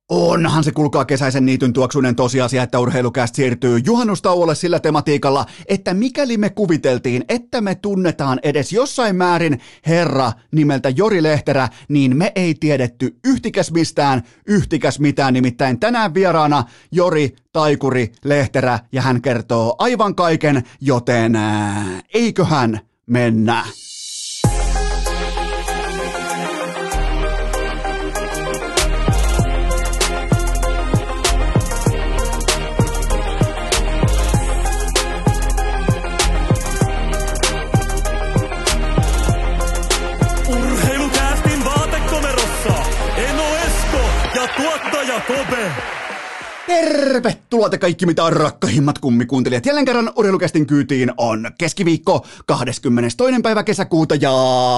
Onhan se kuulkaa kesäisen niityn tuoksuinen tosiasia, että Urheilucast siirtyy juhannustauolle sillä tematiikalla, että mikäli me kuviteltiin, että me tunnetaan edes jossain määrin herra nimeltä Jori Lehterä, niin me ei tiedetty yhtikäs mitään, nimittäin tänään vieraana Jori Taikuri Lehterä ja hän kertoo aivan kaiken, joten eiköhän mennä. Tuottaja Kope. Tervetuloa te kaikki mitä rakkahimmat kummikuuntelijat. Jälleen kerran Urheilucastin kyytiin on keskiviikko 22. päivä kesäkuuta ja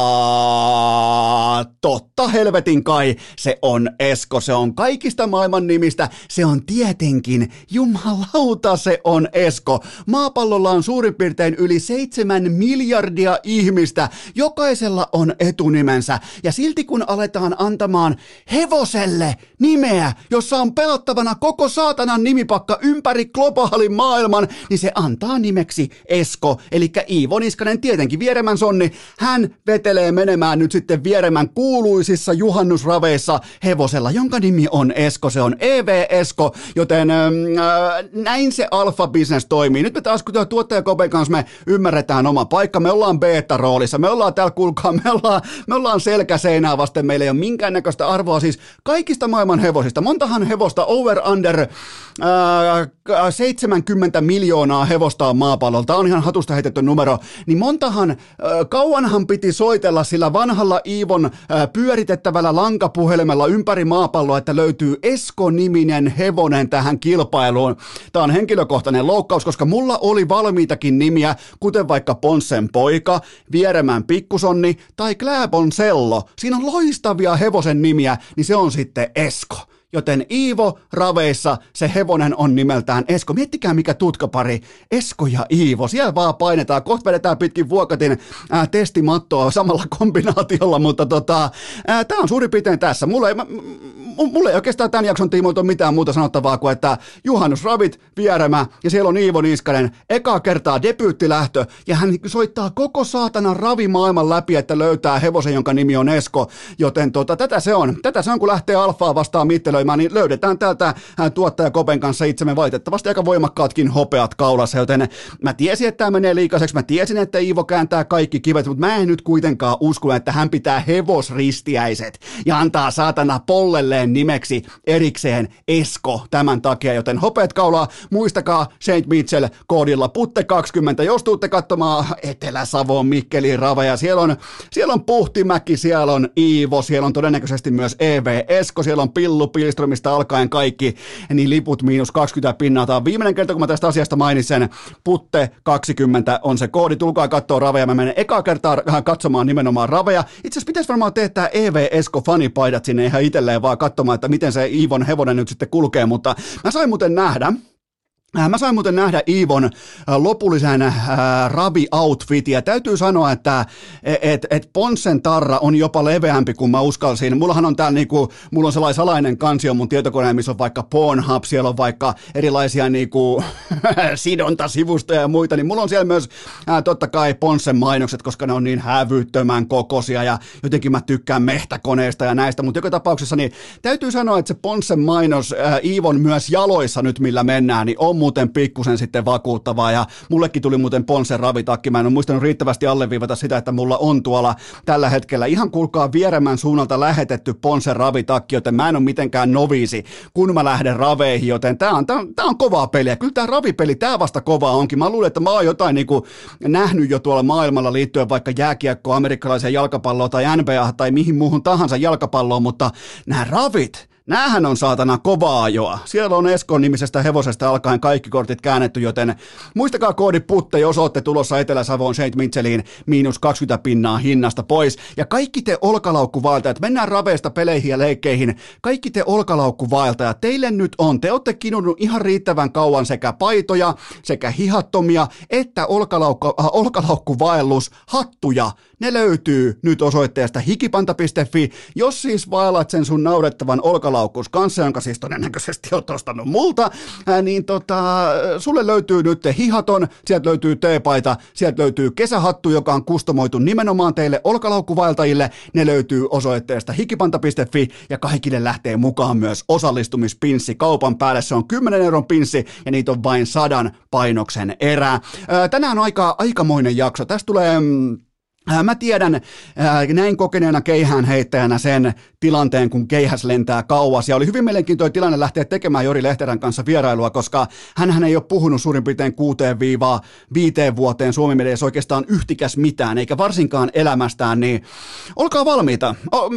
totta helvetin kai se on Esko. Se on kaikista maailman nimistä. Se on tietenkin, jumalauta se on Esko. Maapallolla on suurin piirtein yli 7 miljardia ihmistä. Jokaisella on etunimensä. Ja silti kun aletaan antamaan hevoselle nimeä, jossa on pelattavana koko saatanan nimipakka ympäri globaalin maailman, niin se antaa nimeksi Esko, eli Iivo Niskanen, tietenkin Vieremän Sonni. Hän vetelee menemään nyt sitten Vieremän kuuluisissa juhannusraveissa hevosella, jonka nimi on Esko. Se on EV Esko, joten näin se alfa-business toimii. Nyt me taas, kun tuottaja Kopen kanssa me ymmärretään oma paikka, me ollaan beta-roolissa, me ollaan täällä, kuulkaa, me ollaan selkäseinää vasten, meillä ei ole minkäännäköistä arvoa, siis kaikista maailman hevosista. Montahan hevosta over-under 70 miljoonaa hevosta on maapallolla. Tämä on ihan hatusta heitetty numero. Niin kauanhan piti soitella sillä vanhalla Iivon pyöritettävällä lankapuhelimella ympäri maapalloa, että löytyy Esko-niminen hevonen tähän kilpailuun. Tämä on henkilökohtainen loukkaus, koska mulla oli valmiitakin nimiä, kuten vaikka Ponssen poika, Vieremän pikkusonni tai Kläbon sello. Siinä on loistavia hevosen nimiä, niin se on sitten Esko. Joten Iivo raveissa se hevonen on nimeltään Esko. Miettikää mikä tutkapari, Esko ja Iivo. Siellä vaan painetaan, kohta vedetään pitkin Vuokatin testimattoa samalla kombinaatiolla, mutta tämä on suurin piirtein tässä. Mulla ei oikeastaan tämän jakson tiimoilta ole mitään muuta sanottavaa kuin, että juhannusravit, Vieremä ja siellä on Iivo Niskanen. Eka kertaa debyyttilähtö ja hän soittaa koko saatanan ravimaailman läpi, että löytää hevosen, jonka nimi on Esko. Joten tätä se on, kun lähtee alfaa vastaan mittelöimään, niin löydetään täältä tuottaja Kopen kanssa itsemme valitettavasti aika voimakkaatkin hopeat kaulassa, joten mä tiesin, että tämä menee liikaiseksi, mä tiesin, että Iivo kääntää kaikki kivet, mutta mä en nyt kuitenkaan usko, että hän pitää hevosristiäiset ja antaa saatana pollelleen nimeksi erikseen Esko tämän takia, joten hopeat kaulaa, muistakaa St. Mitchell koodilla putte20, jos tuutte katsomaan Etelä-Savon Mikkelin raveja, siellä on Puhtimäki, siellä on Iivo, siellä on todennäköisesti myös EV Esko, siellä on Pillu Pilströmistä alkaen kaikki, niin liput -20 %. Tämä on viimeinen kerta, kun mä tästä asiasta mainitsen, putte20 on se koodi, tulkaa katsoa raveja, mä menen ekaa kertaa katsomaan nimenomaan raveja, itse asiassa pitäisi varmaan tehdä EV Esko fanipaidat sinne ihan itselleen vaan katsomaan, että miten se Iivon hevonen nyt sitten kulkee, mutta mä sain muuten nähdä Iivon lopullisen ravi-outfitin ja täytyy sanoa, että Ponssen tarra on jopa leveämpi kuin mä uskalsin. Mullahan on täällä mulla on sellainen salainen kansio mun tietokoneen, missä on vaikka Pornhub, siellä on vaikka erilaisia sidontasivustoja ja muita, niin mulla on siellä myös totta kai Ponssen mainokset, koska ne on niin hävyttömän kokoisia ja jotenkin mä tykkään mehtäkoneista ja näistä, mutta joka tapauksessa niin täytyy sanoa, että se Ponssen mainos Iivon myös jaloissa nyt millä mennään, niin on muuten pikkusen sitten vakuuttavaa ja mullekin tuli muuten Ponssen ravitakki. Mä en ole muistanut riittävästi alleviivata sitä, että mulla on tuolla tällä hetkellä ihan kuulkaa Vieremän suunnalta lähetetty Ponssen ravitakki, joten mä en ole mitenkään noviisi, kun mä lähden raveihin, joten tää on kovaa peliä. Kyllä tää ravipeli, tää vasta kovaa onkin. Mä luulen, että mä oon jotain nähnyt jo tuolla maailmalla liittyen vaikka jääkiekkoon, amerikkalaiseen jalkapalloon tai NBA tai mihin muuhun tahansa jalkapalloon, mutta nämä ravit, näähän on saatana kovaa ajoa. Siellä on Eskon nimisestä hevosesta alkaen kaikki kortit käännetty, joten muistakaa koodi putte, jos olette tulossa Etelä-Savoon St. Mitchelliin -20 % hinnasta pois. Ja kaikki te olkalaukkuvaeltajat, mennään raveista peleihin ja leikkeihin, kaikki te olkalaukkuvaeltajat, teille nyt on, te olette kinunut ihan riittävän kauan sekä paitoja, sekä hihattomia, että olkalaukkuvaellushattuja. Ne löytyy nyt osoitteesta hikipanta.fi. Jos siis vaellat sen sun naurettavan olkalaukkuvaelluksen olkalaukkус kanssa, jonka siis todennäköisesti olet ostanut multa, niin sulle löytyy nyt hihaton, sieltä löytyy teepaita, sieltä löytyy kesähattu, joka on kustomoitu nimenomaan teille olkalaukkuvaeltajille, ne löytyy osoitteesta hikipanta.fi ja kaikille lähtee mukaan myös osallistumispinssi kaupan päälle, se on 10 euron pinssi ja niitä on vain 100 painoksen erää. Tänään on aikamoinen jakso, tästä tulee... Mä tiedän näin kokeneena keihäänheittäjänä sen tilanteen, kun keihäs lentää kauas, ja oli hyvin mielenkiintoinen tilanne lähteä tekemään Jori Lehterän kanssa vierailua, koska hänhän ei ole puhunut suurin piirtein 6-5 vuoteen Suomi mediassa oikeastaan yhtikäs mitään, eikä varsinkaan elämästään, niin olkaa valmiita.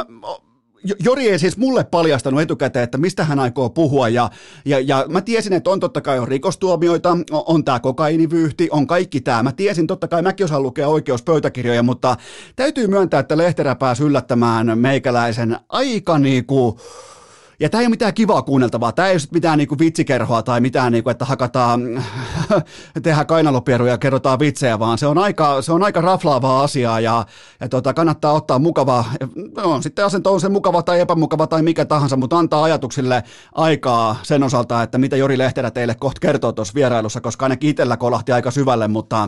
Jori ei siis mulle paljastanut etukäteen, että mistä hän aikoo puhua, ja mä tiesin, että on totta kai on rikostuomioita, on tää kokainivyyhti, on kaikki tää. Mä tiesin, totta kai mäkin osaan lukea oikeuspöytäkirjoja, mutta täytyy myöntää, että Lehterä pääsi yllättämään meikäläisen aika niinku... Ja tämä ei ole mitään kivaa kuunneltavaa, tämä ei ole mitään niinku vitsikerhoa tai mitään, niinku, että hakataan, tehdään kainalopieruja ja kerrotaan vitsejä, vaan se on aika raflaavaa asiaa ja kannattaa ottaa mukava, no, sitten asento on se mukava tai epämukava tai mikä tahansa, mutta antaa ajatuksille aikaa sen osalta, että mitä Jori Lehterä teille kohta kertoo tuossa vierailussa, koska ainakin itsellä kolahti aika syvälle, mutta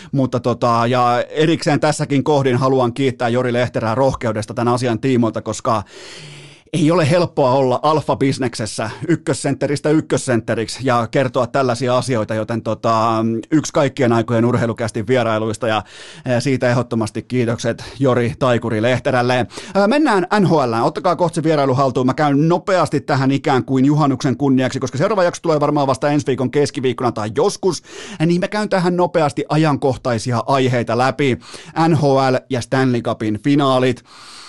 ja erikseen tässäkin kohdin haluan kiittää Jori Lehterää rohkeudesta tämän asian tiimoilta, koska ei ole helppoa olla alfa-bisneksessä ykkössentteristä ykkössentteriksi ja kertoa tällaisia asioita, joten yksi kaikkien aikojen urheilukästin vierailuista ja siitä ehdottomasti kiitokset Jori Taikuri Lehterälle. Mennään NHL:ään, ottakaa kohta se vierailu haltuun. Mä käyn nopeasti tähän ikään kuin juhannuksen kunniaksi, koska seuraava jakso tulee varmaan vasta ensi viikon keskiviikkona tai joskus, niin mä käyn tähän nopeasti ajankohtaisia aiheita läpi. NHL ja Stanley Cupin finaalit.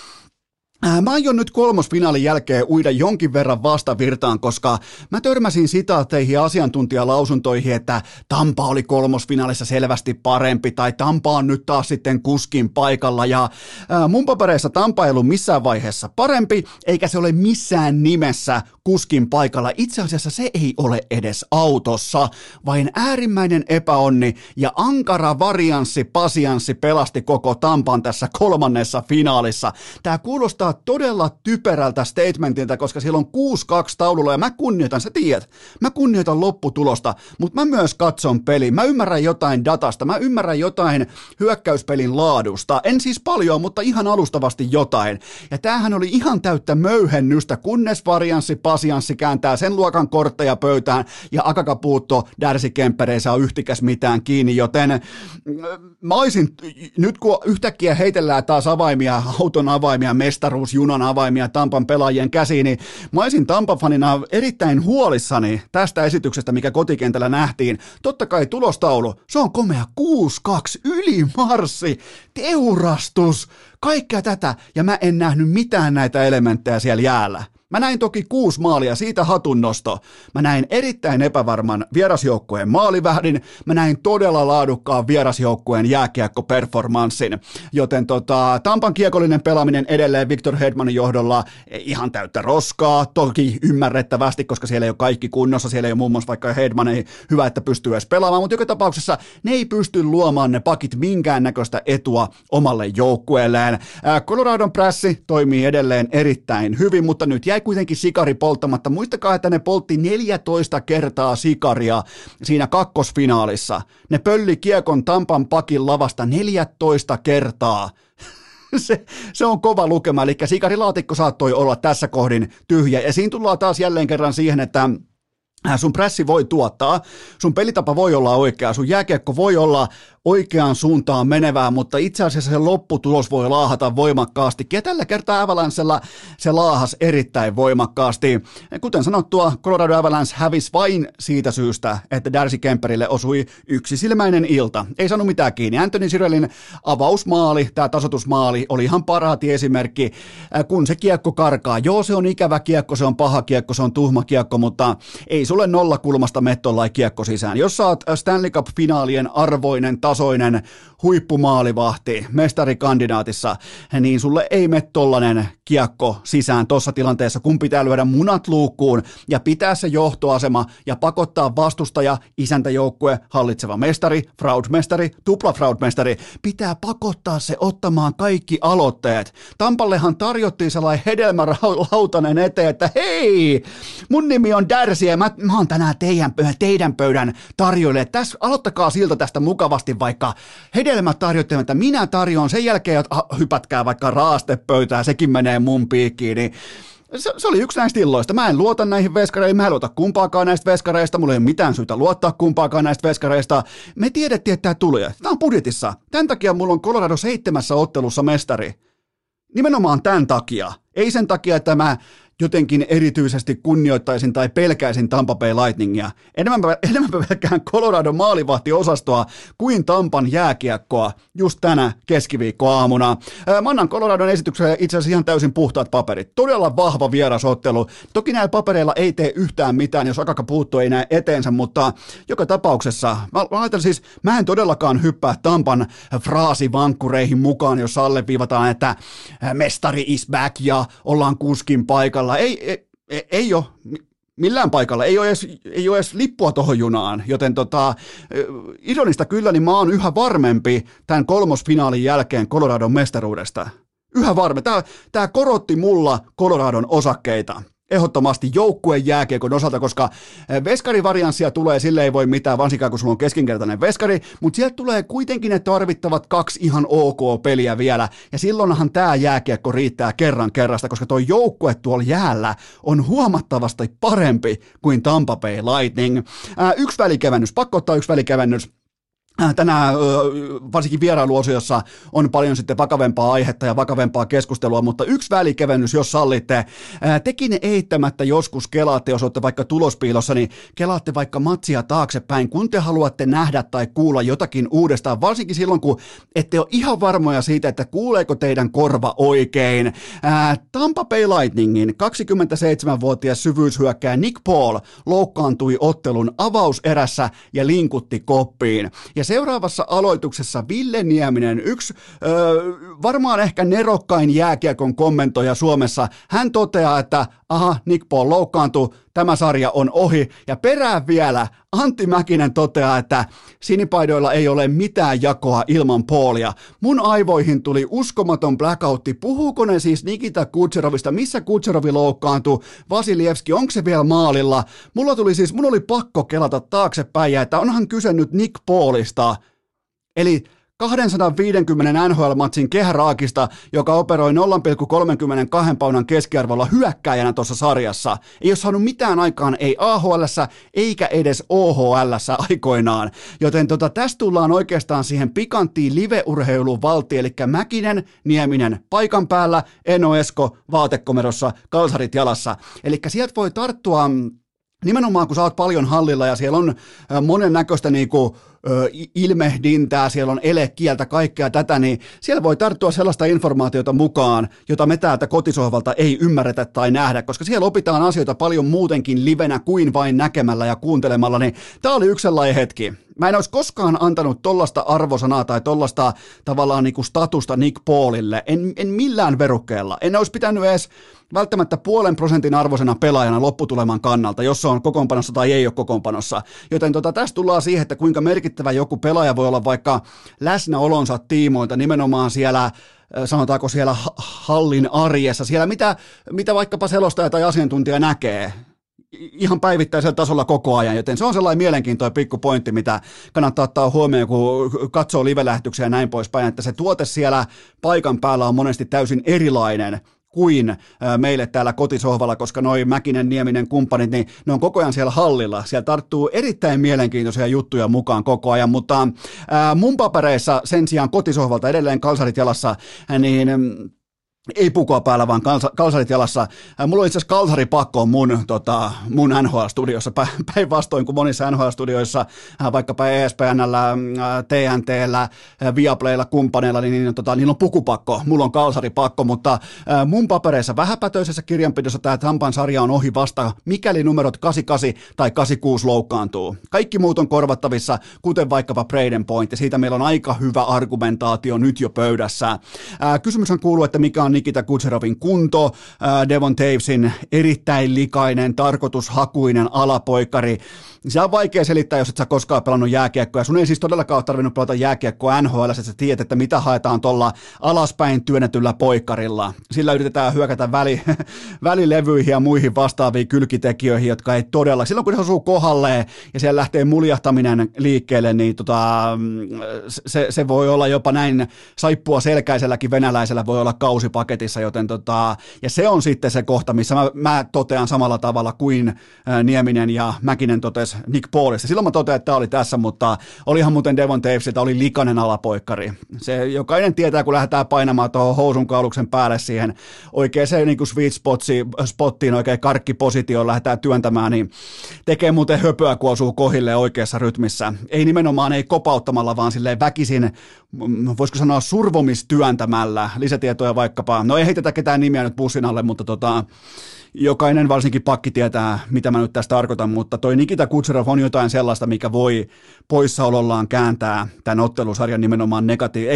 Mä aion nyt kolmosfinaalin jälkeen uida jonkin verran vastavirtaan, koska mä törmäsin sitaatteihin ja asiantuntijalausuntoihin, että Tampa oli kolmosfinaalissa selvästi parempi tai Tampa on nyt taas sitten kuskin paikalla ja mun papereissa Tampa ei ollut missään vaiheessa parempi eikä se ole missään nimessä kuskin paikalla. Itse asiassa se ei ole edes autossa, vain äärimmäinen epäonni ja ankara pasianssi pelasti koko Tampan tässä kolmannessa finaalissa. Tää kuulostaa todella typerältä statementilta, koska siellä on 6-2 taululla ja mä kunnioitan, sä tiedät, mä kunnioitan lopputulosta, mutta mä myös katson peliä, mä ymmärrän jotain datasta, mä ymmärrän jotain hyökkäyspelin laadusta, en siis paljon, mutta ihan alustavasti jotain. Ja tämähän oli ihan täyttä möyhennystä, kunnes pasianssi kääntää sen luokan kortteja pöytään ja Akakapuutto, Darcy Kemper ei saa yhtikäs mitään kiinni, joten mä olisin, nyt kun yhtäkkiä heitellään taas avaimia, auton avaimia, mestaruusjunan avaimia Tampan pelaajien käsiin, niin mä olisin Tampa-fanina erittäin huolissani tästä esityksestä, mikä kotikentällä nähtiin. Totta kai tulostaulu, se on komea 6-2, ylimarssi, teurastus, kaikkea tätä, ja mä en nähnyt mitään näitä elementtejä siellä jäällä. Mä näin toki 6 maalia, siitä hatunnosto. Mä näin erittäin epävarman vierasjoukkueen maalivähdin, mä näin todella laadukkaan vierasjoukkueen jääkiekko-performanssin, joten Tampan kiekollinen pelaaminen edelleen Victor Hedmanin johdolla ihan täyttä roskaa, toki ymmärrettävästi, koska siellä ei ole kaikki kunnossa, siellä ei ole muun muassa vaikka Hedman ei hyvä, että pystyy edes pelaamaan, mutta joka tapauksessa ne ei pysty luomaan ne pakit minkäännäköistä etua omalle joukkueelleen. Coloradon prässi toimii edelleen erittäin hyvin, mutta nyt jäi kuitenkin sikari polttamatta. Muistakaa, että ne poltti 14 kertaa sikaria siinä kakkosfinaalissa. Ne pölli kiekon Tampan pakin lavasta 14 kertaa. Se on kova lukema, eli sikarilaatikko saattoi olla tässä kohdin tyhjä. Ja siinä tullaan taas jälleen kerran siihen, että sun prässi voi tuottaa, sun pelitapa voi olla oikea, sun jääkiekko voi olla oikeaan suuntaan menevää, mutta itse asiassa se lopputulos voi laahata voimakkaasti. Ja tällä kertaa Avalancella se laahas erittäin voimakkaasti. Kuten sanottua, Colorado Avalanche hävisi vain siitä syystä, että Darcy Kemperille osui yksisilmäinen ilta. Ei saanut mitään kiinni. Anthony Cirellin avausmaali, tämä tasoitusmaali, oli ihan paraati esimerkki, kun se kiekko karkaa. Joo, se on ikävä kiekko, se on paha kiekko, se on tuhma kiekko, mutta ei Ei sulle nollakulmasta mettollai kiekko sisään. Jos sä oot Stanley Cup-finaalien arvoinen, tasoinen huippumaalivahti mestarikandidaatissa, niin sulle ei mene tollanen kiekko sisään tuossa tilanteessa, kun pitää lyödä munat luukkuun ja pitää se johtoasema ja pakottaa vastustaja, isäntäjoukkue, hallitseva mestari, fraudmestari, tupla fraudmestari. Pitää pakottaa se ottamaan kaikki aloitteet. Tampallehan tarjottiin sellainen hedelmälautanen eteen, että hei, mun nimi on Darcy ja mä oon tänään teidän pöydän tarjoille. Tässä aloittakaa siltä tästä mukavasti vaikka hedelmät tarjottelemaan, että minä tarjoan, sen jälkeen hypätkää vaikka raastepöytään, sekin menee mun piikkiin, niin se oli yksi näistä illoista. Mä en luota näihin veskareihin, mä en luota kumpaakaan näistä veskareista, mulla ei ole mitään syytä luottaa kumpaakaan näistä veskareista. Me tiedettiin, että tämä tulee. Tämä on budjetissa. Tämän takia mulla on Colorado 7 ottelussa mestari. Nimenomaan tämän takia. Ei sen takia, että mä jotenkin erityisesti kunnioittaisin tai pelkäisin Tampa Bay Lightningia. Enemmän pelkään Colorado maalivahtiosastoa kuin Tampan jääkiekkoa just tänä keskiviikkoaamuna. Mä annan Coloradon esitykselle itse asiassa ihan täysin puhtaat paperit. Todella vahva vierasottelu. Toki näillä papereilla ei tee yhtään mitään, jos Akaka puuttuu ei näe eteensä, mutta joka tapauksessa mä en todellakaan hyppää Tampan fraasivankkureihin mukaan, jos alleviivataan, että mestari is back ja ollaan kuskin paikalla. Ei ole millään paikalla, ei ole edes lippua tuohon junaan, joten ironista kyllä, niin mä oon yhä varmempi tämän kolmosfinaalin jälkeen Coloradon mestaruudesta. Yhä varmempi. Tämä korotti mulla Coloradon osakkeita. Ehdottomasti joukkueen jääkiekon osalta, koska veskarivarianssia tulee, sille ei voi mitään, varsinkaan kun sulla on keskinkertainen veskari, mutta sieltä tulee kuitenkin ne tarvittavat 2 ihan ok peliä vielä, ja silloinhan tämä jääkiekko riittää kerran kerrasta, koska tuo joukkue tuolla jäällä on huomattavasti parempi kuin Tampa Bay Lightning. Yksi välikevennys, pakko ottaa yksi välikevennys. Tänään varsinkin vierailuosiossa on paljon sitten vakavempaa aihetta ja vakavempaa keskustelua, mutta yksi välikevennys, jos sallitte. Tekin eittämättä joskus kelaatte, jos olette vaikka tulospiilossa, niin kelaatte vaikka matsia taaksepäin, kun te haluatte nähdä tai kuulla jotakin uudestaan, varsinkin silloin, kun ette ole ihan varmoja siitä, että kuuleeko teidän korva oikein. Tampa Bay Lightningin 27-vuotias syvyyshyökkääjä Nick Paul loukkaantui ottelun avauserässä ja linkutti koppiin. Ja seuraavassa aloituksessa Ville Nieminen, yksi varmaan ehkä nerokkain jääkiekon kommentoija Suomessa, hän toteaa, että Nick Paul loukkaantui, tämä sarja on ohi, ja perään vielä Antti Mäkinen toteaa, että sinipaidoilla ei ole mitään jakoa ilman Paulia. Mun aivoihin tuli uskomaton blackoutti, puhuuko ne siis Nikita Kutserovista, missä Kutserovi loukkaantui, Vasilevski, onko se vielä maalilla? Mun oli pakko kelata taaksepäin, ja että onhan kyse nyt Nick Paulista, eli 250 NHL-matsin kehäraakista, joka operoi 0,32 paunan keskiarvolla hyökkääjänä tuossa sarjassa. Ei ole saanut mitään aikaan, ei AHL:ssä eikä edes OHL:ssä aikoinaan. Joten tästä tullaan oikeastaan siihen pikanttiin live-urheilun valtiin, eli Mäkinen, Nieminen paikan päällä, Eno Esko vaatekomerossa, kalsarit jalassa. Eli sieltä voi tarttua nimenomaan, kun sä oot paljon hallilla ja siellä on monennäköistä ilmehdintää, siellä on elekieltä, kaikkea tätä, niin siellä voi tarttua sellaista informaatiota mukaan, jota me täältä kotisohvalta ei ymmärretä tai nähdä, koska siellä opitaan asioita paljon muutenkin livenä kuin vain näkemällä ja kuuntelemalla, niin tää oli yksi sellainen hetki. Mä en olisi koskaan antanut tollasta arvosanaa tai tollasta tavallaan statusta Nick Paulille, en millään verukkeella. En olisi pitänyt edes välttämättä 0,5% arvoisena pelaajana lopputuleman kannalta, jos se on kokoonpanossa tai ei ole kokoonpanossa. Joten tästä tullaan siihen, että kuinka merkittävä joku pelaaja voi olla vaikka läsnäolonsa tiimoilta nimenomaan siellä, sanotaanko siellä hallin arjessa, siellä mitä vaikkapa selostaja tai asiantuntija näkee ihan päivittäisellä tasolla koko ajan, joten se on sellainen mielenkiintoinen pikkupointti, mitä kannattaa ottaa huomioon, kun katsoo live-lähetyksiä ja näin poispäin, että se tuote siellä paikan päällä on monesti täysin erilainen kuin meille täällä kotisohvalla, koska noi Mäkinen, Nieminen, kumppanit, niin ne on koko ajan siellä hallilla. Siellä tarttuu erittäin mielenkiintoisia juttuja mukaan koko ajan, mutta mun papereissa sen sijaan kotisohvalta edelleen kalsarit jalassa, niin ei pukua päällä, vaan kalsarit jalassa. Mulla on itse asiassa kalsaripakko mun NHL-studiossa, päinvastoin kuin monissa NHL-studioissa, vaikkapa ESPN:llä, TNT:llä, Viaplaylla, kumppaneilla, niin niillä on pukupakko, mulla on kalsaripakko, mutta mun papereissa vähäpätöisessä kirjanpidossa tämä Tampan sarja on ohi vasta, mikäli numerot 88 tai 86 loukkaantuu. Kaikki muut on korvattavissa, kuten vaikkapa Braden Point, ja siitä meillä on aika hyvä argumentaatio nyt jo pöydässä. Kysymys on kuuluu, että mikä on Nikita Kutserovin kunto, Devon Tavesin erittäin likainen, tarkoitushakuinen alapoikari. Se on vaikea selittää, jos et sä koskaan pelannut jääkiekkoa. Sun ei siis todellakaan ole tarvinnut pelata jääkiekkoa NHL, että sä tiedät, että mitä haetaan tuolla alaspäin työnnetyllä poikkarilla. Sillä yritetään hyökätä välilevyihin ja muihin vastaaviin kylkitekijöihin, jotka ei todella. Silloin kun se osuu kohdalleen ja siellä lähtee muljahtaminen liikkeelle, niin se voi olla jopa näin saippua selkäiselläkin venäläisellä voi olla kausipaketissa, joten ja se on sitten se kohta, missä mä totean samalla tavalla kuin Nieminen ja Mäkinen totesi Nick Paulista. Silloin mä totean, että tämä oli tässä, mutta olihan muuten Devon Tavesilta oli likainen alapoikkari. Se jokainen tietää, kun lähdetään painamaan tuohon housun kauluksen päälle siihen oikein se niin kuin sweet spottiin, oikein karkkipositioon lähdetään työntämään, niin tekee muuten höpöä, kun osuu kohille oikeassa rytmissä. Ei nimenomaan ei kopauttamalla, vaan silleen väkisin, voisiko sanoa survomistyöntämällä. Lisätietoja vaikkapa, no ei heitetä ketään nimiä nyt bussin alle, mutta jokainen varsinkin pakki tietää, mitä mä nyt tästä tarkoitan, mutta toi Nikita Kutserov on jotain sellaista, mikä voi poissaolollaan kääntää tämän ottelusarjan nimenomaan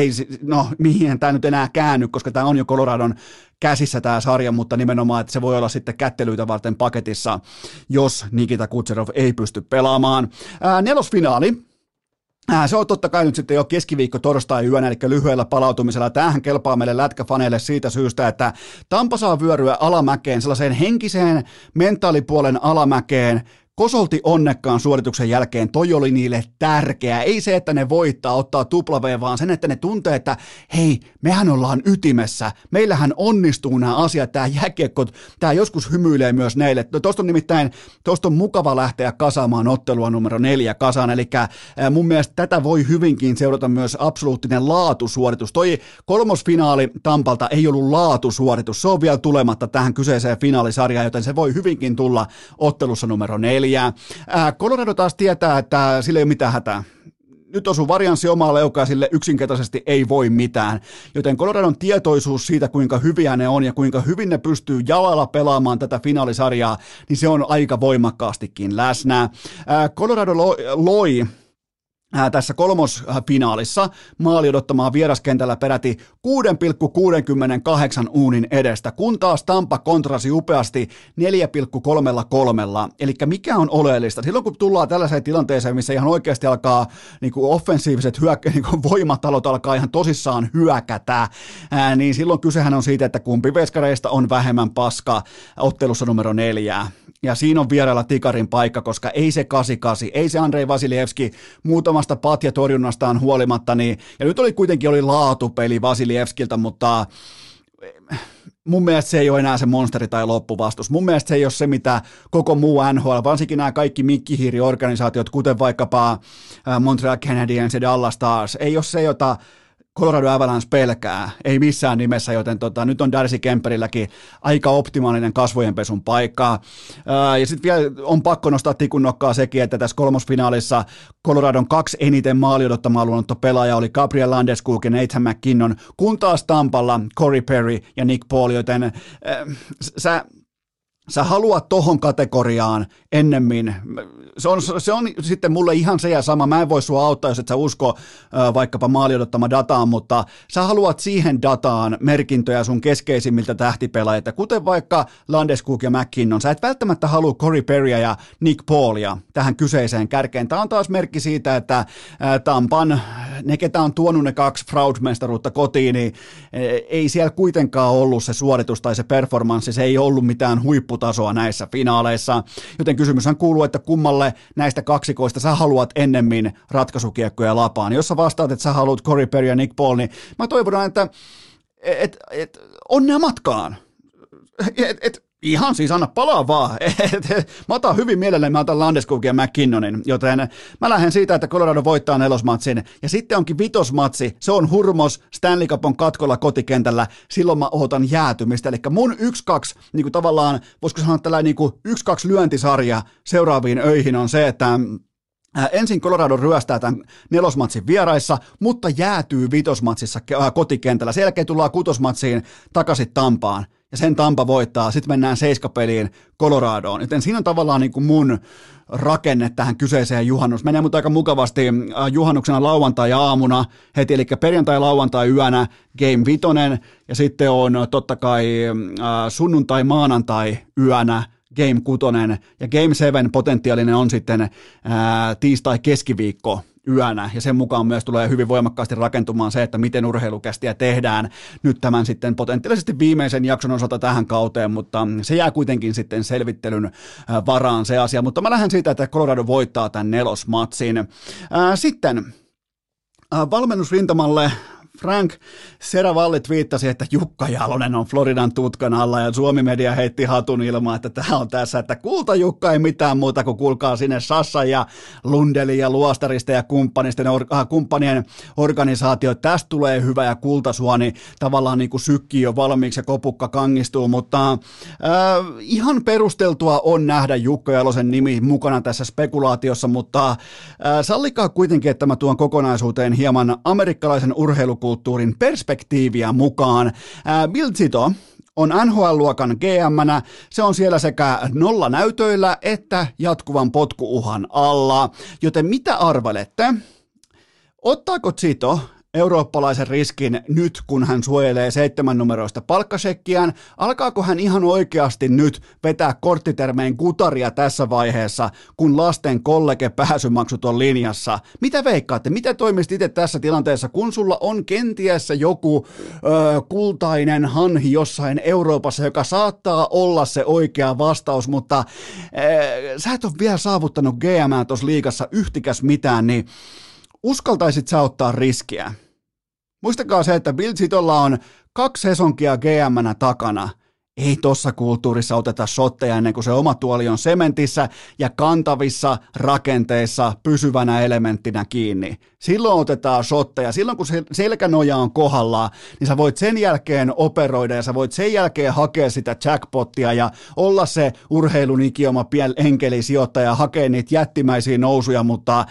mihin tämä nyt enää käänny, koska tämä on jo Coloradon käsissä tämä sarja, mutta nimenomaan, että se voi olla sitten kättelyitä varten paketissa, jos Nikita Kutserov ei pysty pelaamaan. Nelosfinaali. Se on totta kai nyt sitten jo keskiviikko torstai yönä, eli lyhyellä palautumisella. Tämähän kelpaa meille lätkäfaneille siitä syystä, että Tampa saa vyöryä alamäkeen, sellaiseen henkiseen mentaalipuolen alamäkeen, kosolti onnekkaan suorituksen jälkeen. Toi oli niille tärkeää. Ei se, että ne voittaa, ottaa W, vaan sen, että ne tuntee, että hei, mehän ollaan ytimessä. Meillähän onnistuu nämä asiat. Tämä jääkiekko, tämä joskus hymyilee myös neille. Tuosta on mukava lähteä kasaamaan ottelua numero 4 kasaan. Eli mun mielestä tätä voi hyvinkin seurata myös absoluuttinen laatusuoritus. Toi kolmosfinaali Tampalta ei ollut laatusuoritus. Se on vielä tulematta tähän kyseiseen finaalisarjaan, joten se voi hyvinkin tulla ottelussa numero 4. Colorado taas tietää, että sillä ei ole mitään hätää. Nyt osuu varianssi omaa leukaa, sille yksinkertaisesti ei voi mitään. Joten Coloradon tietoisuus siitä, kuinka hyviä ne on ja kuinka hyvin ne pystyy jalalla pelaamaan tätä finaalisarjaa, niin se on aika voimakkaastikin läsnä. Colorado loi tässä kolmosfinaalissa maali odottamaan vieraskentällä peräti 6,68 uunin edestä, kun taas Tampa kontrasi upeasti 4,33. Eli mikä on oleellista? Silloin kun tullaan tällaiseen tilanteeseen, missä ihan oikeasti alkaa niin kuin offensiiviset voimatalot alkaa ihan tosissaan hyökätä, niin silloin kysehän on siitä, että kumpi veskareista on vähemmän paska ottelussa numero 4. Ja siinä on vierailla tikarin paikka, koska ei se 88, ei se Andrei Vasilevski muutamasta patjatorjunnastaan huolimatta, niin, ja nyt oli laatupeli Vasilievskiltä, mutta mun mielestä se ei ole enää se monsteri tai loppuvastus. Mun mielestä se ei ole se, mitä koko muu NHL, varsinkin nämä kaikki mikkihiiriorganisaatiot, kuten vaikkapa Montreal Canadiens ja Dallas Stars, ei ole se, jota Colorado Avalanche pelkää, ei missään nimessä, joten nyt on Darcy Kemperilläkin aika optimaalinen kasvojenpesun paikka. Ja sitten vielä on pakko nostaa tikun nokkaa sekin, että tässä kolmosfinaalissa Coloradon 2 eniten maali odottamaa luonnontopelaaja oli Gabriel Landeskog ja Nathan McKinnon, kun taas Tampalla Corey Perry ja Nick Paul, joten sä haluat tohon kategoriaan ennemmin. Se on sitten mulle ihan se ja sama. Mä en voi sua auttaa, jos et sä usko vaikkapa maali odottama dataan, mutta sä haluat siihen dataan merkintöjä sun keskeisimmiltä tähtipelaajilta, kuten vaikka Landeskog ja McKinnon. Sä et välttämättä halua Corey Perryä ja Nick Paulia tähän kyseiseen kärkeen. Tää on taas merkki siitä, että Tampan, ne ketä on tuonut ne 2 Proud-mestaruutta kotiin, niin ei siellä kuitenkaan ollut se suoritus tai se performanssi, se ei ollut mitään huipputasoa näissä finaaleissa, joten kysymyshän kuuluu, että kummalle näistä kaksikoista sä haluat ennemmin ratkaisukiekkoja lapaan. Jos sä vastaat, että sä haluat Corey Perry ja Nick Paul, niin mä toivon, että onnea matkaan. Ihan siis anna palaa vaan. Mä otan hyvin mielelläni, mä otan Landeskogin ja McKinnonin, joten mä lähden siitä, että Colorado voittaa 4. ja sitten onkin 5. se on hurmos, Stanley Cup on katkolla kotikentällä, silloin mä ootan jäätymistä, eli mun 1-2, niin kuin tavallaan, voisiko sanoa tällainen niin kuin 1-2 lyöntisarja seuraaviin öihin on se, että ensin Colorado ryöstää tämän 4. vieraissa, mutta jäätyy 5. kotikentällä. Sen jälkeen tullaan 6. takaisin Tampaan. Ja sen Tampa voittaa, sitten mennään 7-peliin Coloradoon. Joten siinä on tavallaan niin kuin mun rakenne tähän kyseiseen juhannus. Menee mutta aika mukavasti juhannuksena lauantai-aamuna heti, eli perjantai-lauantai-yönä Game 5, ja sitten on totta kai sunnuntai-maanantai-yönä Game 6, ja Game 7 potentiaalinen on sitten tiistai-keskiviikko yönä, ja sen mukaan myös tulee hyvin voimakkaasti rakentumaan se, että miten urheilukästiä tehdään nyt tämän sitten potentiaalisesti viimeisen jakson osalta tähän kauteen, mutta se jää kuitenkin sitten selvittelyn varaan se asia, mutta mä lähden siitä, että Colorado voittaa tämän 4. Sitten valmennusrintamalle Frank Seravalli twiittasi, että Jukka Jalonen on Floridan tutkan alla, ja Suomi-media heitti hatun ilmaan, että tämä on tässä, että kulta Jukka ei mitään muuta kuin kuulkaa sinne Sassan ja Lundelin ja Luostarista ja kumppanien organisaatio. Tästä tulee hyvä ja kultasuoni tavallaan niin kuin sykkii jo valmiiksi ja kopukka kangistuu, mutta ihan perusteltua on nähdä Jukka Jalosen nimi mukana tässä spekulaatiossa, mutta sallikaa kuitenkin, että mä tuon kokonaisuuteen hieman amerikkalaisen urheilukulttuurin perspektiiviä mukaan. Bill Zito on NHL-luokan GM-nä, se on siellä sekä nollanäytöillä että jatkuvan potkuuhan alla, joten mitä arvelette? Ottaako Zito eurooppalaisen riskin nyt, kun hän suojelee 7 numeroista palkkasekkiään? Alkaako hän ihan oikeasti nyt vetää korttitermein kutaria tässä vaiheessa, kun lasten kollege-pääsymaksut on linjassa? Mitä veikkaatte? Mitä toimisit itse tässä tilanteessa, kun sulla on kenties joku kultainen hanhi jossain Euroopassa, joka saattaa olla se oikea vastaus, mutta sä et ole vielä saavuttanut GM:ää tuossa liigassa yhtikäs mitään, niin uskaltaisit sä ottaa riskiä? Muistakaa se, että Bill Zitolla on 2 sesonkia GM-nä takana. Ei tossa kulttuurissa oteta shotteja ennen kuin se oma tuoli on sementissä ja kantavissa rakenteissa pysyvänä elementtinä kiinni. Silloin otetaan shotteja. Silloin kun se selkänoja on kohdallaan, niin sä voit sen jälkeen operoida ja sä voit sen jälkeen hakea sitä jackpottia ja olla se urheilun ikioma pieni enkelisijoittaja ja hakea niitä jättimäisiä nousuja, mutta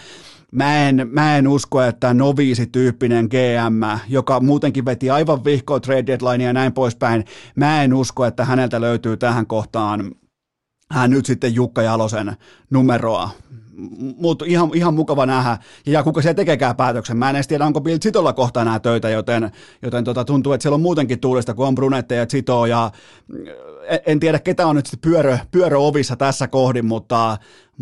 Mä en usko, että noviisityyppinen GM, joka muutenkin veti aivan vihkoa trade deadlinea ja näin poispäin, mä en usko, että häneltä löytyy tähän kohtaan nyt sitten Jukka Jalosen numeroa. Mutta ihan mukava nähdä, ja kuka se tekeekään päätöksen. Mä en edes tiedä, onko Bill Zitolla kohta enää töitä, joten tuntuu, että siellä on muutenkin tuulista, kun on Brunette ja Zito, ja en tiedä, ketä on nyt sitten pyöröovissa tässä kohdin, mutta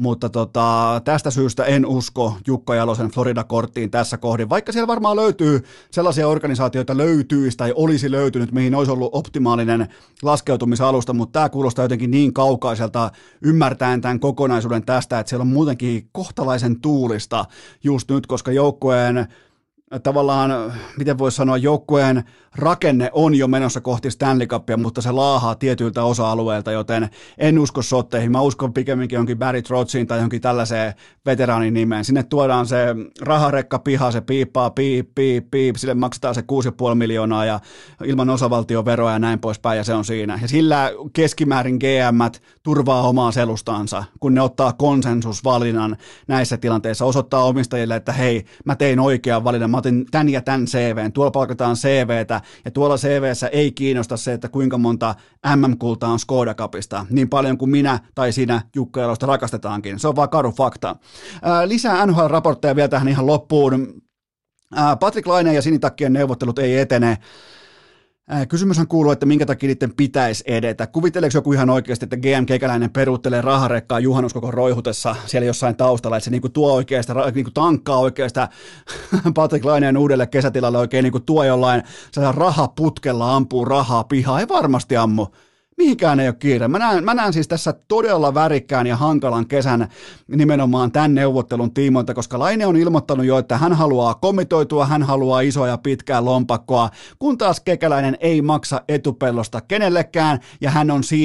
tästä syystä en usko Jukka Jalosen Florida-korttiin tässä kohdin, vaikka siellä varmaan löytyy sellaisia organisaatioita löytyisi tai olisi löytynyt, mihin olisi ollut optimaalinen laskeutumisalusta, mutta tämä kuulostaa jotenkin niin kaukaiselta ymmärtäen tämän kokonaisuuden tästä, että siellä on muutenkin kohtalaisen tuulista just nyt, koska joukkueen tavallaan, miten voisi sanoa, joukkueen rakenne on jo menossa kohti Stanley Cupia, mutta se laahaa tietyiltä osa-alueilta, joten en usko shotteihin. Mä uskon pikemminkin jonkin Barry Trotsiin tai jonkin tällaiseen veteraanin nimeen. Sinne tuodaan se raharekka piha, se piippaa, piip, sille maksetaan se 6,5 miljoonaa ja ilman osavaltioveroa ja näin poispäin, ja se on siinä. Ja sillä keskimäärin GM:t turvaa omaa selustansa, kun ne ottaa konsensusvalinnan näissä tilanteissa, osoittaa omistajille, että hei, mä tein oikean valinnan, mä otin tän ja tän CV:n, tuolla palkataan CVtä, ja tuolla CV:ssä ei kiinnosta se, että kuinka monta MM-kultaa on Skoda Cupista, niin paljon kuin minä tai sinä Jukka Jalosta rakastetaankin. Se on vaan karu fakta. Lisää NHL-raportteja vielä tähän ihan loppuun. Patrik Laine ja Sinitakkien neuvottelut ei etene. Kysymyshän kuuluu, että minkä takia niiden pitäisi edetä. Kuvitteleeko joku ihan oikeasti, että GM Keikäläinen peruuttelee raharekkaa juhannuskoko roihutessa siellä jossain taustalla, että se niinku tuo oikeasta, niinku tankkaa oikeasta Patrik Laineen uudelle kesätilalle oikein niinku tuo jollain rahaputkella, ampuu rahaa pihaa, ei varmasti ammu. Mihinkään ei ole kiire. Mä näen siis tässä todella värikkään ja hankalan kesän nimenomaan tämän neuvottelun tiimoilta, koska Laine on ilmoittanut jo, että hän haluaa kommitoitua, hän haluaa isoa ja pitkää lompakkoa, kun taas Kekäläinen ei maksa etupellosta kenellekään, ja hän on siinä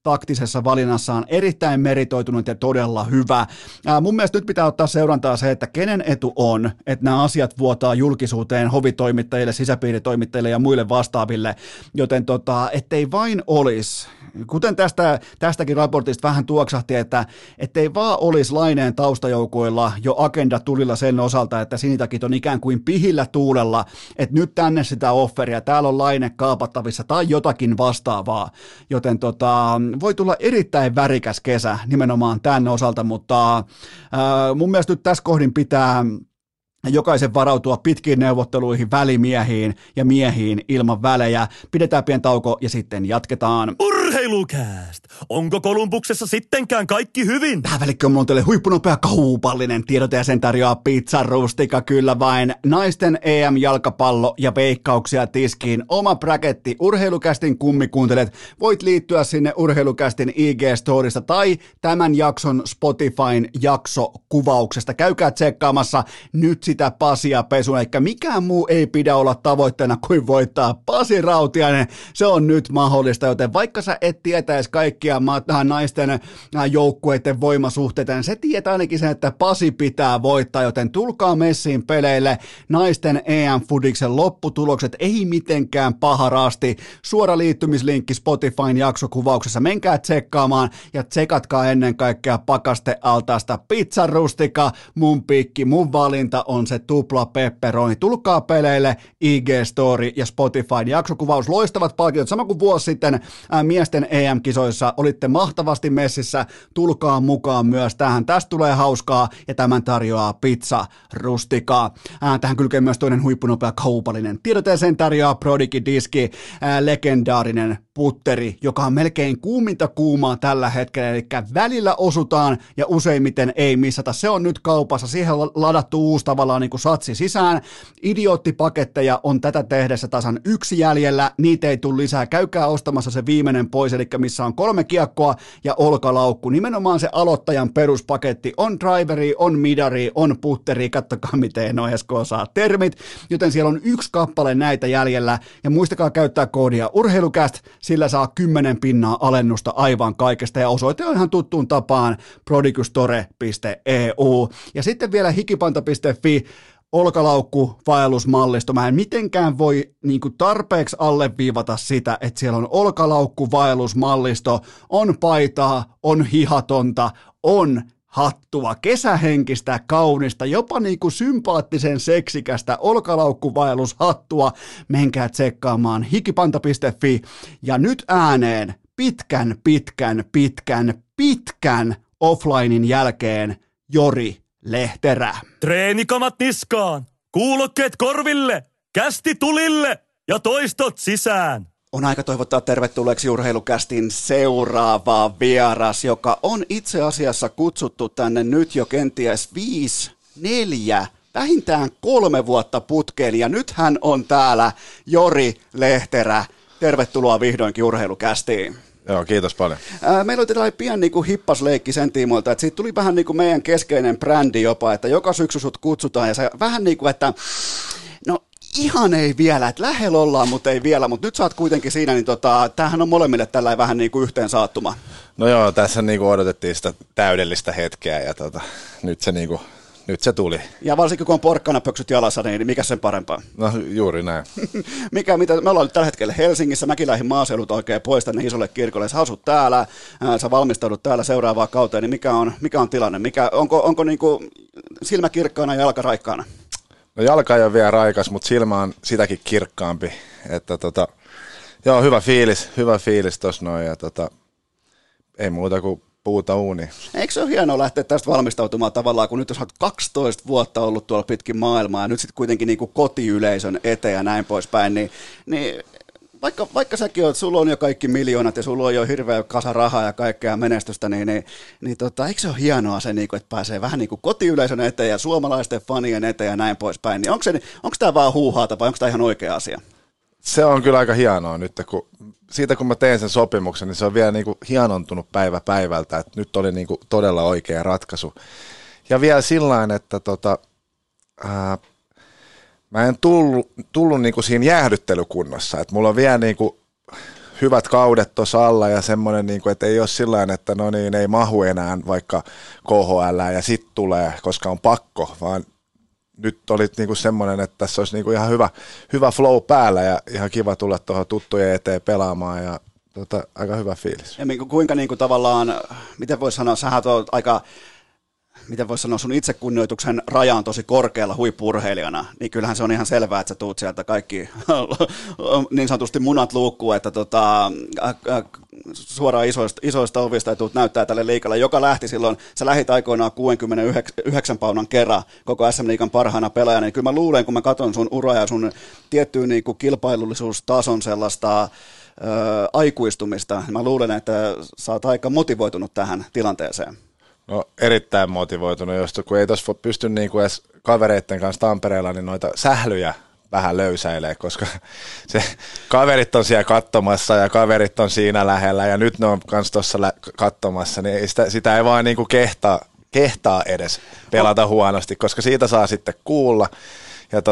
taktisessa valinnassaan erittäin meritoitunut ja todella hyvä. Mun mielestä nyt pitää ottaa seurantaa se, että kenen etu on, että nämä asiat vuotaa julkisuuteen hovitoimittajille, sisäpiiritoimittajille ja muille vastaaville, joten ettei vain olisi, kuten tästäkin raportista vähän tuoksahti, että ettei vaan olisi Laineen taustajoukoilla jo agenda tulilla sen osalta, että sinitakit on ikään kuin pihillä tuulella, että nyt tänne sitä offeria, täällä on Laine kaapattavissa tai jotakin vastaavaa, joten voi tulla erittäin värikäs kesä nimenomaan tämän osalta, mutta mun mielestä nyt tässä kohdin pitää jokaisen varautua pitkiin neuvotteluihin, välimiehiin ja miehiin ilman välejä. Pidetään pieni tauko ja sitten jatketaan. Urheilukääst! Onko Kolumbuksessa sittenkään kaikki hyvin? Tähän välikköön mulla on teille huippunopea kaupallinen tiedote ja sen tarjoaa Pizza Rustica, kyllä vain. Naisten EM-jalkapallo ja veikkauksia tiskiin. Oma braketti Urheilukästin kummikuuntelet. Voit liittyä sinne Urheilukästin IG-storista tai tämän jakson Spotifyn jaksokuvauksesta. Käykää tsekkaamassa nyt sitä Pasia pesun, eikä mikään muu ei pidä olla tavoitteena kuin voittaa Pasi Rautiainen. Se on nyt mahdollista, joten vaikka sä et tietäisi kaikkia naisten joukkueiden voimasuhteita, niin se tietää ainakin sen, että Pasi pitää voittaa, joten tulkaa messiin peleille. Naisten EM-fudiksen lopputulokset ei mitenkään paharasti. Suora liittymislinkki Spotifyn jaksokuvauksessa. Menkää tsekkaamaan ja tsekatkaa ennen kaikkea pakastealtaasta Pizza Rustica. Mun pikki, mun valinta on se tupla pepperoni. Tulkaa peleille, IG-story ja Spotifyn jaksokuvaus. Loistavat palkinnot, sama kuin vuosi sitten miesten EM-kisoissa. Olitte mahtavasti messissä. Tulkaa mukaan myös tähän. Tästä tulee hauskaa ja tämän tarjoaa Pizza Rustica. Tähän kylkee myös toinen huippunopea kaupallinen tiedote. Sen tarjoaa Prodigy Diski, legendaarinen putteri, joka on melkein kuuminta kuumaa tällä hetkellä, eli välillä osutaan ja useimmiten ei missata. Se on nyt kaupassa, siihen on ladattu uusi tavallaan niin kuin satsi sisään. Idioottipaketteja on tätä tehdessä tasan 1 jäljellä, niitä ei tule lisää. Käykää ostamassa se viimeinen pois, eli missä on 3 kiekkoa ja olkalaukku. Nimenomaan se aloittajan peruspaketti on driveri, on midari, on putteri, kattokaa miten no Esko osaa termit, joten siellä on 1 kappale näitä jäljellä, ja muistakaa käyttää koodia Urheilucast, sillä saa 10 pinnaa alennusta aivan kaikesta, ja osoite on ihan tuttuun tapaan prodigystore.eu. Ja sitten vielä hikipanta.fi, olkalaukkuvaellusmallisto. Mä en mitenkään voi tarpeeksi alleviivata sitä, että siellä on olkalaukkuvaellusmallisto, on paitaa, on hihatonta, on hattua, kesähenkistä, kaunista, jopa sympaattisen seksikästä olkalaukkuvaellushattua. Menkää tsekkaamaan hikipanta.fi ja nyt ääneen pitkän offlinein jälkeen Jori Lehterä. Treenikamat niskaan, kuulokkeet korville, kästi tulille ja toistot sisään. On aika toivottaa tervetulleeksi Urheilukästin seuraava vieras, joka on itse asiassa kutsuttu tänne nyt jo kenties 5, 4, vähintään 3 vuotta putkeen, ja nyt hän on täällä, Jori Lehterä. Tervetuloa vihdoinkin Urheilukästiin. Joo, kiitos paljon. Meillä oli tällainen pieni hippasleikki sen tiimoilta, että siitä tuli vähän meidän keskeinen brändi jopa, että joka syksy sut kutsutaan, ja se vähän että no ihan ei vielä, että lähellä ollaan, mutta ei vielä, mutta nyt sä oot kuitenkin siinä, niin tämähän on molemmille tällainen vähän yhteen saattuma. No joo, tässä odotettiin sitä täydellistä hetkeä, ja nyt se tuli. Ja varsinkin kun on porkkanapöksyt jalassa, niin mikä sen parempaa? No juuri näin. Mitä, me ollaan nyt tällä hetkellä Helsingissä, mäkin lähdin maaseudulta oikein pois tänne isolle kirkolle. Sä asut täällä, sä valmistaudut täällä seuraavaan kauteen, niin mikä on tilanne? Onko silmä kirkkaana ja jalka raikkaana? No jalka ei ole vielä raikas, mutta silmä on sitäkin kirkkaampi. Että joo, hyvä fiilis tossa noin, ja ei muuta kuin puuta uuni. Eikö se ole hienoa lähteä tästä valmistautumaan tavallaan, kun nyt jos olet 12 vuotta ollut tuolla pitkin maailmaa ja nyt sitten kuitenkin kotiyleisön eteen ja näin poispäin, niin vaikka säkin oot, sulla on jo kaikki miljoonat ja sulla on jo hirveä kasa rahaa ja kaikkea menestystä, niin eikö se ole hienoa se, että pääsee vähän kotiyleisön eteen ja suomalaisten fanien eteen ja näin poispäin, niin onko tämä vaan huuhaata vai onko tämä ihan oikea asia? Se on kyllä aika hienoa nyt, kun mä tein sen sopimuksen, niin se on vielä hienontunut päivä päivältä, että nyt oli todella oikea ratkaisu. Ja vielä sillain, että mä en tullut siinä jäähdyttelykunnossa, että mulla on vielä hyvät kaudet tuossa alla ja semmoinen, niin kuin, että ei ole sillä että no niin, ei mahu enää vaikka KHL ja sit tulee, koska on pakko, vaan nyt oli niin kuin semmoinen, että tässä olisi niin kuin ihan hyvä flow päällä ja ihan kiva tulla tuohon tuttujen eteen pelaamaan ja aika hyvä fiilis. Ja kuinka niin kuin tavallaan, miten voisi sanoa, sähän olet aika, miten voisi sanoa, sun itsekunnioituksen raja on tosi korkealla huippu-urheilijana, niin kyllähän se on ihan selvää, että sä tuut sieltä kaikki niin sanotusti munat luukkuun, että suoraan isoista ovista ja tuut näyttää tälle liikalle, joka lähti silloin, sä lähit aikoinaan 69 paunan kerran koko SM-liigan parhaana pelaajana, niin kyllä mä luulen, kun mä katson sun uraa ja sun tiettyä niin kuin kilpailullisuustason sellaista aikuistumista, mä luulen, että sä oot aika motivoitunut tähän tilanteeseen. No erittäin motivoitunut, kun ei tuossa pysty niinku edes kavereiden kanssa Tampereella niin noita sählyjä vähän löysäilee, koska se kaverit on siellä katsomassa ja kaverit on siinä lähellä ja nyt ne on kanssa tuossa katsomassa, niin sitä ei vaan niinku kehtaa edes pelata huonosti, koska siitä saa sitten kuulla ja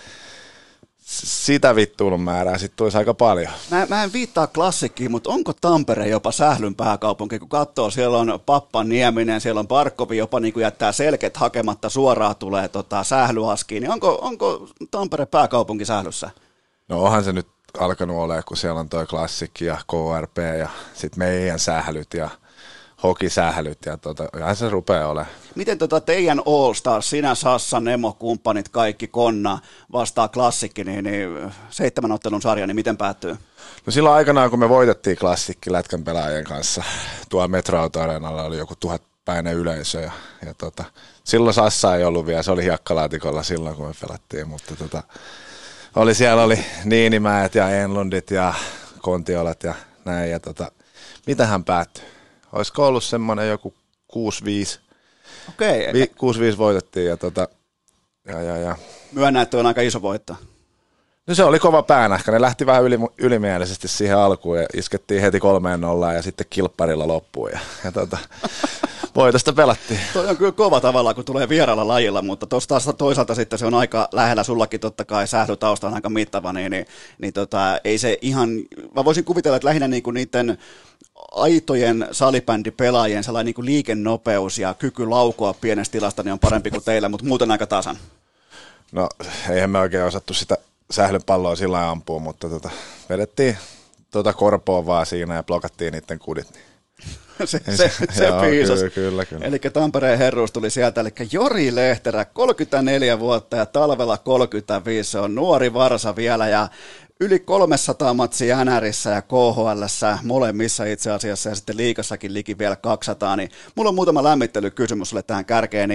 sitä vittuilun määrää sitten tulisi aika paljon. Mä en viittaa klassikkiin, mutta onko Tampere jopa sählyn pääkaupunki, kun katsoo, siellä on Pappan Nieminen, siellä on Barkovi, jopa niin kuin jättää selket hakematta, suoraan tulee sählyaskiin, niin onko Tampere pääkaupunki sählyssä? No onhan se nyt alkanut olemaan, kun siellä on toi klassikki ja KRP ja sitten meidän sählyt ja hokisählyt ja ihan se rupeaa olemaan. Miten teidän All Stars, sinä, Sassa, Nemo, kumppanit, kaikki, Konna vastaa klassikki, niin 7 ottelun sarja, niin miten päättyy? No silloin aikanaan, kun me voitettiin klassikki lätkän pelaajien kanssa, tuolla Metro-Auto-areenalla oli joku 1000-päinen yleisö ja silloin Sassa ei ollut vielä, se oli hiekkalaatikolla silloin, kun me pelattiin, mutta siellä oli Niinimäet ja Enlundit ja Kontiolat ja näin ja mitähän päättyi? Olisiko ollut semmoinen joku 6-5. Okei. 6-5 voitettiin ja. Myönnä, että on aika iso voitto. No se oli kova päänähkä. Ne lähti vähän ylimielisesti siihen alkuun ja iskettiin heti 3-0 ja sitten kilpparilla loppuun. Ja voitosta pelattiin. Toi on kyllä kova tavalla, kun tulee vieraalla lajilla, mutta tuosta toisaalta sitten se on aika lähellä, sullakin totta kai sählytausta on aika mittava, niin ei se ihan, mä voisin kuvitella, että lähinnä niinku niiden aitojen salibändipelaajien sellainen niinku liikennopeus ja kyky laukoa pienestä tilasta niin on parempi kuin teillä, mutta muuten aika tasan. No eihän me oikein osattu sitä sählynpalloa sillä lailla ampua, mutta vedettiin korpoa vaan siinä ja blokattiin niiden kudit. Se piisasi. Kyllä. Eli Tampereen herruus tuli sieltä, eli Jori Lehterä, 34 vuotta ja talvella 35, se on nuori varsa vielä ja yli 300 matsia NRissä ja KHL:ssä, molemmissa itse asiassa ja sitten liigassakin liki vielä 200, niin mulla on muutama lämmittelykysymys sulle tähän kärkeen,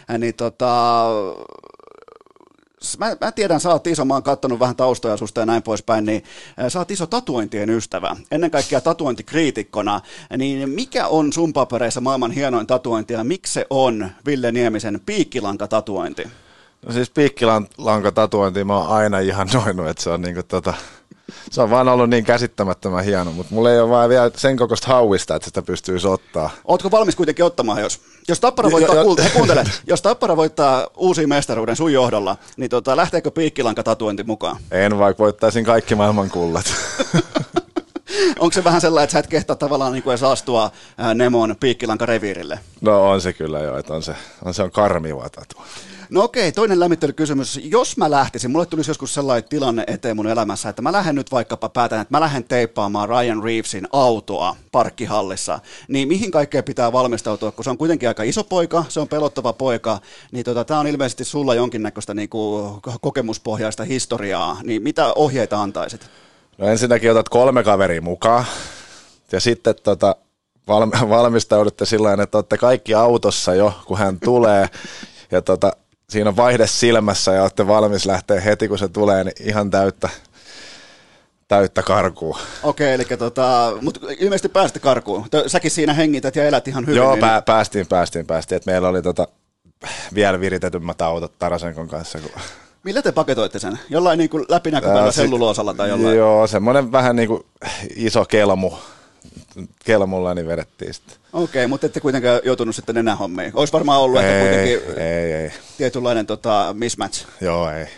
Mä tiedän, sä oot iso, mä oon katsonut vähän taustoja susta ja näin poispäin, niin sä oot iso tatuointien ystävä, ennen kaikkea tatuointikriitikkona, niin mikä on sun papereissa maailman hienoin tatuointi ja miksi se on Ville Niemisen piikkilanka-tatuointi? No siis piikkilanka-tatuointi mä oon aina ihannoinut, että se on niinku se on vaan ollut niin käsittämättömän hieno, mutta mulla ei ole vaan vielä sen kokoista hauista, että sitä pystyisi ottaa. Ootko valmis kuitenkin ottamaan, jos Tappara voittaa, kuuntele, jos Tappara voittaa uusia mestaruuden sun johdolla, niin lähteekö piikkilanka-tatuointi mukaan? En, vaikka voittaisin kaikki maailman kullat. Onko se vähän sellainen, että sä et kehtaa tavallaan niin kuin edes astua Nemon piikkilanka-reviirille? No on se kyllä jo, että se on karmiva tatua. No okei, toinen lämmittelykysymys. Jos mä lähtisin, mulle tulisi joskus sellainen tilanne eteen mun elämässä, että mä lähden nyt vaikkapa päätän, että mä lähden teippaamaan Ryan Reevesin autoa parkkihallissa, niin mihin kaikkeen pitää valmistautua, kun se on kuitenkin aika iso poika, se on pelottava poika, niin tää on ilmeisesti sulla jonkinnäköistä niinku kokemuspohjaista historiaa, niin mitä ohjeita antaisit? No ensinnäkin otat 3 kaveria mukaan ja sitten valmistaudutte sillä tavalla, että olette kaikki autossa jo, kun hän tulee ja siinä on vaihde silmässä ja olette valmis lähteä heti, kun se tulee, niin ihan täyttä karkuun. Okei, eli mutta ilmeisesti pääsitte karkuun. Säkin siinä hengität ja elät ihan hyvin. Joo, niin... päästiin. Et meillä oli vielä viritetymmät autot Tarasenkon kanssa. Millä te paketoitte sen? Jollain niin kuin läpinäkyvällä selluloosalla tai jollain? Joo, semmoinen vähän niin kuin iso kelmulla niin vedettiin sitten. Okei, mutta ette kuitenkaan joutunut sitten enää hommiin. Olisi varmaan ollut, että kuitenkin ei. Tietynlainen mismatch. Joo, ei.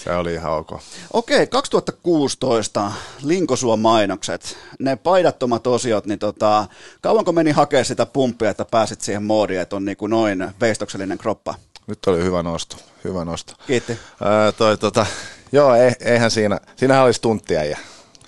Se oli ihan ok. Okei, 2016 Linkosuon mainokset, ne paidattomat osiot, niin kauanko meni hakea sitä pumppia, että pääsit siihen moodiin, että on niin kuin noin veistoksellinen kroppa? Nyt oli hyvä nosto. Kiitti. Joo, eihän siinähän olisi tunttiäjä.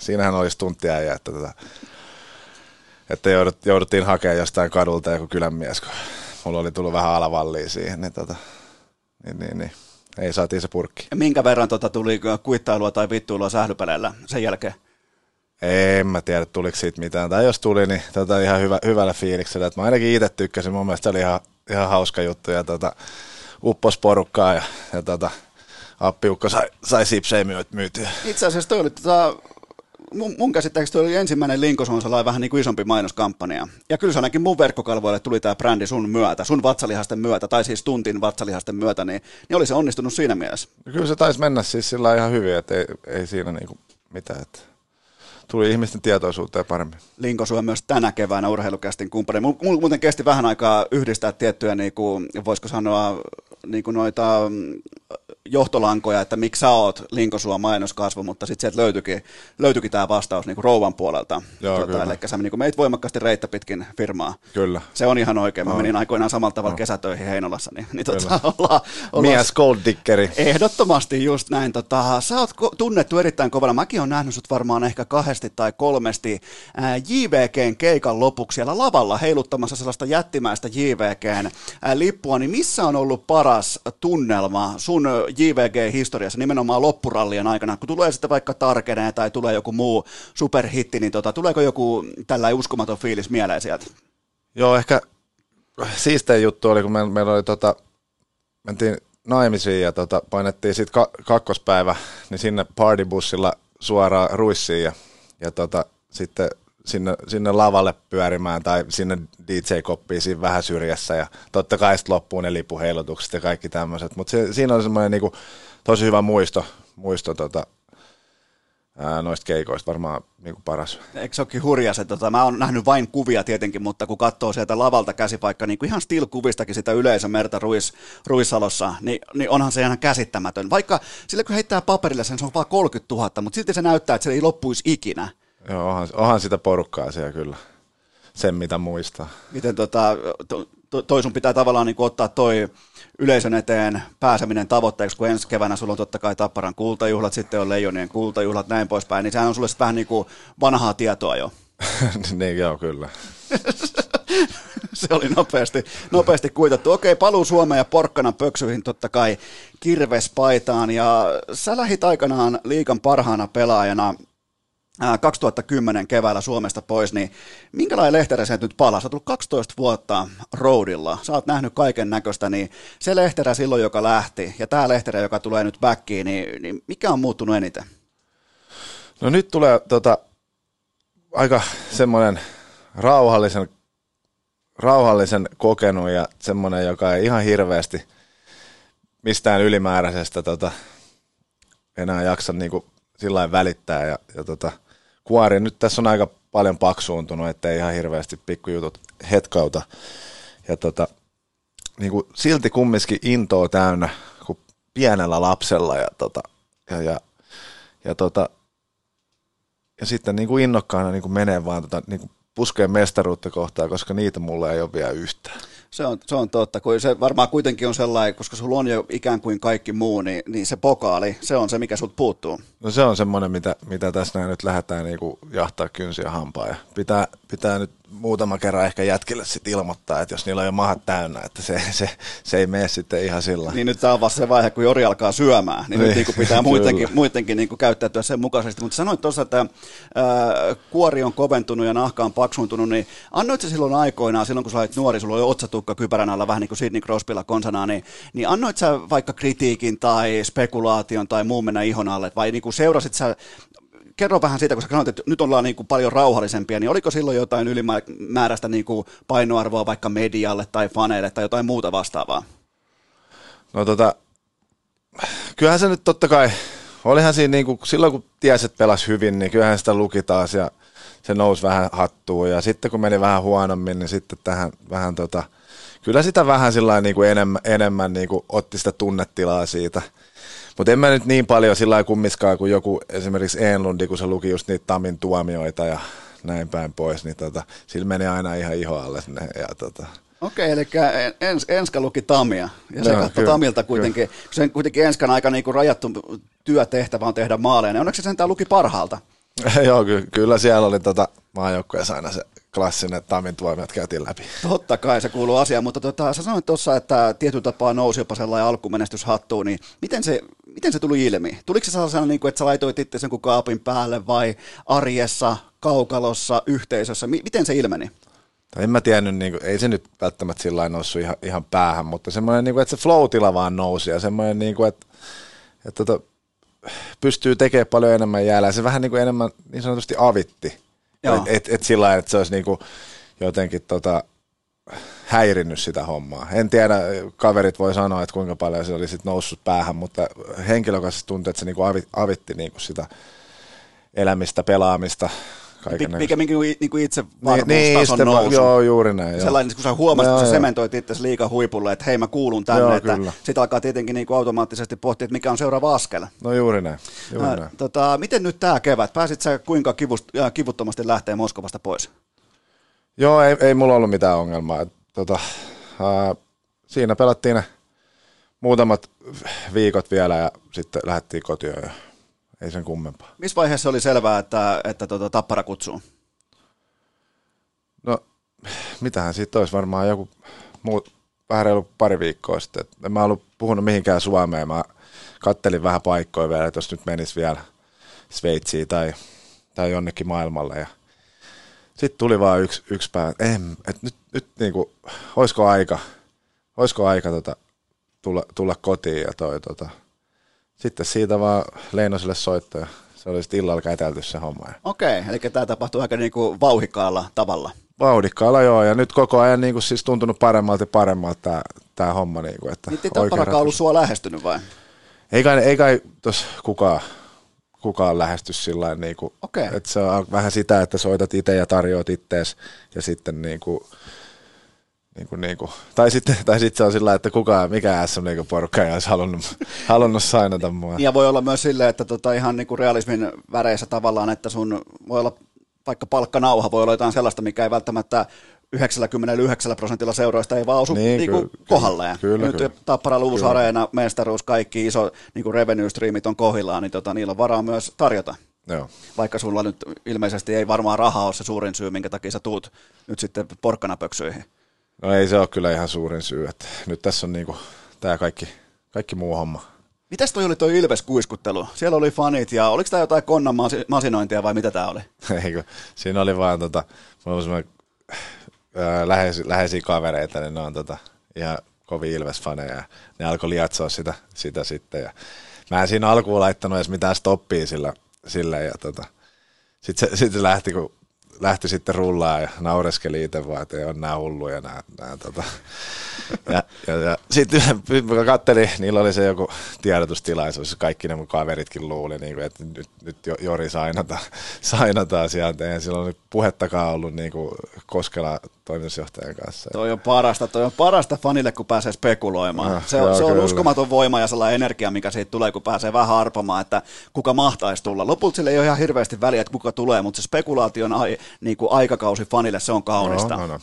Että jouduttiin hakemaan jostain kadulta joku kylänmies, kun mulla oli tullut vähän alavallia siihen, niin ei saatiin se purkki. Ja minkä verran tuli kuittailua tai vittuilua sählypeleillä sen jälkeen? En mä tiedä, tuliko siitä mitään. Tai jos tuli, niin ihan hyvällä fiiliksellä. Mä ainakin itse tykkäsin. Mun mielestä se oli ihan hauska juttu. Ja uppos porukkaa ja appiukko sai sipsejä myytyä. Itse asiassa toi oli mun käsittääkseni toi oli ensimmäinen Linkosuon sellainen vähän niin kuin isompi mainoskampanja. Ja kyllä se ainakin mun verkkokalvoille tuli tämä brändi sun myötä, sun vatsalihasten myötä, tai siis tuntin vatsalihasten myötä, niin oli se onnistunut siinä mielessä. Kyllä se taisi mennä siis sillä ihan hyvin, että ei siinä niinku mitään, että tuli ihmisten tietoisuuteen paremmin. Linkosuo myös tänä keväänä urheilukästin kumppani. Mulla muuten kesti vähän aikaa yhdistää tiettyjä, niinku, voisiko sanoa, niinku noita johtolankoja, että miksi sä oot Linkosuon mainoskasvu, mutta sitten sieltä löytyikin tämä vastaus niinku rouvan puolelta. Joo, eli sä niinku meit voimakkaasti reittä pitkin firmaa. Kyllä. Se on ihan oikein. Mä menin aikoinaan samalla tavalla kesätöihin Heinolassa. Niin ollaan mies golddiggeri. Ehdottomasti just näin. Sä oot tunnettu erittäin kovana. Mäkin on nähnyt sut varmaan ehkä 2 tai 3 JVGn keikan lopuksi siellä lavalla heiluttamassa sellaista jättimäistä JVGn lippua. Niin missä on ollut paras tunnelma sun JVG-historiassa nimenomaan loppurallien aikana, kun tulee sitten vaikka Tarkenee tai tulee joku muu superhitti, niin tuleeko joku tällainen uskomaton fiilis mieleen sieltä? Joo, ehkä siistein juttu oli, kun meillä oli mentiin naimisiin ja painettiin sitten kakkospäivä, niin sinne partybussilla suoraan Ruissiin ja sitten sinne lavalle pyörimään tai sinne DJ-koppiin siinä vähän syrjässä ja totta kai sitten loppuun ne lipuheilutukset ja kaikki tämmöiset, mutta siinä on semmoinen niinku tosi hyvä muisto noista keikoista, varmaan niinku paras. Eikö se olekin hurja se, mä oon nähnyt vain kuvia tietenkin, mutta kun katsoo sieltä lavalta käsipaikka, niin kuin ihan still-kuvistakin sitä yleisömerta Ruissalossa, niin onhan se ihan käsittämätön. Vaikka sillä kun heittää paperille sen, se on vaan 30 000, mutta silti se näyttää, että se ei loppuisi ikinä. Joo, onhan sitä porukkaa siellä kyllä, sen mitä muistaa. Miten toi sun pitää tavallaan niin ottaa toi yleisön eteen pääseminen tavoitteeksi, kun ensi keväänä sulla on totta kai Tapparan kultajuhlat, sitten on Leijonien kultajuhlat, näin poispäin, niin sehän on sulle vähän niin kuin vanhaa tietoa jo. Niin joo, kyllä. Se oli nopeasti kuitattu. Okei, paluu Suomeen ja Porkkanan pöksyihin totta kai kirvespaitaan, ja sä lähit aikanaan liigan parhaana pelaajana 2010 keväällä Suomesta pois, niin minkälainen Lehterä se nyt palaa? Sä oot tullut 12 vuotta roadilla, sä oot nähnyt kaiken näköistä, niin se Lehterä silloin, joka lähti, ja tää Lehterä, joka tulee nyt backiin, niin mikä on muuttunut eniten? No nyt tulee aika semmoinen rauhallisen kokenut ja semmoinen, joka ei ihan hirveästi mistään ylimääräisestä enää jaksa niinku sillain välittää ja kuori. Nyt tässä on aika paljon paksuuntunut, ettei ihan hirveästi pikkujutut hetkauta. Ja niinku silti kumminkin intoa täynnä kuin pienellä lapsella ja sitten niinku innokkaana niinku menee vaan niinku puskee mestaruutta kohtaan, koska niitä mulla ei ole vielä yhtään. Se on totta, kun se varmaan kuitenkin on sellainen, koska sulla on jo ikään kuin kaikki muu, niin se pokaali, se on se, mikä sulta puuttuu. No se on semmoinen, mitä tässä näin nyt lähdetään niinku jahtaa kynsiä hampaa ja pitää nyt muutama kerran ehkä jätkille sitten ilmoittaa, että jos niillä on jo mahat täynnä, että se ei mene sitten ihan sillä. Niin nyt tämä on vasta se vaihe, kun Jori alkaa syömään, niin nyt niinku pitää muidenkin niinku käyttäytyä sen mukaisesti. Mutta sanoit tuossa, että kuori on koventunut ja nahka on paksuuntunut, niin annoit sä silloin aikoinaan, silloin kun sä olit nuori, sulla oli otsatukka kypärän alla vähän niin kuin Sidney Crosbylla konsanaan, niin annoit sä vaikka kritiikin tai spekulaation tai muun mennä ihon alle, vai niin kuin seurasit sä. Kerro vähän siitä, kun sä sanoit, että nyt ollaan niin kuin paljon rauhallisempia, niin oliko silloin jotain ylimääräistä niin kuin painoarvoa vaikka medialle tai faneille tai jotain muuta vastaavaa? No kyllähän se nyt totta kai, olihan siinä niin kuin, silloin kun tiesi, että pelasi hyvin, niin kyllähän sitä luki taas ja se nousi vähän hattuun ja sitten kun meni vähän huonommin, niin sitten tähän vähän kyllä sitä vähän sillain niin kuin enemmän niin kuin otti sitä tunnetilaa siitä. Mutta en mä nyt niin paljon sillä lailla kummiskaan kuin joku esimerkiksi Enlundi, kun se luki just niitä Tamin tuomioita ja näin päin pois, niin sillä meni aina ihan iho alle. Okei, eli Enska luki Tamia, ja se katsoi Tamilta kuitenkin, sen kuitenkin Enskan aika niin kuin rajattu työtehtävä on tehdä maaleja, niin onneksi se sentään luki parhaalta. Joo, kyllä siellä oli maajoukkueessa aina se klassinen Tamin tuomiot käytiin läpi. Totta kai se kuuluu asiaan, mutta sä sanoit tuossa, että tietyllä tapaa nousi jopa sellainen alkumenestys hattuun, niin miten se tuli ilmi? Tuliko se sellaisena, niin kuin, että sä laitoit itse sen kaapin päälle vai arjessa, kaukalossa, yhteisössä? Miten se ilmeni? En mä tiennyt, niin kuin, ei se nyt välttämättä sillä lailla noussut ihan päähän, mutta semmoinen, niin kuin, että se flow-tila vaan nousi ja semmoinen, niin kuin, että pystyy tekemään paljon enemmän jäällä ja se vähän niin kuin enemmän niin sanotusti avitti. Et sillä lailla, että se olisi niin kuin jotenkin häirinnyt sitä hommaa. En tiedä, kaverit voi sanoa, että kuinka paljon se oli sit noussut päähän, mutta henkilökohtaisesti tuntui, että se niin kuin avitti niin kuin sitä elämistä, pelaamista. Pikemminkin niin itse varmuustason nousu. Joo, juuri näin. Sellainen, kun sä huomasit, että sä sementoit itsesi liigan huipulle, että hei mä kuulun tänne, joo, että sit alkaa tietenkin niin kuin automaattisesti pohtia, että mikä on seuraava askel. No juuri näin. Miten nyt tää kevät? Pääsit sä kuinka kivuttomasti lähtee Moskovasta pois? Joo, ei mulla ollut mitään ongelmaa. Siinä pelattiin ne muutamat viikot vielä ja sitten lähdettiin kotiin ja ei sen kummempaa. Missä vaiheessa oli selvää, että Tappara kutsuu? No, mitähän siitä olisi varmaan joku vähän reilu pari viikkoa sitten. En mä ollut puhunut mihinkään Suomeen. Mä kattelin vähän paikkoja vielä, että jos nyt menisi vielä Sveitsiin tai jonnekin maailmalle. Ja sitten tuli vaan yksi päivä, että nyt niinku, olisiko aika tulla kotiin ja sitten siitä vaan Leinoselle soitto ja se oli sitten illalla kätelty se homma. Okei, eli tämä tapahtui aika niinku vauhikkaalla tavalla. Vauhdikkaalla joo, ja nyt koko ajan niinku siis tuntunut paremmalta tämä homma. Niinku, että niin Tapparakaan ollut sua lähestynyt vai? Ei kai tuossa kukaan lähesty sillä niinku, että se on vähän sitä, että soitat itse ja tarjoat ittees ja sitten niinku, tai sitten se on sillä, että mikä SM-porukka ei olisi halunnut sainata mua. Ja voi olla myös silleen, että ihan niinku realismin väreissä tavallaan, että sun voi olla vaikka palkkanauha, voi olla jotain sellaista, mikä ei välttämättä 99% seuroista ei vaan osu kohdalleen. Nyt Tapparalla uusi areena, mestaruus, kaikki iso niinku revenue-striimit on kohdillaan, niin niillä on varaa myös tarjota. Joo. Vaikka sulla nyt ilmeisesti ei varmaan rahaa ole se suurin syy, minkä takia sä tuut nyt sitten porkkanapöksyihin. No ei se ole kyllä ihan suurin syy, että nyt tässä on niinku tämä kaikki muu homma. Mitäs toi oli toi Ilves-kuiskuttelu? Siellä oli fanit ja oliko tämä jotain konnan masinointia vai mitä tämä oli? Eikö, siinä oli vaan läheisiä kavereita, niin ne on ihan kovin Ilves-faneja ja ne alkoi liatsoa sitä sitten. Ja mä en siinä alkuun laittanut edes mitään stoppia sille ja sitten se lähti sitten rullaan ja naureskeli itse vaan, että ei ole nää hulluja ja sitten kun katselin, niillä oli se joku tiedotustilaisuus, kaikki ne mun kaveritkin luuli, niin kuin, että nyt Jori sainataan sieltä, eihän silloin nyt puhettakaan ollut niin kuin Koskela toimitusjohtajan kanssa. Toi on parasta fanille, kun pääsee spekuloimaan. Se on uskomaton voima ja sellainen energia, mikä siitä tulee, kun pääsee vähän arpomaan, että kuka mahtaisi tulla. Lopulta sille ei ole ihan hirveästi väliä, että kuka tulee, mutta se spekulaation niin kuin aikakausi fanille, se on kaunista. No.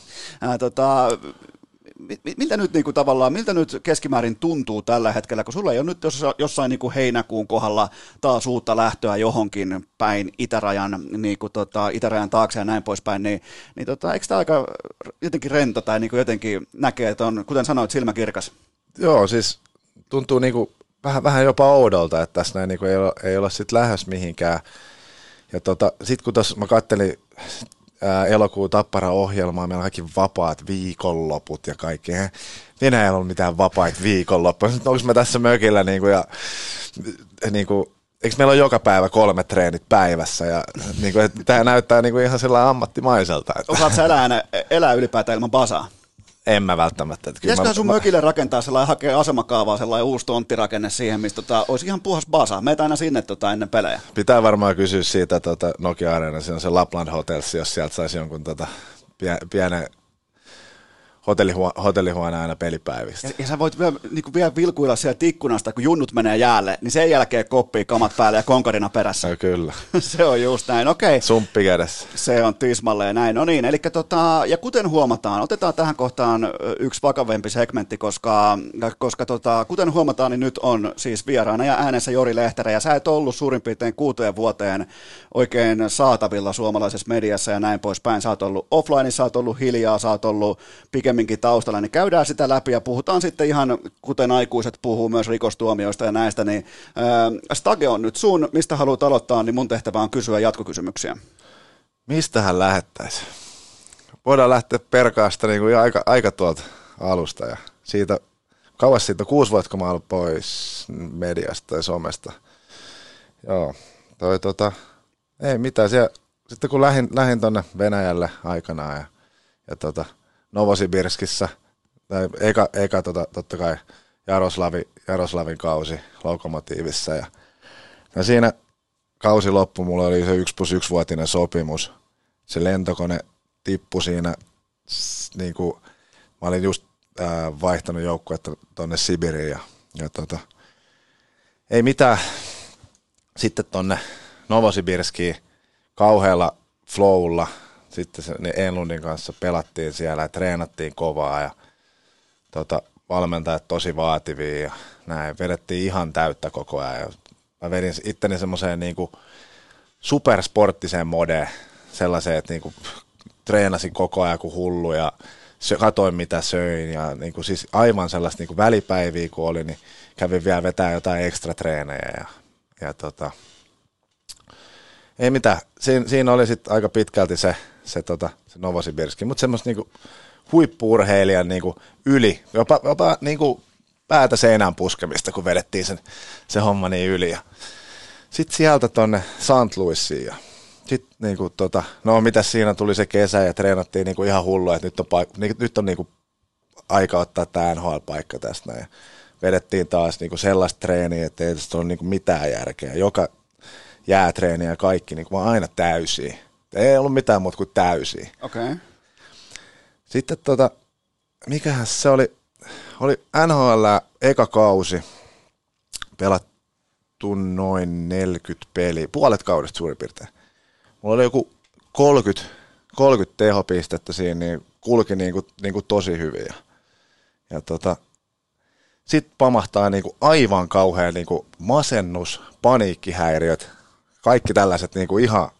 Miltä nyt keskimäärin tuntuu tällä hetkellä, kun sulla ei ole nyt jossain niin kuin heinäkuun kohdalla taas uutta lähtöä johonkin päin itärajan taakse ja näin poispäin, niin eikö tämä aika jotenkin rento tai niin kuin jotenkin näkee, että on, kuten sanoit, silmäkirkas? Joo, siis tuntuu niin kuin vähän jopa oudolta, että tässä näin niin kuin ei olla sitten lähes mihinkään. Ja sitten kun tuossa mä kattelin elokuun Tappara-ohjelmaa, meillä on kaikki vapaat viikonloput ja kaikki. Venäjällä ei ollut mitään vapaita viikonloppuja. Onko me tässä mökillä eikö meillä ole joka päivä 3 treenit päivässä ja tämä näyttää ihan sellainen ammattimaiselta. Osaatko elää ylipäätään ilman basaa? En mä välttämättä. Pitäisiköhän sun mökille rakentaa sellainen, hakea asemakaavaa, sellainen uusi tonttirakenne siihen, mistä olisi ihan puhas basa. Meitä aina sinne ennen pelejä. Pitää varmaan kysyä siitä Nokia Arena, siinä on se Lapland Hotels, jos sieltä saisi jonkun pienen hotellihuone aina pelipäivistä. Ja sä voit vielä vilkuilla sieltä ikkunasta, kun junnut menee jäälle, niin sen jälkeen koppii kamat päälle ja konkarina perässä. No kyllä. Se on just näin, okei. Sumppi kädessä. Se on tismalleen näin. No niin, eli ja kuten huomataan, otetaan tähän kohtaan yksi vakavempi segmentti, koska kuten huomataan, niin nyt on siis vieraana ja äänessä Jori Lehterä, ja sä et ollut suurin piirtein 6 vuoteen oikein saatavilla suomalaisessa mediassa ja näin poispäin. Sä oot ollut offline, sä oot ollut hiljaa, sä oot ollut pikemminkin taustalla, niin käydään sitä läpi ja puhutaan sitten ihan, kuten aikuiset puhuu myös rikostuomioista ja näistä, niin Stage on nyt sun, mistä haluat aloittaa, niin mun tehtävä on kysyä jatkokysymyksiä. Mistähän lähettäisiin? Voidaan lähteä perkaasta niin kuin aika tuolta alusta ja kauas siitä on 6 vuotta, kun mä olen pois mediasta ja somesta. Joo, ei mitään. Sitten kun lähdin tonne Venäjälle aikanaan ja Novosibirskissä, eka totta kai Jaroslavin kausi Lokomotiivissa ja siinä kausi loppui, mulla oli se 1+1-vuotinen sopimus. Se lentokone tippui siinä, niin kuin, mä olin just vaihtanut joukkuetta tonne Sibiriin ja ei mitään. Sitten tonne Novosibirskiin kauhealla flowlla, sitten Enlundin kanssa pelattiin siellä ja treenattiin kovaa ja valmentajat tosi vaativia ja näin, vedettiin ihan täyttä koko ajan. Ja mä vedin itteni semmoiseen niinku supersporttiseen modeen, sellaiseen, että niinku treenasin koko ajan kuin hullu ja katoin mitä söin ja niinku siis aivan sellaista niinku välipäiviä kun oli, niin kävin vielä vetää jotain ekstra treenejä ja ei mitään, siinä oli sitten aika pitkälti se Novosibirski, mutta semmoista niinku huippu-urheilijan niinku yli, jopa niinku päätä seinään puskemista, kun vedettiin se homma niin yli. Sitten sieltä tonne St. Louisiin ja sitten niinku mitäs siinä tuli se kesä ja treenattiin niinku ihan hullua, että nyt on niinku aika ottaa tämä NHL-paikka tästä näin. Vedettiin taas niinku sellaista treeniä, että ei tästä ole niinku mitään järkeä. Joka jäätreeni ja kaikki niinku vaan aina täysiä. Ei ollut mitään muuta kuin täysiä. Okay. Sitten mikähän se oli NHL eka kausi, pelattu noin 40 peliä, puolet kaudesta suurin piirtein. Mulla oli joku 30 tehopistettä siinä, niin kulki niinku tosi hyvin. Ja sitten pamahtaa niinku aivan kauhean niinku masennus, paniikkihäiriöt, kaikki tällaiset niinku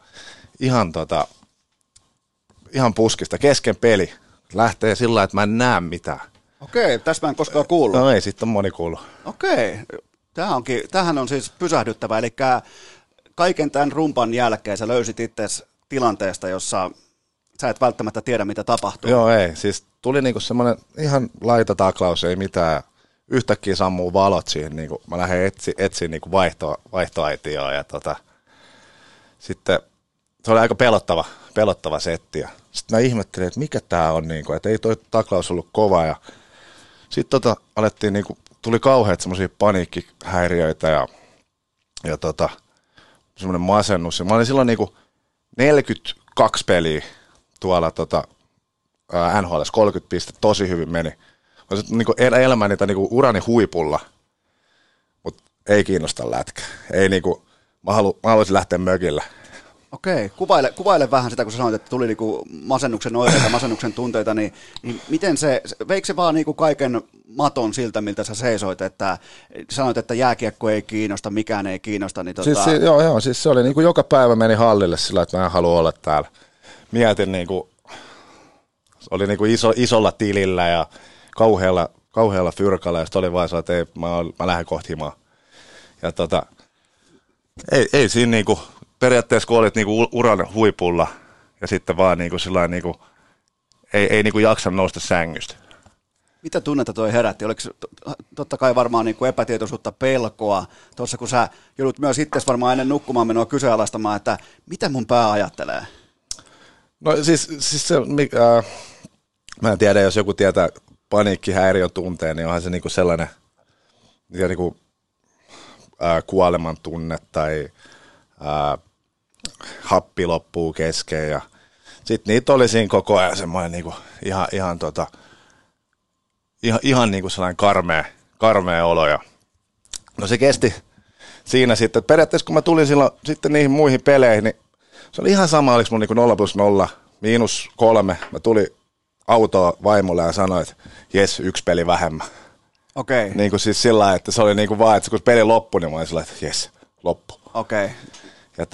ihan puskista, kesken peli. Lähtee sillä lailla, että mä en näe mitään. Okei, tästä mä en koskaan kuullut. No ei, sitten on moni kuullut. Okei, tämähän on siis pysähdyttävä, eli kaiken tämän rumpan jälkeen sä löysit itsesi tilanteesta, jossa sä et välttämättä tiedä, mitä tapahtuu. Joo, ei, siis tuli niinku semmoinen ihan laitataklaus, ei mitään. Yhtäkkiä sammuu valot siihen, niinku, mä lähden etsiä niinku vaihtoaitioon ja sitten se oli aika pelottava setti. Sitten mä ihmettelin, että mikä tää on, niinku, että ei toi taklaus ollut kova. Ja sitten alettiin, niinku, tuli kauheat semmosia paniikkihäiriöitä ja semmoinen masennus. Ja mä olin silloin niinku 42 peliä tuolla NHL:ssä, 30 pistettä, tosi hyvin meni. Mä niinku elämään niitä niinku urani huipulla, mutta ei kiinnosta lätkä. Ei niinku, mä haluaisin lähteä mökille. Okei, kuvaile vähän sitä, kun sä sanoit, että tuli niinku masennuksen oireita, masennuksen tunteita, niin miten veikö se vaan niinku kaiken maton siltä, miltä sä seisoit, että sanoit, että jääkiekko ei kiinnosta, mikään ei kiinnosta, niin siis se oli niinku joka päivä meni hallille sillä, että mä en halua olla täällä. Mietin niinku, oli niinku isolla tilillä ja kauhealla fyrkalla, ja sitten oli vaan että ei, mä lähden kohti himaa. Ja ei siinä niinku, periaatteessa kun olit niinku uran huipulla, ja sitten vaan niinku sillain niinku, ei niinku jaksa nousta sängystä. Mitä tunnetta toi herätti? Oliko totta kai varmaan niinku epätietoisuutta, pelkoa, tuossa kun sä joudut myös itses varmaan ennen nukkumaan menoa kyseenalaistamaan, että mitä mun pää ajattelee? No siis se, mä en tiedä, jos joku tietää paniikkihäiriön tunteen, niin onhan se niinku sellainen niinku, kuoleman tunne tai happi loppuu kesken ja sitten niitä oli siinä koko ajan semmoinen niinku ihan ihan niin kuin sellainen karmea olo. Ja no se kesti siinä sitten, että periaatteessa kun mä tulin silloin sitten niihin muihin peleihin, niin se oli ihan sama, oliko mun niin kuin 0+0, -3. Mä tulin autoon vaimolle ja sanoin, että jes, 1 peli vähemmän. Okei. Niin kuin siis sillä lailla, että se oli niin kuin vaan, että kun peli loppui, niin mä olin sillä että jes, loppu. Okei. Ja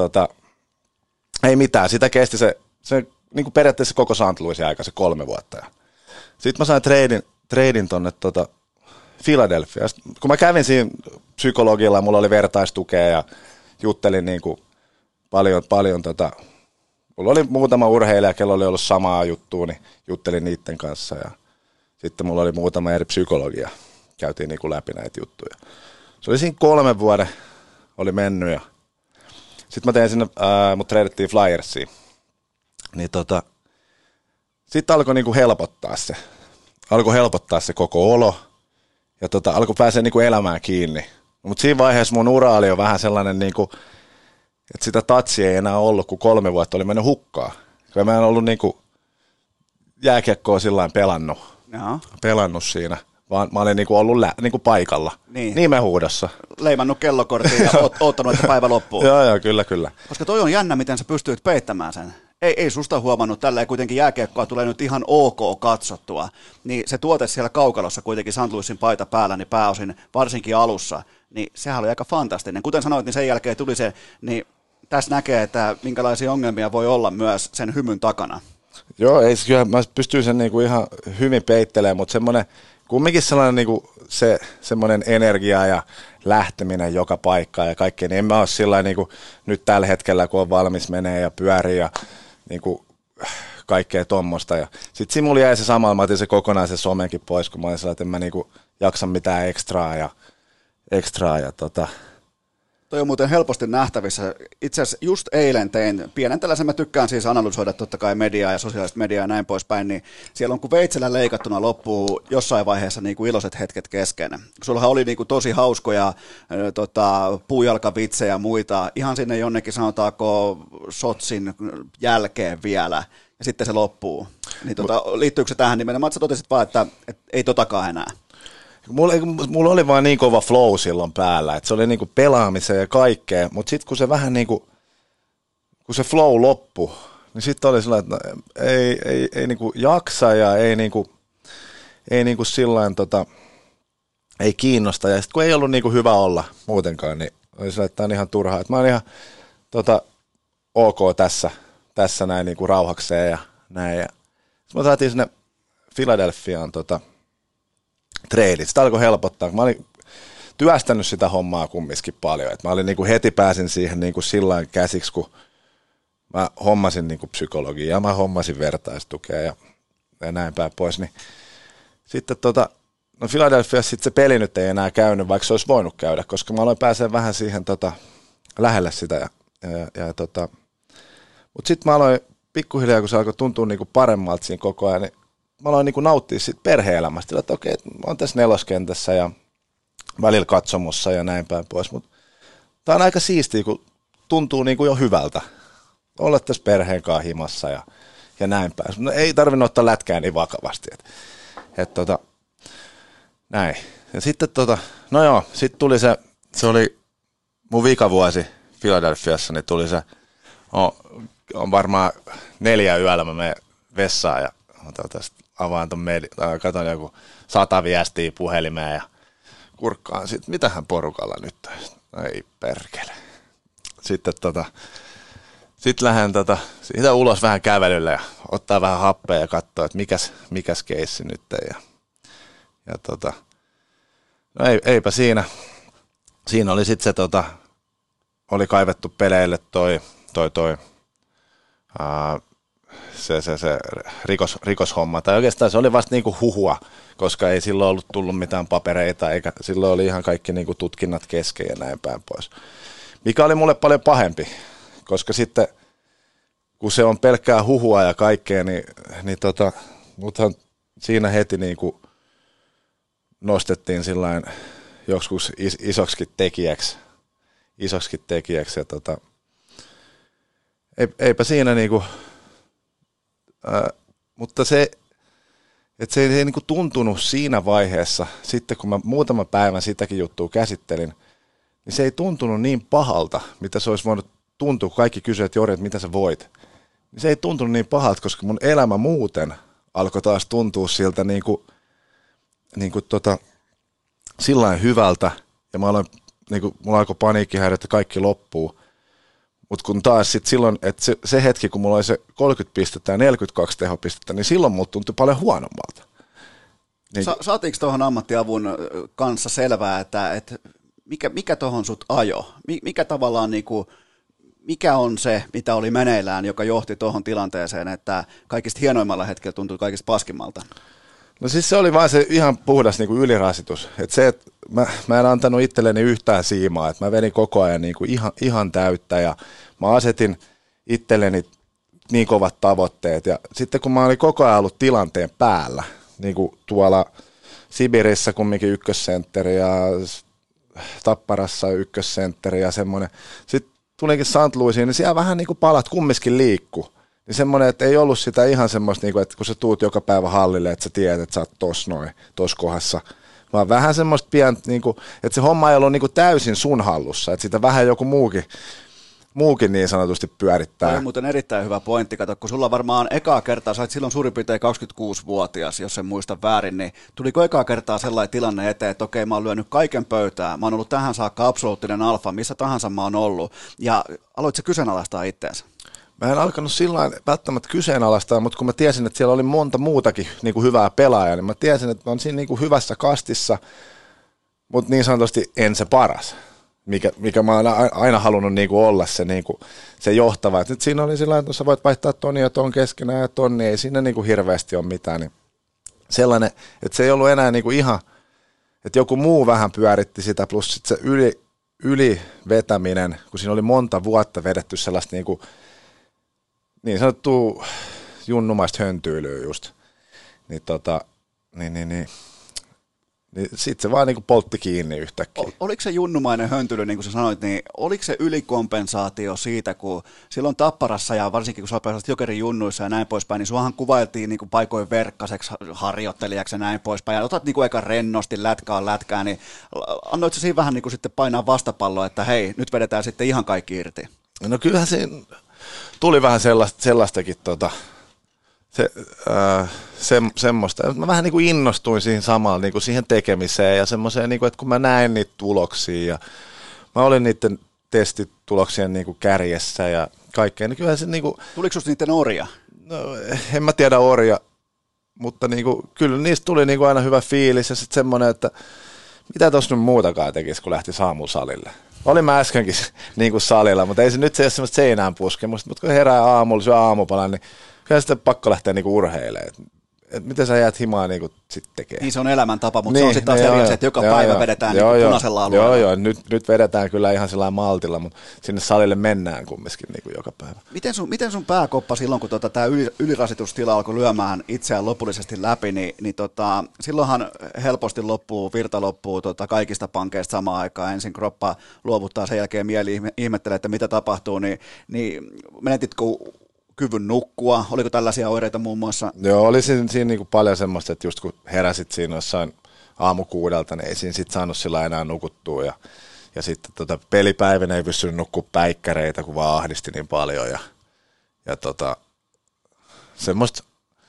ei mitään, sitä kesti se niin kuin periaatteessa koko St. Louisin aika, se 3 vuotta. Sitten mä sain treidin tonne Philadelphia. Kun mä kävin siinä psykologilla, mulla oli vertaistukea ja juttelin niin kuin paljon mulla oli muutama urheilija, kello oli ollut samaa juttua, niin juttelin niiden kanssa ja sitten mulla oli muutama eri psykologia. Käytiin niin kuin läpi näitä juttuja. Se oli siinä 3 vuoden, oli mennyt ja sitten mä tein sinne, mut treidettiin Flyersiin. Niin sitten alkoi niinku helpottaa se. Alkoi helpottaa se koko olo ja alkoi pääsee niinku elämään kiinni. Mutta siinä vaiheessa mun ura oli jo vähän sellainen, niinku, että sitä tatsia ei enää ollut, kun 3 vuotta oli mennyt hukkaan. Mä en ollut niinku jääkiekkoa sillain pelannut siinä, vaan mä olin niinku ollut niinku paikalla, nimenhuudossa. Leimannut kellokortin ja oottanut, että päivä loppuu. Joo, kyllä. Koska toi on jännä, miten sä pystyit peittämään sen. Ei susta huomannut, tälleen kuitenkin jääkiekkoa tulee nyt ihan ok katsottua, niin se tuote siellä kaukalossa kuitenkin St. Louisin paita päällä, niin pääosin varsinkin alussa, niin sehän oli aika fantastinen. Kuten sanoit, niin sen jälkeen tuli se, niin tässä näkee, että minkälaisia ongelmia voi olla myös sen hymyn takana. Joo, kyllä mä pystyin sen niinku ihan hyvin peittelemään, mutta kumminkin sellainen niinku semmoinen energia ja lähteminen joka paikkaan ja kaikkea, niin en mä ole sillä niinku nyt tällä hetkellä, kun on valmis menee ja pyörii ja niinku kaikkea tommosta. Ja sitten siinä mulla jäi se samalla, mä otin se kokonaan se somenkin pois, kun mä olin sellainen, että en mä niinku jaksa mitään ekstraa ja Toi on muuten helposti nähtävissä. Itse asiassa just eilen tein pienen tällaisen, mä tykkään siis analysoida totta kai mediaa ja sosiaalista mediaa ja näin poispäin, niin siellä on kun veitsellä leikattuna loppuu jossain vaiheessa niin kuin iloiset hetket kesken. Sullahan oli niin kuin tosi hauskoja puujalkavitsejä ja muita, ihan sinne jonnekin sanotaanko Sotsin jälkeen vielä, ja sitten se loppuu. Niin liittyykö se tähän nimenomaan, että sä totesit vaan, että ei totakaan enää? Mulla oli vaan niin kova flow silloin päällä, että se oli niinku pelaamiseen ja kaikkea, mutta sitten kun se vähän niinku, kun se flow loppui, niin sitten oli sellainen, että ei niinku jaksa ja ei niinku sillain ei kiinnosta. Ja sitten kun ei ollut niinku hyvä olla muutenkaan, niin oli sellainen, että tämä on ihan turhaa. Että mä oon ihan ok tässä näin niinku rauhakseen ja näin. Ja sitten mä saatiin sinne Philadelphiaan treidit. Sitä alkoi helpottaa. Mä olin työstänyt sitä hommaa kumminkin paljon. Et mä olin niinku heti pääsin siihen niinku sillain käsiksi, kun mä hommasin niinku psykologiaa, mä hommasin vertaistukea ja näin päin pois. Niin sitten no Philadelphiassa sitten se peli nyt ei enää käynyt, vaikka se olisi voinut käydä, koska mä aloin pääsee vähän siihen lähelle sitä. Mutta sitten mä aloin pikkuhiljaa, kun se alkoi tuntua niinku paremmalta siinä koko ajan, niin mä aloin niinku nauttia siitä perhe-elämästä, että okei, mä oon tässä neloskentässä ja välillä katsomossa ja näin päin pois, mutta tää on aika siistiä, kun tuntuu niinku jo hyvältä olla tässä perheen kanssa himassa ja näin päin. No, ei tarvinnut ottaa lätkää niin vakavasti, näin. Ja sitten no joo, sitten tuli se oli mun vikavuosi Philadelphiassa, niin tuli se, on varmaan 4 yöllä mä menen vessaan ja avaan ton katon joku 100 viestiä puhelimeen ja kurkkaan sitten, mitähän porukalla nyt, ei perkele. Sitten sitten lähden siitä ulos vähän kävelylle ja ottaa vähän happea ja katsoo, että mikäs keissi nyt. No eipä siinä. Siinä oli sitten oli kaivettu peleille se rikoshomma, tai oikeastaan se oli vasta niinku huhua, koska ei silloin ollut tullut mitään papereita, eikä silloin oli ihan kaikki niinku tutkinnat kesken ja näin päin pois. Mikä oli mulle paljon pahempi, koska sitten kun se on pelkkää huhua ja kaikkea, niin muthan siinä heti niinku nostettiin sillain joskus isoksikin tekijäksi ja eipä siinä niinku, mutta se, että se ei niin kuin tuntunut siinä vaiheessa, sitten kun mä muutaman päivän sitäkin juttua käsittelin, niin se ei tuntunut niin pahalta, mitä se olisi voinut tuntua, kun kaikki kysyivät, että Jori, että mitä sä voit. Niin se ei tuntunut niin pahalta, koska mun elämä muuten alkoi taas tuntua siltä sillain hyvältä, ja mulla alkoi paniikkihäiriöt, että kaikki loppuu. Mutta kun taas sit silloin, että se hetki, kun mulla oli se 30 pistettä ja 42 tehopistettä, niin silloin mulla tuntui paljon huonommalta. Niin, Saatiinko tuohon ammattiavun kanssa selvää, että mikä tuohon sut ajo? Mikä tavallaan niinku, mikä on se, mitä oli meneillään, joka johti tuohon tilanteeseen, että kaikista hienoimmalla hetkellä tuntui kaikista paskimmalta? No siis se oli vaan se ihan puhdas niinku ylirasitus. Että se, että mä en antanut itselleni yhtään siimaa, että mä vedin koko ajan niinku ihan täyttä ja mä asetin itselleni niin kovat tavoitteet. Ja sitten kun mä olin koko ajan ollut tilanteen päällä, niin kuin tuolla Sibirissä kumminkin ykkössentteri ja Tapparassa ykkössentteri ja semmoinen. Sitten tulinkin St. Louisiin, niin siellä vähän niin kuin palat kumminkin liikkuu. Niin semmoinen, että ei ollut sitä ihan semmoista, että kun sä tuut joka päivä hallille, että sä tiedät, että sä oot tossa kohdassa. Vaan vähän semmoista pientä, että se homma ei ollut täysin sun hallussa, että sitä vähän joku muukin niin sanotusti pyörittää. Tämä on muuten erittäin hyvä pointti. Kato, kun sulla varmaan ekaa kertaa, sä oot silloin suurin piirtein 26-vuotias, jos en muista väärin, niin tuliko ekaa kertaa sellainen tilanne eteen, että okei, mä oon lyönyt kaiken pöytään, mä oon ollut tähän saakka absoluuttinen alfa, missä tahansa mä oon ollut, ja aloit sä kyseenalaistaa itteensä? Mä en alkanut sillain välttämättä kyseenalaistaa, mutta kun mä tiesin, että siellä oli monta muutakin niin kuin hyvää pelaajaa, niin mä tiesin, että mä oon siinä niin kuin hyvässä kastissa, mutta niin sanotusti en se paras, mikä mä oon aina halunnut niin kuin olla se johtava. Et nyt siinä oli sillä että sä voit vaihtaa ton ja ton keskenään ja ton, niin ei siinä niin kuin hirveästi ole mitään. Niin sellainen, että se ei ollut enää niin kuin ihan, että joku muu vähän pyöritti sitä, plus sit se ylivetäminen, kun siinä oli monta vuotta vedetty sellaista niin sanottua junnumaista höntyylyä just, niin sitten se vaan niin kuin poltti kiinni yhtäkkiä. Oliko se junnumainen höntyly, niin kuin sä sanoit, niin oliko se ylikompensaatio siitä, kun silloin Tapparassa ja varsinkin kun sä olet Jokerin junnuissa ja näin poispäin, niin suahan kuvailtiin niin kuin paikoin verkkaseksi harjoittelijaksi ja näin poispäin, ja otat niin kuin eka rennosti lätkää, niin annoit sä siinä vähän niin kuin sitten painaa vastapalloa, että hei, nyt vedetään sitten ihan kaikki irti? No kyllähän siinä tuli vähän sellaistakin semmoista. Mä vähän niin kuin innostuin siihen samalla niin kuin siihen tekemiseen ja semmoiseen, niin kuin, että kun mä näin niitä tuloksia ja mä olin niiden testituloksien niin kuin kärjessä ja kaikkea, niin kyllähän se niin kuin... Tuliko susta niiden orja? No, en mä tiedä orja, mutta niin kuin, kyllä niistä tuli niin kuin aina hyvä fiilis ja sitten semmoinen, että mitä tuossa nyt muutakaan tekisi, kun lähti aamusalille. Olin mä äskenkin niin kuin salilla, mutta ei se nyt se ole semmoista seinään puskemusta, mutta kun herää aamulla, syö aamupalan, niin kyllä sitten pakko lähteä niin kuin urheilemaan. Et miten sä jäät himaa niin kuin sitten tekee? Niin se on elämäntapa, mutta niin, se on sitten taas eri asia, että joka päivä vedetään niin punaisella alueella. Joo, nyt vedetään kyllä ihan sellainen maltilla, mutta sinne salille mennään kumminkin niin kuin joka päivä. Miten sun pääkoppa silloin, kun tämä ylirasitustila alkoi lyömään itseään lopullisesti läpi, niin silloinhan helposti virta loppuu kaikista pankeista samaan aikaan. Ensin kroppa luovuttaa, sen jälkeen mieli ihmettelee, että mitä tapahtuu, niin menetitkö kyvyn nukkua? Oliko tällaisia oireita muun muassa? Joo, oli siinä niin kuin paljon semmoista, että just kun heräsit siinä jossain aamukuudelta, niin ei siinä sitten saanut sillä enää nukuttua. Ja sitten pelipäivänä ei pystynyt nukkua päikkäreitä, kun vaan ahdisti niin paljon. Ja semmoista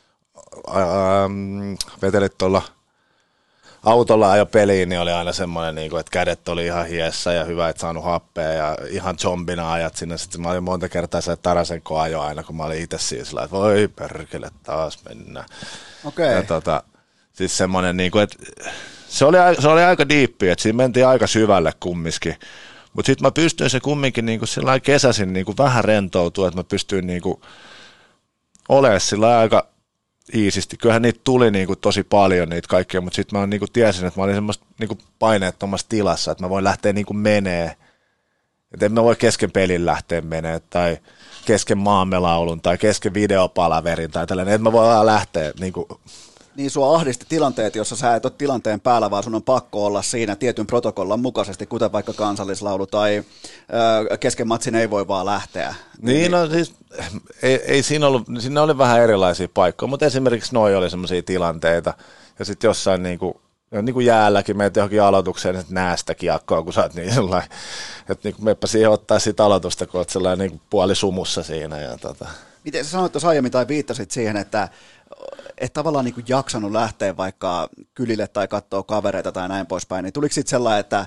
vetelit tuolla autolla ajo peliin, niin oli aina semmoinen, että kädet oli ihan hiessä ja hyvä, että saanut happea ja ihan zombina ajat sinne. Sitten mä olin monta kertaa se Tarasenko ajo aina, kun mä olin itse siinä sillä, että voi perkele, taas mennään. Okei. Ja siis semmoinen, että se oli aika diippi, että siinä mentiin aika syvälle kumminkin. Mutta sitten mä pystyin se kumminkin sillä kesäsin vähän rentoutua, että mä pystyin olemaan sillä aika iisisti. Kyllähän niitä tuli tosi paljon niitä kaikkia, mutta sitten mä tiesin, että mä olin semmoista paineettomassa tilassa, että mä voin lähteä menee. Että en mä voi kesken pelin lähteä menee tai kesken maammelaulun tai kesken videopalaverin tai tällainen, että mä voin vaan lähteä Niin sua ahdisti tilanteet, jossa sä et ole tilanteen päällä, vaan sun on pakko olla siinä tietyn protokollan mukaisesti, kuten vaikka kansallislaulu tai kesken matsin ei voi vaan lähteä. Niin, no siis ei siinä ollut, siinä oli vähän erilaisia paikkoja, mutta esimerkiksi noi oli semmoisia tilanteita ja sitten jossain niin kuin jäälläkin menet johonkin aloitukseen, että näe sitä kiekkoa, kun sä oot niin sellainen, että niin meppä siihen ottaa sitä aloitusta, kun oot sellainen niin puolisumussa siinä. Ja Miten sä sanoit tuossa aiemmin tai viittasit siihen, että et tavallaan niin kuin jaksanut lähteä kylille tai katsoa kavereita tai näin poispäin, niin tuliko sitten sellainen, että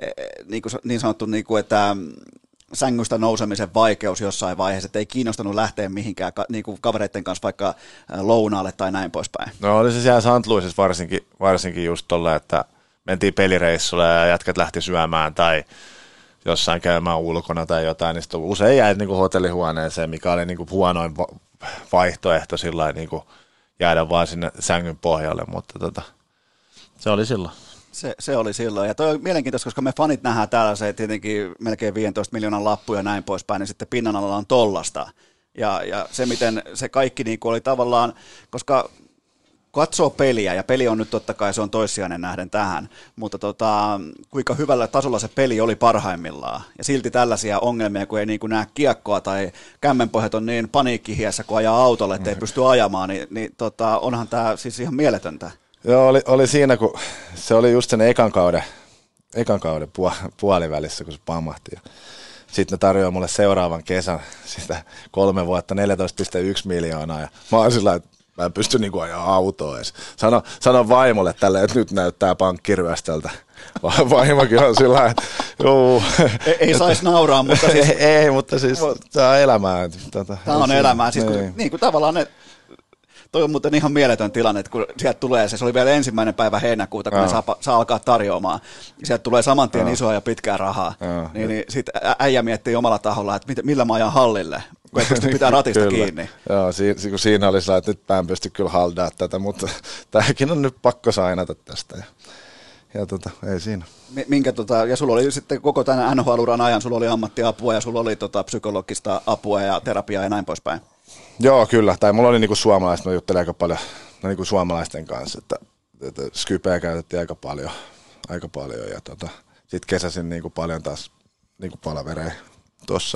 niin sanottu, niin kuin, että sängystä nousemisen vaikeus jossain vaiheessa, että ei kiinnostanut lähteä mihinkään niin kuin kavereiden kanssa vaikka lounaalle tai näin poispäin? No oli se siellä St. Louisissa varsinkin just tolle, että mentiin pelireissulle ja jätkät lähti syömään tai jossain käymään ulkona tai jotain, niin usein jäi niin kuin hotellihuoneeseen, mikä oli niin kuin huonoin vaihtoehto sillain, niin kuin jäädä vaan sinne sängyn pohjalle, mutta se oli silloin. Se oli silloin, ja toi on mielenkiintoista, koska me fanit nähdään täällä se tietenkin melkein 15 miljoonan lappuja ja näin poispäin, niin sitten pinnan alla on tollasta. Ja se, miten se kaikki niin kuin oli tavallaan, koska katsoo peliä, ja peli on nyt totta kai, se on toissijainen nähden tähän, mutta kuinka hyvällä tasolla se peli oli parhaimmillaan. Ja silti tällaisia ongelmia, kun ei niin kuin näe kiekkoa tai kämmenpohjat on niin paniikkihiessä, kun ajaa autolle, ettei pysty ajamaan, niin onhan tämä siis ihan mieletöntä. Joo, oli siinä, kun se oli just sen ekan kauden puolivälissä, kun se pamahti. Sitten ne tarjoaa mulle seuraavan kesän sitä 3 vuotta 14,1 miljoonaa. Ja mä oon sillä, että mä en pysty niinku ajaa autoa edes. Sano vaimolle tälle, että nyt näyttää pankkiryöstöltä. Vaimokin on sillä, että juu. Ei saisi nauraa, mutta siis... ei, mutta siis tämä on elämää. Tämä on elämää. Siis kun tavallaan ne... Toi on muuten ihan mieletön tilanne, että kun sieltä tulee, se oli vielä 1. päivä heinäkuuta, kun ne saa alkaa tarjoamaan. Sieltä tulee saman tien isoa ja pitkää rahaa. Niin sitten äijä miettii omalla taholla, että millä mä ajan hallille, kun ei pysty pitää ratista kiinni. Joo, kun siinä oli sellainen, että nyt mä en pysty kyllä haldaa tätä, mutta tämäkin on nyt pakko sainata tästä. Ja ei siinä. Ja sulla oli sitten koko tämän NHL-uran ajan, sulla oli ammattiapua ja sulla oli psykologista apua ja terapiaa ja näin poispäin. Joo, kyllä. Tai mulla oli niinku suomalaiset, mä juttelin aika paljon niinku suomalaisten kanssa, että Skypeä käytettiin aika paljon ja sitten kesäsin niinku paljon taas niinku palavereja tuossa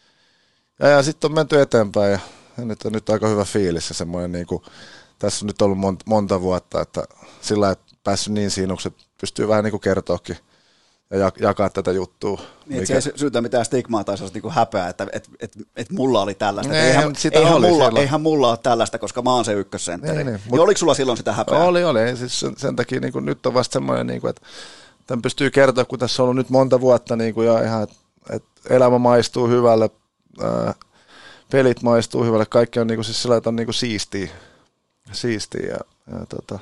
ja sitten on menty eteenpäin ja nyt on aika hyvä fiilis ja semmoinen niinku, tässä on nyt ollut monta vuotta, että sillä että päässyt niin siinuksi, että pystyy vähän niinku kertoakin ja jakaa tätä juttua. Niin, se ei syytä mitään stigmaa tai sellaista niin häpeää, että mulla oli tällaista. Eihän mulla ole tällaista, koska mä oon se ykkössentteri. Niin, oliko sulla silloin sitä häpeää? Oli. Siis sen takia niin nyt on vasta semmoinen, niin että tämän pystyy kertoa, kun tässä on ollut nyt monta vuotta niin ja ihan, että elämä maistuu hyvälle, pelit maistuu hyvälle, kaikki on niin siis sillä, että on niin siistiä ja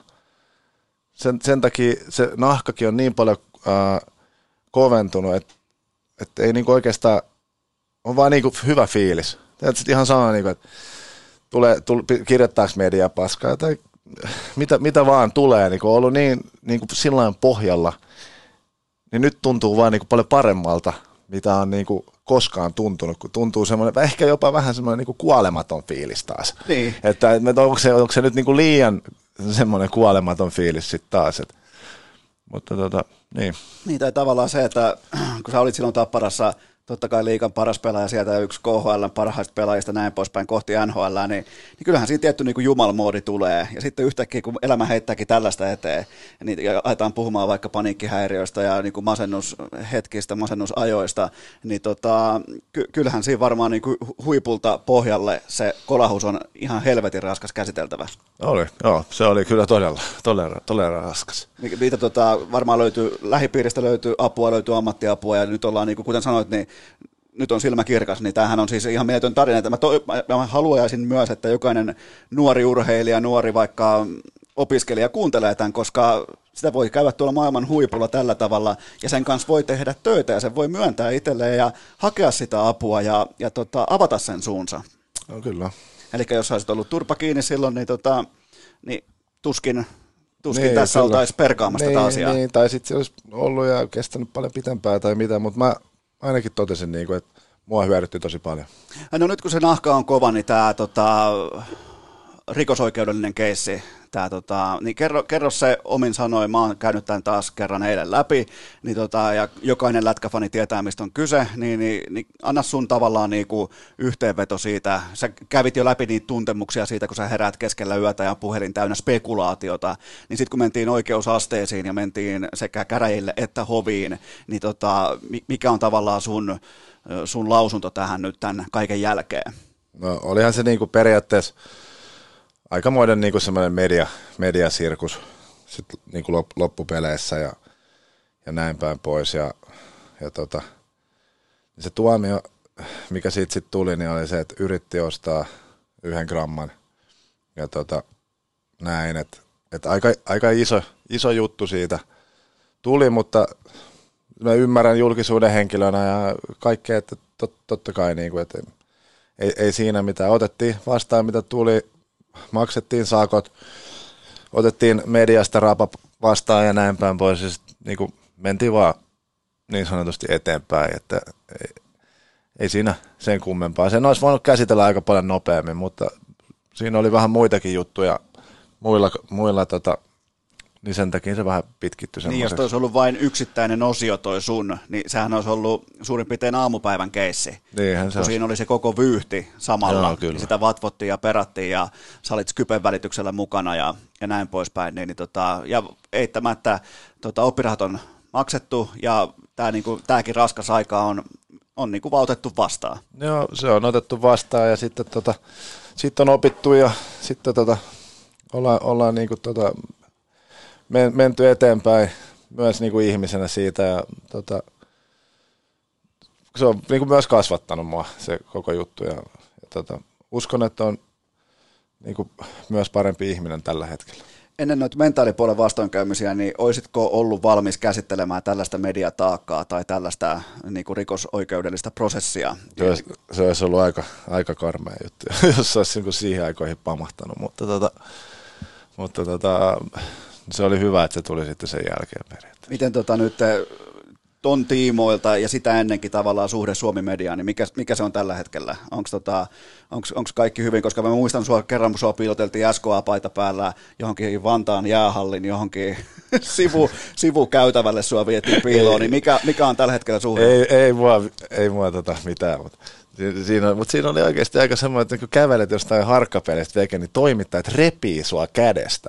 sen takia se nahkakin on niin paljon koventunut, että ei niinku oikeastaan, on vaan niinku hyvä fiilis. Sitten ihan sama, niinku, että kirjoittaako media paskaa tai mitä vaan tulee, niinku ollut niinku sillain pohjalla, niin nyt tuntuu vaan niinku paljon paremmalta, mitä on niinku koskaan tuntunut, kun tuntuu semmoinen, ehkä jopa vähän semmoinen niinku kuolematon fiilis taas. Niin. Että onko se nyt niinku liian semmoinen kuolematon fiilis sitten taas, mutta niin. Niin, tai tavallaan se, että kun sä olit silloin Tapparassa, totta kai liigan paras pelaaja sieltä yksi KHL parhaista pelaajista näin poispäin kohti NHL, niin kyllähän siinä tietty niin kuin jumalmoodi tulee. Ja sitten yhtäkkiä, kun elämä heittääkin tällaista eteen, niin aletaan puhumaan vaikka paniikkihäiriöistä ja niin kuin masennushetkistä, masennusajoista, niin kyllähän siinä varmaan niin kuin huipulta pohjalle se kolahus on ihan helvetin raskas käsiteltävä. Oli, joo, se oli kyllä todella raskas. Niitä varmaan lähipiiristä löytyy apua, löytyy ammattiapua ja nyt ollaan, niin kuin kuten sanoit, niin nyt on silmä kirkas, niin tämähän on siis ihan mieletön tarina. Mä haluaisin myös, että jokainen nuori urheilija, nuori vaikka opiskelija kuuntelee tämän, koska sitä voi käydä tuolla maailman huipulla tällä tavalla, ja sen kanssa voi tehdä töitä, ja sen voi myöntää itselleen ja hakea sitä apua ja avata sen suunsa. No kyllä. Eli jos olisit ollut turpa kiinni silloin, niin tuskin niin, tässä oltaisiin perkaamassa tätä asiaa. Niin, tai sitten se olisi ollut ja kestänyt paljon pitempään tai mitä, mutta mä ainakin totesin, että mua hyödytti tosi paljon. No nyt kun se nahka on kova, niin tämä rikosoikeudellinen keissi että niin kerro se omin sanoin, mä oon käynyt tämän taas kerran eilen läpi, niin ja jokainen lätkäfani tietää, mistä on kyse, niin anna sun tavallaan niinku yhteenveto siitä, sä kävit jo läpi niitä tuntemuksia siitä, kun sä heräät keskellä yötä ja puhelin täynnä spekulaatiota, niin sitten kun mentiin oikeusasteisiin ja mentiin sekä käräjille että hoviin, niin mikä on tavallaan sun lausunto tähän nyt tämän kaiken jälkeen? No olihan se niinku periaatteessa aikamoinen niinku semmoinen mediasirkus sit niinku loppupeleissä ja näin päin pois. Ja se tuomio, mikä siitä sitten tuli, niin oli se, että yritti ostaa 1 gramman. Ja näin, että aika iso juttu siitä tuli, mutta mä ymmärrän julkisuuden henkilönä ja kaikkea, että totta kai, niinku, että ei siinä mitään. Otettiin vastaan, mitä tuli, maksettiin sakot, otettiin mediasta rapa vastaan ja näin päin pois. Ja sitten niinku, mentiin vaan niin sanotusti eteenpäin, että ei siinä sen kummempaa. Sen olisi voinut käsitellä aika paljon nopeammin, mutta siinä oli vähän muitakin juttuja muilla niin sen takia se vähän pitkittyi semmoiseksi. Niin, jos olisi ollut vain yksittäinen osio toi sun, niin sehän olisi ollut suurin piirtein aamupäivän keissi. Niinhän se kun siinä oli se koko vyyhti samalla, joo, niin sitä vatvottiin ja perattiin ja sä olit Skypen välityksellä mukana ja näin poispäin. Ja eittämättä oppirahat on maksettu ja tämäkin raskas aika on niinku vaan otettu vastaan. Joo, se on otettu vastaan ja sitten on opittu ja sitten ollaan niinku menty eteenpäin myös niinku ihmisenä siitä ja se on niinku myös kasvattanut mua se koko juttu ja uskon, että on niinku myös parempi ihminen tällä hetkellä. Ennen noita mentaalipuolen vastoinkäymisiä, niin olisitko ollut valmis käsittelemään tällaista mediataakkaa tai tällaista niin kuin rikosoikeudellista prosessia? Se olisi ollut aika karmea juttu, jos olisi niin siihen aikoihin pamahtanut, mutta se oli hyvä, että se tuli sitten sen jälkeen periaatteessa. Miten nyt ton tiimoilta ja sitä ennenkin tavallaan suhde Suomi-mediaan, niin mikä se on tällä hetkellä? Onko kaikki hyvin? Koska mä muistan sua kerran, kun sua piiloteltiin SKA-paita päällä johonkin Vantaan jäähallin, johonkin sivukäytävälle sua vietiin piiloon, niin mikä on tällä hetkellä suhde? Ei mua mitään, mutta siinä oli oikeasti aika semmoinen, että kun kävelet jostain harkkapeleistä veke, niin toimittajat repii sua kädestä.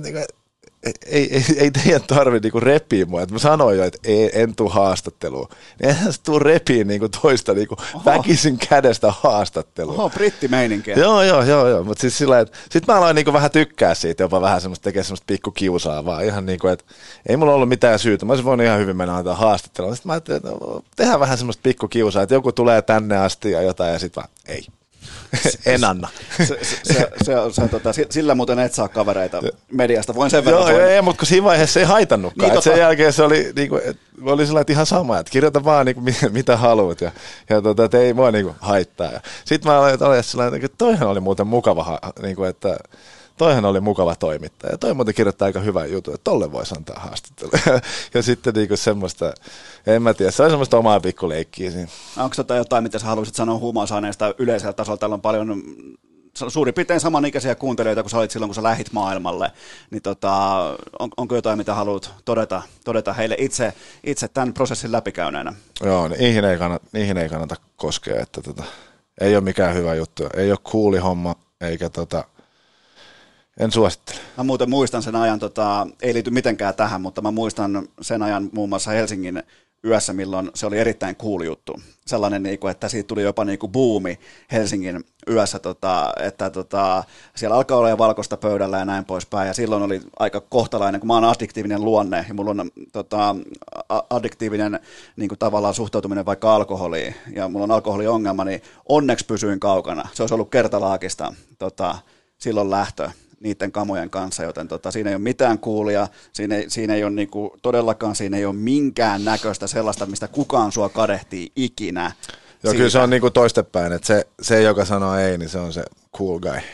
Ei teidän tarvitse niinku repiä mua. Et mä sanoin jo, että en tuu haastatteluun. Niin eihän se tuu repii niinku toista niinku väkisin kädestä haastatteluun. Oho, brittimeininkiä. Joo. Mutta siis sillä että sit mä aloin niinku vähän tykkää siitä, jopa vähän semmoista tekee semmoista pikkukiusaavaa. Ihan niinku, että ei mulla ollut mitään syytä. Mä olisin voinut ihan hyvin mennä antaa haastattelua. Sitten mä ajattelin, että tehdään vähän semmoista pikkukiusaa, että joku tulee tänne asti ja jotain ja sit vaan ei. En anna. Sillä muuten et saa kavereita mediasta, voin sen verran. Joo, ei, mutta siinä vaiheessa ei haitannutkaan. Niin, sen jälkeen se oli, niinku, oli sellainen ihan sama, että kirjoita vaan niinku, mitä haluat ja ei mua niinku, haittaa. Sitten mä olin sellainen, että toihan oli muuten mukava, niinku, että toihan oli mukava toimittaja. Ja toi muuten kirjoittaa aika hyvän jutun, että tolle voisi antaa haastattelua. Ja sitten niinku semmoista, en mä tiedä, se on semmoista omaa pikkuleikkiä siinä. Onko jotain, mitä sä haluaisit sanoa huumausaineista yleisellä tasolla? Täällä on paljon suurin piirtein samanikäisiä kuuntelijoita, kun sä olit silloin, kun sä lähit maailmalle. Niin onko jotain, mitä haluat todeta heille itse tämän prosessin läpikäyneenä? Joo, niihin ei kannata koskea, että ei ole mikään hyvä juttu. Ei ole cooli homma, eikä en suosittele. Mä muuten muistan sen ajan, ei liity mitenkään tähän, mutta mä muistan sen ajan muun muassa Helsingin yössä, milloin se oli erittäin cool juttu. Sellainen, että siitä tuli jopa buumi Helsingin yössä, että siellä alkaa olla valkoista pöydällä ja näin poispäin. Ja silloin oli aika kohtalainen, kun mä oon addiktiivinen luonne ja mulla on addiktiivinen tavallaan suhtautuminen vaikka alkoholiin ja mulla on alkoholiongelma, niin onneksi pysyin kaukana. Se olisi ollut kertalaakista silloin lähtö niiden kamojen kanssa, joten siinä ei ole mitään coolia, siinä ei ole todellakaan, siinä ei ole minkään näköistä sellaista, mistä kukaan sua kadehtii ikinä. Joo, kyllä se on toistepäin, että se, joka sanoo ei, niin se on se cool guy.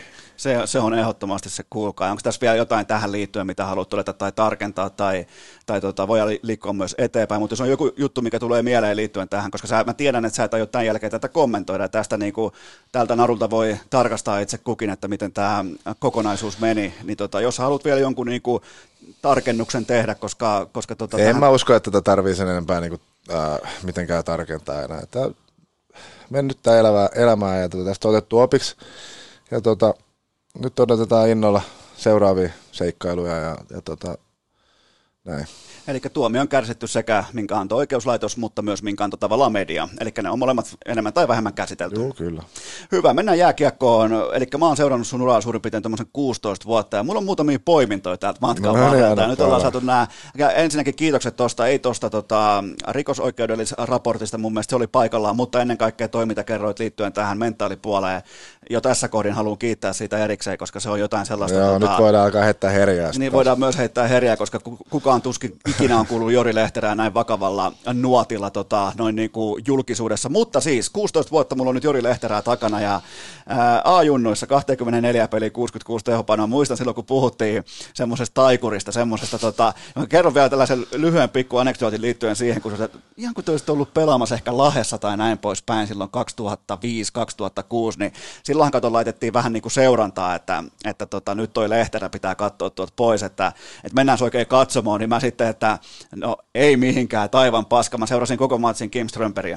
Se on ehdottomasti se, kuulkaa. Onko tässä vielä jotain tähän liittyen, mitä haluat todeta tai tarkentaa, tai voi liikkua myös eteenpäin, mutta jos on joku juttu, mikä tulee mieleen liittyen tähän, koska mä tiedän, että sä et aio tämän jälkeen tätä kommentoida, tästä niin kuin, tältä narulta voi tarkastaa itse kukin, että miten tämä kokonaisuus meni, niin jos haluat vielä jonkun niin kuin, tarkennuksen tehdä, koska en mä usko, että tätä tarvii sen enempää niin kuin, mitenkään tarkentaa enää. Tämä on mennyt tämä elämää ja tästä on otettu opiksi ja nyt odotetaan innolla seuraavia seikkailuja ja näin. Eli tuomio on kärsitty sekä minkä antoi oikeuslaitos, mutta myös minkä antoi tavallaan media. Eli ne on molemmat enemmän tai vähemmän käsitelty. Joo, kyllä. Hyvä, mennään jääkiekkoon. Eli mä oon seurannut sun uraa suurin piirtein 16 vuotta, ja mulla on muutamia poimintoja täältä matkan varrelta. Nyt ollaan saatu nämä, ja ensinnäkin kiitokset tuosta, ei tuosta rikosoikeudellisesta raportista, mun mielestä se oli paikallaan, mutta ennen kaikkea toi, mitä kerroit liittyen tähän mentaalipuoleen. Jo tässä kohdin haluan kiittää siitä erikseen, koska se on jotain sellaista. Joo, nyt voidaan alkaa heittää herjaa. Niin voidaan myös heittää herjaa, koska kukaan tuskin ikinä on kuullut Jori Lehterää näin vakavalla nuotilla noin niin kuin julkisuudessa. Mutta siis 16 vuotta mulla on nyt Jori Lehterää takana ja A-junnuissa 24 peliä, 66 tehopanoa. Muistan silloin, kun puhuttiin semmoisesta taikurista, semmoisesta, kerron vielä tällaisen lyhyen pikku anekdootin liittyen siihen, kun ihan kun te olisit ollut pelaamassa ehkä Lahdessa tai näin poispäin silloin 2005-2006, niin silloinhan laitettiin vähän niin kuin seurantaa, että nyt toi Lehterä pitää katsoa tuolta pois, että mennään se oikein katsomaan, niin mä sitten, että no ei mihinkään, taivaan paska, mä seurasin koko matsin Kim Strömperiä.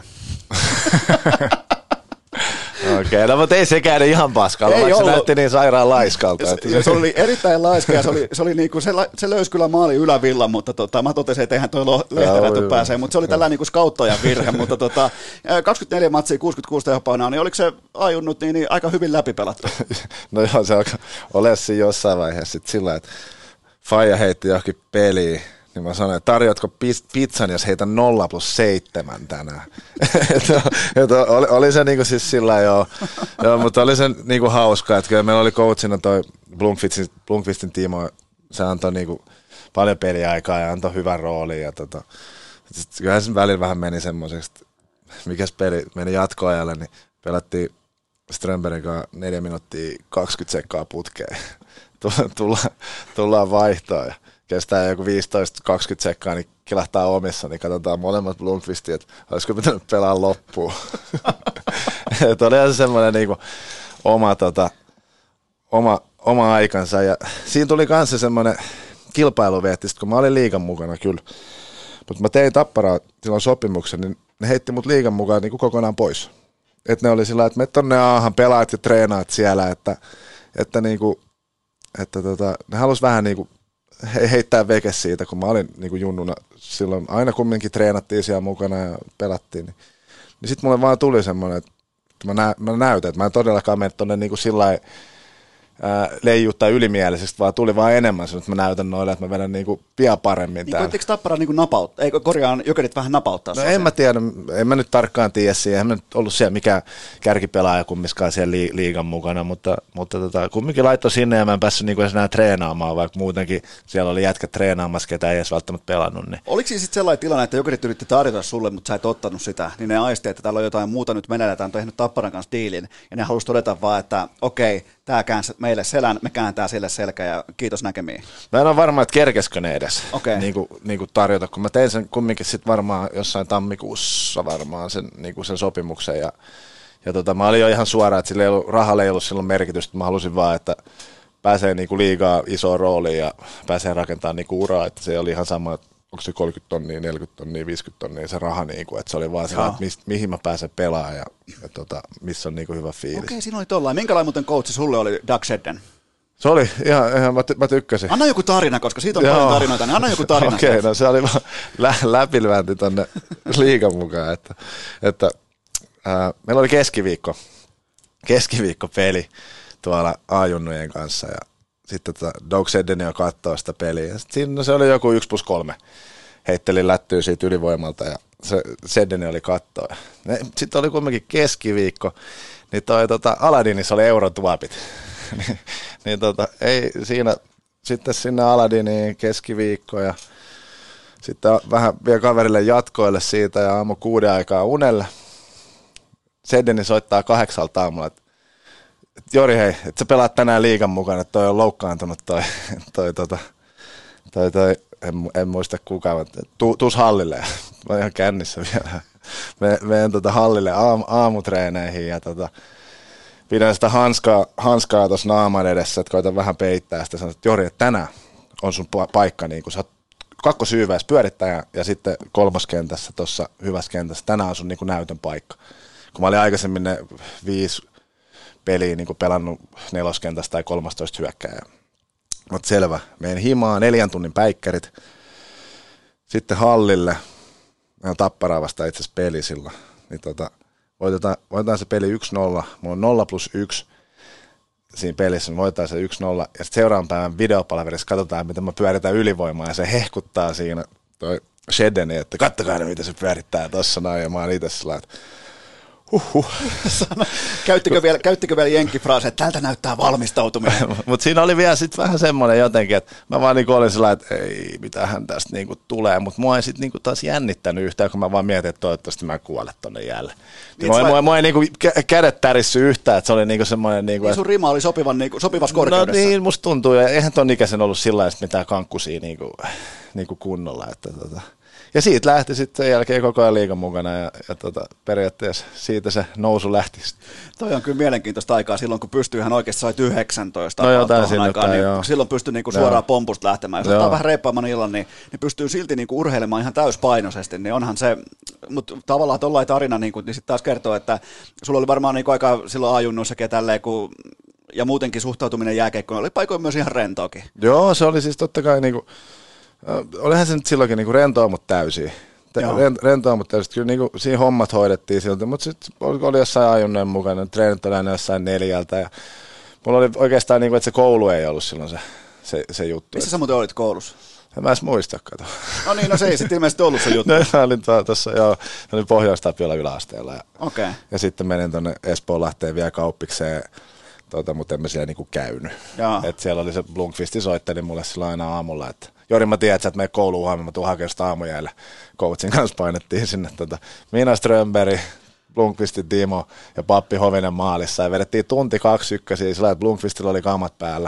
Okei, no mutta ei sekään ihan paskalla, vaikka se näytti niin sairaan laiskalta. Se oli erittäin laiska ja se oli niinku, se löysi kyllä maali ylävillan, mutta mä totesin, että eihän toi Lehterä pääsee, mutta se oli tällainen niinku skauttajan virhe, mutta 24 matsia, 66 tehopainaa, niin oliko se ajunnut niin aika hyvin läpipelattu? No joo, se alkoi olemaan siinä jossain vaiheessa sitten sillä, että faija heitti johonkin peliin. Niin mä sanoin, että tarjoatko pizzan, jos heitän 0+7 tänään. Oli se niinku siis sillä joo, mutta oli se niinku hauskaa, että kyllä meillä oli coachina toi Blomqvistin Timo, se antoi niinku paljon peliaikaa ja antoi hyvän roolin ja kyllähän sen välillä vähän meni semmoiseksi, mikäs peli meni jatkoajalle, niin pelattiin Strömbergin kanssa 4 minuuttia 20 sekkaa putkeen. Tullaan vaihtoon ja kestää joku 15-20 sekkaa, niin kilahtaa omissa, niin katsotaan molemmat Blomqvistia, että olisiko pitänyt pelaa loppuun. Olihan se semmoinen niinku oma aikansa, ja siinä tuli kanssa semmoinen kilpailuvehti, kun mä olin liigan mukana kyllä, mutta mä tein Tapparaa silloin sopimuksen, niin ne heitti mut liigan mukaan niin kuin kokonaan pois. Että ne oli sillä, että me tonne aahan pelaat ja treenaat siellä, että ne halus vähän niinku heittää veke siitä, kun mä olin niinku junnuna silloin, aina kumminkin treenattiin siellä mukana ja pelattiin, niin sitten mulle vaan tuli semmoinen, että mä näytän, että mä en todellakaan mene tonne niinku sillai leijuttaa ylimielisesti, vaan tuli vaan enemmän sen, että mä näytän noille, että mä vedän niinku vielä paremmin täällä. Koitteko Tappara niinku napauttaa, eikö korjaan Jokerit vähän napauttaa? No en mä tiedä, en mä nyt tarkkaan tiedä siihen, en mä nyt ollut siellä mikään kärkipelaaja kummiskaan siellä liigan mukana, mutta kumminkin laittoi sinne ja mä en päässyt niinku edes enää treenaamaan, vaikka muutenkin siellä oli jätkät treenaamassa, ketä ei edes välttämättä pelannut. Niin. Oliko siis sitten sellainen tilanne, että Jokerit yritti tarjota sulle, mutta sä et ottanut sitä, niin ne aisti, että täällä on jotain muuta nyt meneillään, on tehnyt Tapparan kanssa diilin, ja ne halusi todeta vaan, että okei, tää käänsi meille selän, me kääntää sille selkä ja kiitos näkemiin. mä en ole varma, että kerkeskö ne edes niinku tarjota, kun mä tein sen kumminkin sitten varmaan jossain tammikuussa varmaan sen, sen sopimuksen ja mä olin jo ihan suoraan, että rahalla ei ollut silloin merkitystä, mä halusin vaan, että pääsee liigaa isoon rooliin ja pääsee rakentamaan uraa, että se oli ihan sama, että onko se 30 tonnia, 40 tonnia, 50 tonnia se raha, että se oli vaan sillä, että mihin mä pääsen pelaamaan ja missä on hyvä fiilis. Okei, siinä oli tollain. Minkälainen muuten coachi sulle oli Doug Shedden? Se oli ihan mä tykkäsin. Anna joku tarina, koska siitä on paljon tarinoita, niin anna joku tarina. Okei, no se oli vaan läpilyönti tonne liigan mukaan, että meillä oli keskiviikko peli tuolla A-junnujen kanssa ja sitten Doug Shedden jo katsoi sitä peliä ja siinä se oli joku 1+3. Heittelin lättyä siitä ylivoimalta ja se Shedden oli kattoo. Sitten oli kuitenkin keskiviikko, niin Aladinissa oli eurotuopit. niin ei siinä sitten sinne Aladiniin keskiviikko ja sitten vähän vielä kaverille jatkoille siitä ja aamu 6 aikaa unelle. Seddeni soittaa 8 aamulla, että Jori hei, että sä pelaat tänään liigan mukana, että toi on loukkaantunut en muista kukaan, mutta tuus hallille. Mä oon ihan kännissä vielä. Menen hallille aamutreeneihin ja pidän sitä hanskaa tuossa naaman edessä, että koitan vähän peittää sitä. Sanoin, että Jori, että tänään on sun paikka, niin kun sä oot kakkosyyväis pyörittäjä ja sitten kolmoskentässä tuossa hyvässä kentässä. Tänään on sun niin kun näytön paikka. Kun mä olin aikaisemmin ne 5 peliä niin kun pelannut 4. tai 13 hyökkääjää. Mutta selvä, menen himaan, 4 tunnin päikkärit, sitten hallille, meillä on Tapparaa vasta itse asiassa peli sillä, niin voitetaan se peli 1-0, mulla on 0+1 siinä pelissä, niin voitetaan se 1-0, ja sitten seuraavan päivän videopalaverissa katsotaan, miten mä pyöritän ylivoimaa, ja se hehkuttaa siinä toi Shedeni, että kattokaa ne, miten se pyörittää tossa noin, ja mä oon itse sillä, että Käyttikö vielä jenkkifraasi, että tältä näyttää valmistautuminen? Mutta siinä oli vielä sitten vähän semmoinen jotenkin, että mä vaan niinku olin sellainen, että ei, mitähän tästä niinku tulee, mutta mua ei sitten niinku taas jännittänyt yhtään, kun mä vaan mietin, että toivottavasti mä en kuole tonne jälleen. Mua ei niinku kädet tärissy yhtään, että se oli niinku semmoinen... Niinku, niin sun rima oli sopivassa korkeudessa. No niin, musta tuntuu, ja eihän ton ikäisen ollut sillä lailla mitään kankkusia niinku kunnolla, että Ja siitä lähti sitten sen jälkeen koko ajan liigan mukana ja periaatteessa siitä se nousu lähti. Toi on kyllä mielenkiintoista aikaa silloin, kun pystyy ihan oikeasti sait 19 no jotain aikaan, niin joo. silloin pystyy niinku suoraan pompusta lähtemään. Jos ottaa vähän reippaamman illan, niin pystyy silti niinku urheilemaan ihan täyspainoisesti, niin onhan se, mutta tavallaan tollainen tarina, niin sitten taas kertoo, että sulla oli varmaan niinku aika silloin ajunnoissakin tälleen, kun ja muutenkin suhtautuminen jääkeikkoon oli paikoin myös ihan rentoakin. Joo, se oli siis totta kai niinku... Olihan se nyt silloinkin niinku rentoa, mutta täysin. Rentoa, mutta täysin. Kyllä niinku siinä hommat hoidettiin siltä, mutta sitten oli jossain ajunnojen mukana. Treenit oli aina jossain 4. Ja mulla oli oikeastaan, niinku, että se koulu ei ollut silloin se juttu. Missä sä muuten olit koulussa? En mä edes muista, kato. No niin, no se ei sitten ilmeisesti ollut se juttu. Mä olin tuossa, joo, olin Pohjois-Tapiolla yläasteella. Okay. Ja sitten menin tuonne Espoonlahteen vielä kauppikseen. Mutta en mä siellä niinku käynyt. Et siellä oli se Blomqvisti soitteli mulle silloin aina aamulla, että Jori, mä tiedän, että sä et mene kouluun huomenna, mä tuun hakemaan sitä aamujäällä. Coachin kanssa painettiin sinne Mina Strömberg, Blomqvist, Timo ja Pappi Hovinen maalissa. Ja vedettiin 1:21 sillä, että Blomqvistilla oli kamat päällä.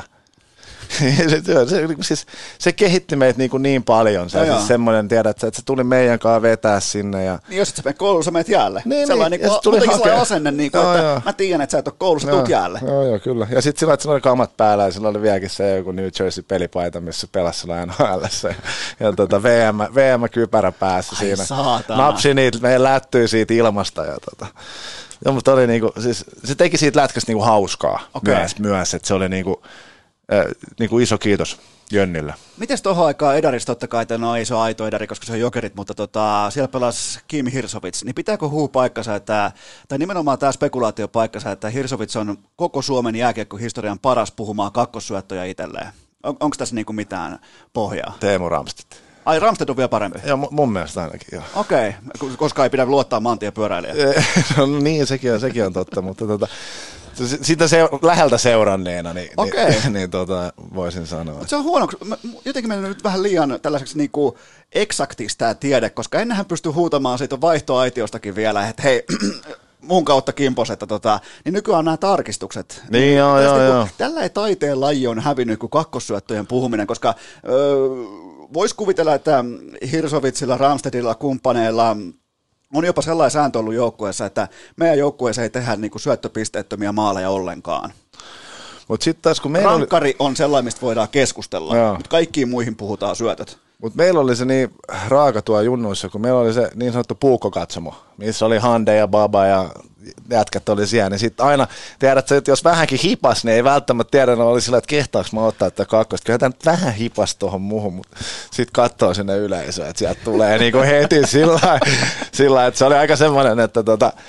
Se kehitti meitä niin paljon. Se siis semmoinen, tiedät, että se tuli meidän kanssa vetää sinne. Ja... Niin jos et sä mene kouluun, sä menet jäälle. Sellainen asenne, että mä tiedän, että sä et ole koulussa, tuut jäälle. Joo, kyllä. Ja sitten sillä, että sillä oli kamat päällä ja sillä oli vieläkin se joku New Jersey-pelipaita, missä pelasi sillä NHL:ssä. Ja VM-kypärä päässä siinä. Saatana. Napsi niitä, meidän lättyi siitä ilmasta. Ja mutta oli niinku, siis, se teki siitä lätkästä niinku hauskaa myös, että se oli niinku iso kiitos Jönnille. Mites tuohon aikaan Edarissa, totta kai ei se ole aito Edari, koska se on Jokerit, mutta siellä pelasi Kim Hirsovits, niin pitääkö paikkansa, tai nimenomaan tämä spekulaatio paikkansa, että Hirsovits on koko Suomen jääkiekkohistorian paras puhumaan kakkossyöttöjä itselleen? Onko tässä niinku mitään pohjaa? Teemu Ramstedt. Ai, Ramstedt on vielä parempi? Joo, mun mielestä ainakin, joo. Okei, koska ei pidä luottaa maantiepyöräilijään. No niin, sekin on totta, mutta sitä läheltä seuranneena, niin voisin sanoa. Mutta se on huono, jotenkin meillä nyt vähän liian tällaiseksi niinku eksaktista tämä tiede, koska ennenhän pystyy huutamaan siitä vaihtoaitiostakin vielä, että hei, mun kautta kimpos, että niin nykyään on nämä tarkistukset. Niin joo. Tällä taiteen laji on hävinnyt kuin kakkossyöttöjen puhuminen, koska voisi kuvitella, että Hirsovitsilla, Ramstedilla, kumppaneilla on jopa sellainen sääntö ollut joukkueessa, että meidän joukkueessa ei tehdä niinku syöttöpisteettömiä maaleja ollenkaan. Mut sit taas, kun rankkari on sellainen, mistä voidaan keskustella, mutta kaikkiin muihin puhutaan syötöt. Mutta meillä oli se niin raaka tuo junnuissa, kun meillä oli se niin sanottu puukkokatsomo, missä oli Hande ja Baba ja jätkät oli siellä, niin sitten aina tiedät, että jos vähänkin hipas, niin ei välttämättä tiedä, että oli sillä, että kehtaanko mä ottaa tätä kakkosta. Kyllä tämä nyt vähän hipas tuohon muuhun, mutta sitten katsoo sinne yleisöön, että sieltä tulee niinku heti sillä, että se oli aika semmoinen, että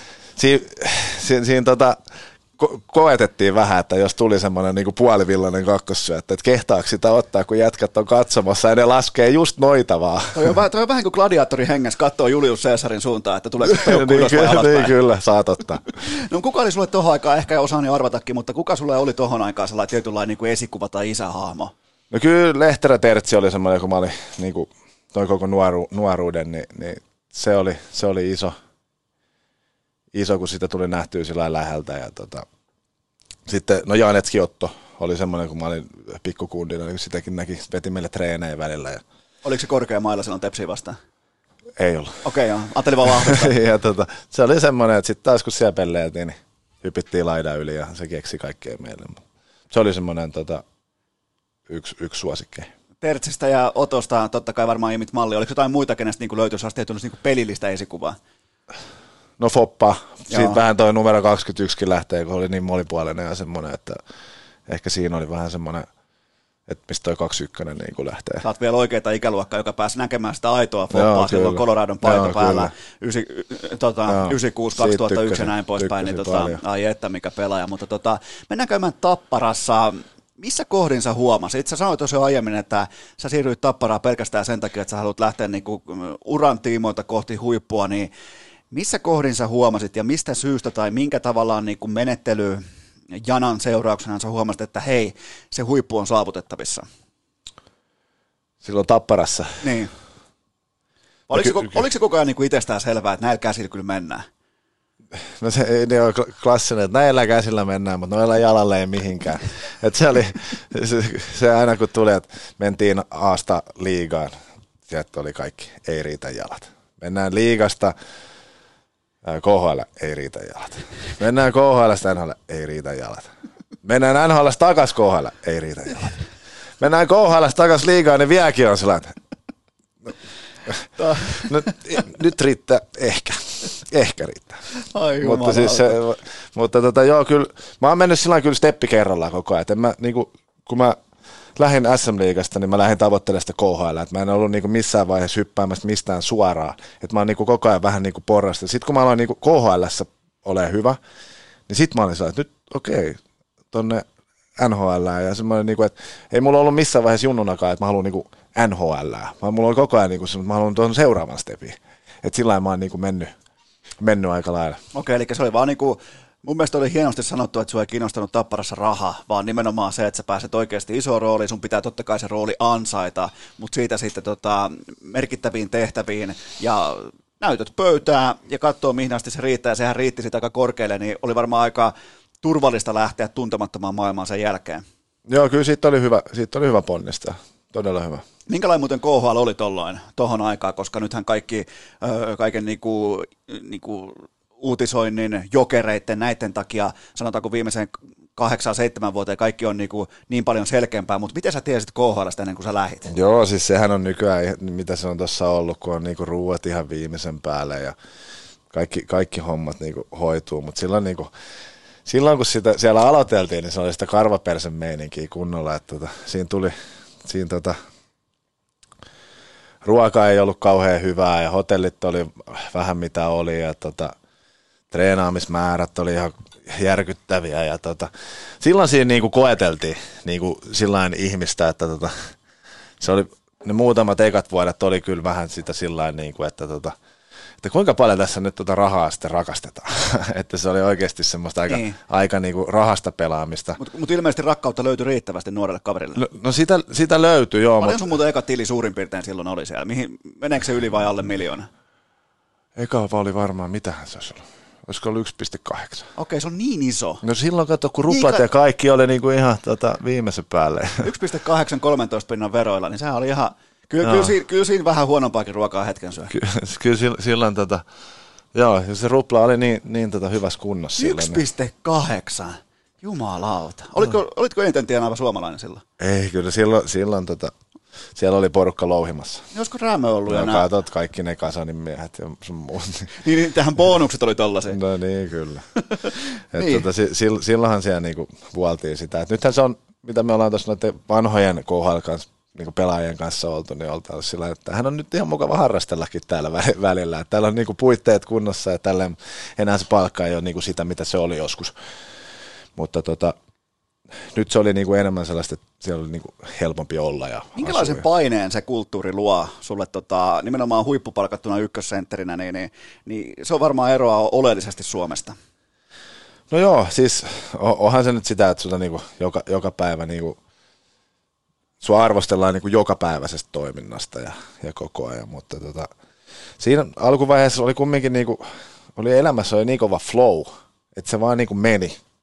siinä koetettiin vähän, että jos tuli semmoinen niinku puolivillainen kakkossyöttö, että kehtaako sitä ottaa, kun jätkät on katsomassa ja ne laskee just noita vaan. Toi on vähän kuin gladiaattori hengessä, katsoo Julius Caesarin suuntaan, että tuleeko joku ylös vai alaspäin. Niin kyllä, saat ottaa. No kuka oli sulle tohon aikaan, ehkä osaan jo arvatakin, mutta kuka sulle oli tohon aikaan sellainen tietynlainen niin kuin esikuva tai isähahmo? No kyllä Lehterä Tertsi oli semmoinen, kun mä olin niin kuin, toi koko nuoruuden, niin se oli iso, kun sitä tuli nähtyä sillä läheltä. Ja Sitten, no Janetski Otto oli semmoinen, kun mä olin pikkukundina, niin sitäkin veti meille treenejä välillä. Ja Oliko se korkea mailla silloin Tepsiä vastaan? ei ollut. Okei, joo. Ajattelin vaan vahvistaa. Ja se oli semmoinen, että sitten taas kun siellä pelleiltiin, niin hypittiin laidan yli ja se keksi kaikkea meille. Se oli semmoinen yksi suosikki. Tertsistä ja Otosta totta kai varmaan imit malli. Oliko jotain muita, kenestä niin löytyisi asti niin pelillistä esikuvaa? No Foppa. Siitä vähän toi numero 21 lähtee, kun oli niin monipuolinen ja semmoinen, että ehkä siinä oli vähän semmoinen, että mistä toi 21 niin kuin lähtee. Sä oot vielä oikeita ikäluokkaa, joka pääsi näkemään sitä aitoa Foppaa silloin Coloradon paita päällä. 96, 2001 ja näin poispäin. Niin ai että mikä pelaaja. Mutta mennään käymään Tapparassa. Missä kohdin sä huomasit? Sä sanoit jo aiemmin, että sä siirryit Tapparaa pelkästään sen takia, että sä haluat lähteä niinku uran tiimoilta kohti huippua, niin missä kohdin sä huomasit ja mistä syystä tai minkä tavallaan niinku menettely janan seurauksena sä huomasit, että hei, se huippu on saavutettavissa? Silloin Tapparassa? Niin. Oliko se koko ajan niinku itsestään selvää, että näillä käsillä kyllä mennään? No se ei ole klassinen, että näillä käsillä mennään, mutta noilla jalalle ei mihinkään. Että se oli se aina kun tuli, että mentiin Aasta liigaan, sieltä oli kaikki, ei riitä jalat. Mennään liigasta KHL, ei riitä jalat. Mennään KHL:stä NHL, ei riitä jalat. Mennään NHL:stä takas KHL, ei riitä jalat. Mennään KHL:stä takas liigaan, niin vieläkin on sellainen. No, nyt riittää, ehkä riittää. Ai mutta joo, kyllä, mä oon mennyt sillä kyllä steppi kerrallaan koko ajan. En mä, niinku, kun mä lähdin SM-liigasta, niin mä lähdin tavoittelemaan sitä KHL, että mä en ollut niinku missään vaiheessa hyppäämässä mistään suoraan. Että mä oon niinku koko ajan vähän niinku porrasta. Sitten kun mä aloin niinku KHL:ssä olemaan hyvä, niin sit mä olin sellainen, että nyt okei, tonne NHL ja semmoinen, niinku, että ei mulla ollut missään vaiheessa junnunakaan, että mä haluan niinku NHL, vaan mulla oli koko ajan niinku, että mä haluan tuon seuraavan stepin. Että sillä lailla mä oon niinku mennyt aika lailla. Okei, eli se oli vaan niinku, mun mielestä oli hienosti sanottu, että sua ei kiinnostanut Tapparassa raha, vaan nimenomaan se, että sä pääset oikeasti isoon rooliin, sun pitää totta kai se rooli ansaita, mutta siitä sitten merkittäviin tehtäviin ja näytöt pöytää ja katsoo mihin asti se riittää, ja sehän riitti sitä aika korkealle, niin oli varmaan aika turvallista lähteä tuntemattomaan maailmaan sen jälkeen. Joo, kyllä siitä oli hyvä ponnistaa, todella hyvä. Minkälainen muuten KHL oli tohon aikaan, koska nythän kaiken niinku uutisoinnin, jokereiden, näiden takia, sanotaanko viimeisen 8-7 vuoteen kaikki on niin paljon selkeämpää, mutta miten sä tiesit KHL:stä ennen kuin sä lähit? Joo, siis sehän on nykyään, mitä se on tuossa ollut, kun on niinku ruuat ihan viimeisen päälle ja kaikki hommat niinku hoituu, mutta silloin kun siellä aloiteltiin, niin se oli sitä karvapersen meininkiä kunnolla, että siinä ruoka ei ollut kauhean hyvää ja hotellit oli vähän mitä oli ja treenaamismäärät oli ihan järkyttäviä ja silloin siinä niinku koeteltiin niinku sillain ihmistä, että se oli, ne muutamat ekat vuodet oli kyllä vähän sitä sillain niinku, että kuinka paljon tässä nyt rahaa sitten rakastetaan, että se oli oikeasti semmoista aika niinku rahasta pelaamista. Mutta ilmeisesti rakkautta löytyi riittävästi nuorelle kaverille. No sitä löytyi, joo. Paljon sun muuten eka tili suurin piirtein silloin oli siellä? Meneekö se yli vai alle 1 miljoona? Eka oli varmaan, mitähän se olisi ollut? Olisiko ollut 1,8? Okei, se on niin iso. No silloin katso, kun ruplat ja kaikki oli niinku ihan viimeisen päälle. 1,8 13 pinnan veroilla, niin sehän oli ihan... Kyllä siinä vähän huonompaakin ruokaa hetken syö. Kyllä silloin joo, se rupla oli niin hyvässä kunnossa. 1,8. Jumalauta. Olitko eniten tienaava suomalainen silloin? Ei, kyllä silloin siellä oli porukka louhimassa. Olisiko Rämö ollut ja nää? Katot kaikki ne Kasanin miehet ja sun muut. Niin, tähän bonukset oli tollaisia. No niin, kyllä. Niin. Silloinhan siellä niinku vuoltiin sitä. Et nythän se on, mitä me ollaan tuossa noiden vanhojen KHL kanssa, niin pelaajien kanssa oltu, niin oltaan sillä, että hän on nyt ihan mukava harrastellakin täällä välillä. Että täällä on niinku puitteet kunnossa ja tälleen, enää se palkka ei ole niinku sitä, mitä se oli joskus. Mutta nyt se oli niinku enemmän sellaista, että siellä oli niinku helpompi olla. Ja minkälaisen paineen se kulttuuri luo sulle nimenomaan huippupalkattuna ykkössentterinä, niin se on varmaan eroa oleellisesti Suomesta. No joo, siis onhan se nyt sitä, että sulla niinku joka päivä niinku sua arvostellaan niinku jokapäiväisestä toiminnasta ja koko ajan, mutta siinä alkuvaiheessa oli kumminkin niinku, elämässä oli niin kova flow, että se vaan niinku meni.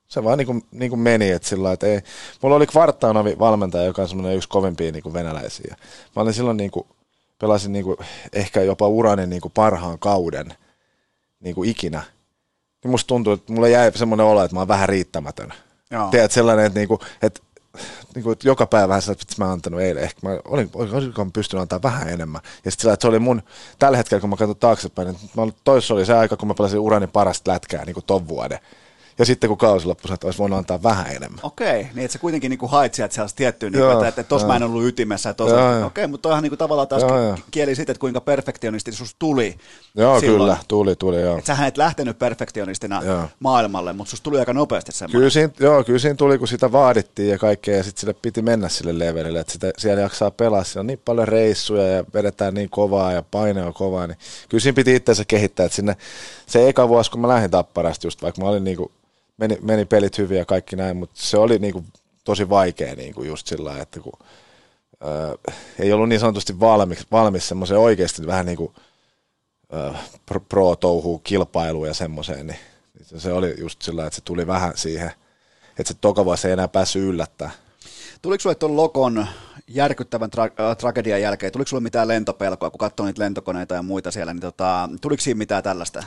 Se vaan niin kuin meni, että sillä että ei. Mulla oli Kvartaanovi valmentaja, joka on semmoinen yksi kovimpia niin kuin venäläisiä. Mä olin silloin niin kuin, pelasin niin kuin, ehkä jopa urani niin kuin parhaan kauden niin kuin ikinä. Niin musta tuntuu, että mulle jäi semmoinen olo, että mä oon vähän riittämätön. Tiedät sellainen, että, että joka päivä että mä oon antanut eilen. Ehkä mä olinko pystynyt antaa vähän enemmän. Ja sitten sillä, että se oli mun, tällä hetkellä kun mä katson taaksepäin, niin toissa oli se aika, kun mä pelasin urani parasta lätkää niin kuin ton vuoden. Ja sitten kun kausi loppui, että olisi voinut antaa vähän enemmän. Okei, niin että sä kuitenkin niin hait sieltä sellaista tiettyä, niin että tossa mä en ollut ytimessä. Okei, mutta toihan niin tavallaan taas kieli siitä, että kuinka perfektionisti susta tuli. Joo, silloin. Kyllä tuli, joo. Että sähän et lähtenyt perfektionistina maailmalle, mutta susta tuli aika nopeasti semmoinen. Kyllä siinä tuli, kun sitä vaadittiin ja kaikkea, ja sitten sille piti mennä sille levelille, että sitä, siellä jaksaa pelaa. Siellä on niin paljon reissuja ja vedetään niin kovaa ja paine on kovaa, niin kyllä siinä piti itseänsä kehittää. Että sinne, se eka vuosi, kun mä lähdin Tapparasta just, vaikka mä olin niin kuin Meni pelit hyvin ja kaikki näin, mutta se oli niinku tosi vaikea niinku just sillä lailla, että kun ei ollut niin sanotusti valmis semmoiseen oikeasti vähän niinku pro-touhuun kilpailuun ja semmoiseen, niin se oli just sillä lailla, että se tuli vähän siihen, että se toka vuosi ei enää päässyt yllättää. Tuliko sulle tuon Lokon järkyttävän tragedian jälkeen, tuliko sulle mitään lentopelkoa, kun katsoi niitä lentokoneita ja muita siellä, niin tuliko siinä mitään tällaista?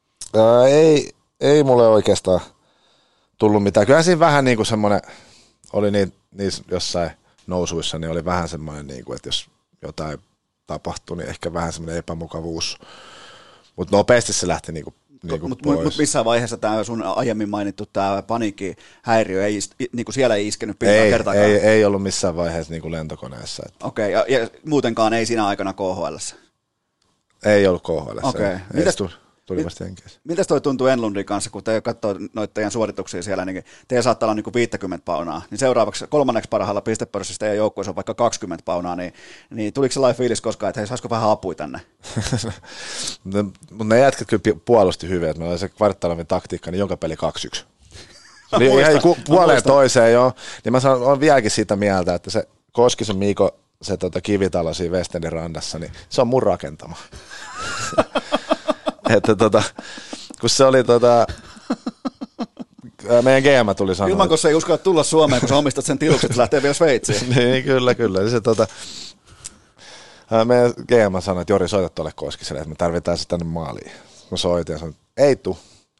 Ei mulle oikeastaan tullut mitään. Kyllä siinä vähän niin kuin semmoinen, oli niissä jossain nousuissa, niin oli vähän semmoinen, niin kuin, että jos jotain tapahtui, niin ehkä vähän semmoinen epämukavuus. Mutta nopeasti se lähti niin kuin pois. Mutta missään vaiheessa tämä sun aiemmin mainittu tämä paniikkihäiriö, niin siellä ei iskenyt pintaan kertaakaan? Ei ollut missään vaiheessa niin kuin lentokoneessa. Okei, ja muutenkaan ei siinä aikana KHL:ssä? Ei ollut KHL:ssä. Okei. Miltäs toi tuntuu Enlundin kanssa, kun te katsoo noita teidän suorituksia siellä, niin teidän saattaa olla niin kuin 50 paunaa, niin seuraavaksi kolmanneksi parhaalla pistepörssissä teidän joukkueessa on vaikka 20 paunaa, niin tuliko sellainen fiilis koskaan, että hei, saisiko vähän apua tänne? Mutta ne jätkät kyllä puolusti hyvin, että meillä oli se Kvartalovin taktiikka, niin jonka peli 2-1. Niin ihan puoleen toiseen, joo. Niin mä olen vieläkin sitä mieltä, että se Koskisen Miiko, se kivitalo siinä Westendin rannassa, niin se on mun rakentama. Että kun se oli meidän GM tuli sanoa. Ilman, kun se ei uskalla tulla Suomeen, kun sä omistat sen tilukset, se lähtee vielä Sveitsiin. Niin, kyllä. Se, meidän GM sanoi, että Jori, soita tuolle Koskiselle, että me tarvitaan se tänne maaliin. Mä soitin ja sanoin, että ei tuu.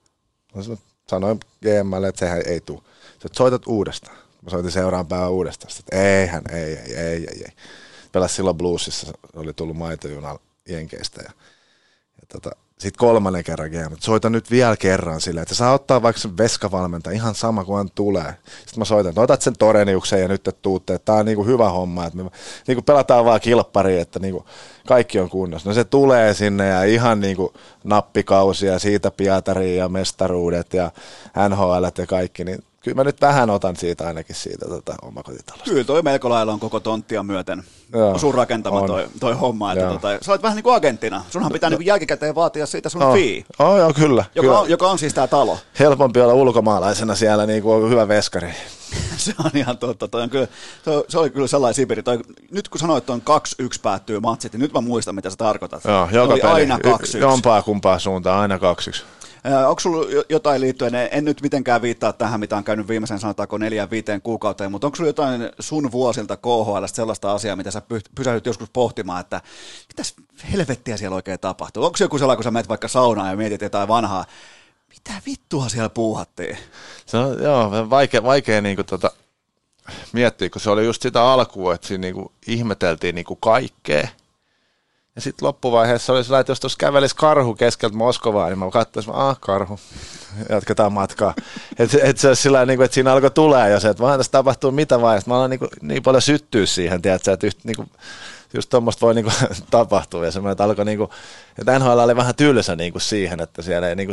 Sanoin GM:lle, että sehän ei tuu. Sä soitat uudestaan. Mä soitin seuraavan päivän uudestaan. Että ei. Pelasi silloin Bluesissa, oli tullut maitojuna Jenkeistä ja sitten kolmannen kerran GM, että soita nyt vielä kerran silleen, että saa ottaa vaikka sen veskavalmentaja ihan sama kuin hän tulee. Sitten mä soitan, että otat sen Toreniuksen ja nyt te tuutte, että tää on niinku hyvä homma, että me niinku pelataan vaan kilppariin, että niinku kaikki on kunnossa. No se tulee sinne ja ihan niinku nappikausia, siitä Pietariin ja mestaruudet ja NHL ja kaikki, niin kyllä mä nyt vähän otan siitä ainakin siitä omakotitalosta. Kyllä toi melko lailla on koko tonttia myöten. Joo, sun rakentama toi homma. Että sä olet vähän niin kuin agenttina. Sunhan pitää niin kuin jälkikäteen vaatia siitä sun fee. Joo, kyllä. Joka on siis tää talo. Helpompi olla ulkomaalaisena siellä, niin kuin on hyvä veskari. Se on ihan totta. Se oli kyllä sellainen sipiri. Nyt kun sanoit, että on 2-1 päättyy matsit, niin nyt mä muistan, mitä sä tarkoitat. Joo, joka peli. Aina 2-1. Jompaa kumpaa suuntaan, aina 2-1. Onko sulla jotain liittyen, en nyt mitenkään viittaa tähän, mitä on käynyt viimeisen sanotaanko 4-5 kuukauteen, mutta onko sulla jotain sun vuosilta KHL:stä sellaista asiaa, mitä sä pysähdyt joskus pohtimaan, että mitäs helvettiä siellä oikein tapahtuu? Onko joku sellainen, kun sä menet vaikka saunaan ja mietit jotain vanhaa, mitä vittua siellä puuhattiin? Se on vaikea niinku miettiä, kun se oli just sitä alkua, että siinä niinku ihmeteltiin niinku kaikkea. Ja sitten loppuvaiheessa oli sellainen, että jos tuossa kävelisi karhu keskeltä Moskovaa, niin mä katsoisin, karhu, jatketaan matkaa. Että se olisi sillä tavalla, että siinä alkoi tulee jo se, että vaan tässä tapahtuu mitä vaiheessa. Mä olen niin paljon syttyä siihen, tiedätkö, että just tuommoista voi tapahtua. Ja semmoinen, että alkoi, että NHL oli vähän tylsä siihen, että siellä ei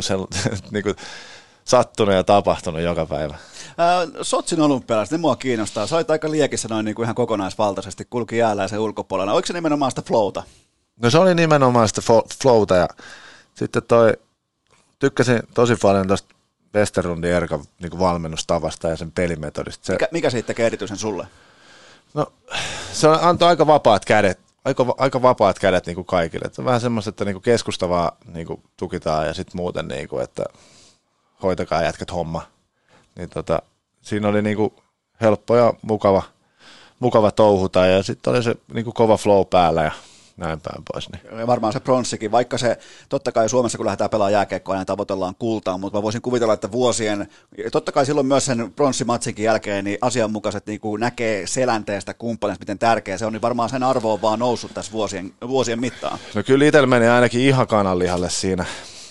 sattunut ja tapahtunut joka päivä. Sotsin olympialaiset, ne mua kiinnostaa. Sä olit aika liekissä noin ihan kokonaisvaltaisesti, kulki jääläisen ulkopuolella. Oliko se nimenomaan sitä flowta? No se oli nimenomaan sitä flowta ja sitten tykkäsin tosi paljon tuosta Westerlundin Erkan valmennustavasta ja sen pelimetodista. Mikä siitä tekee erityisen sulle? No se antoi aika vapaat kädet, aika vapaat kädet kaikille. Että vähän semmoista, että keskustavaa tukitaan ja sitten muuten, että hoitakaa jätkät homma. niin siinä oli niinku helppo ja mukava touhuta ja sitten oli se niinku kova flow päällä ja näin päin pois. Niin. Ja varmaan se pronssikin, vaikka se, totta kai Suomessa kun lähdetään pelaamaan jääkiekkoa, aina tavoitellaan kultaa, mutta mä voisin kuvitella, että totta kai silloin myös sen pronssimatsinkin jälkeen, niin asianmukaiset niin näkee selänteestä kumppanista, miten tärkeä se on, niin varmaan sen arvo on vaan noussut tässä vuosien mittaan. No kyllä itsellä meni ainakin ihan kananlihalle siinä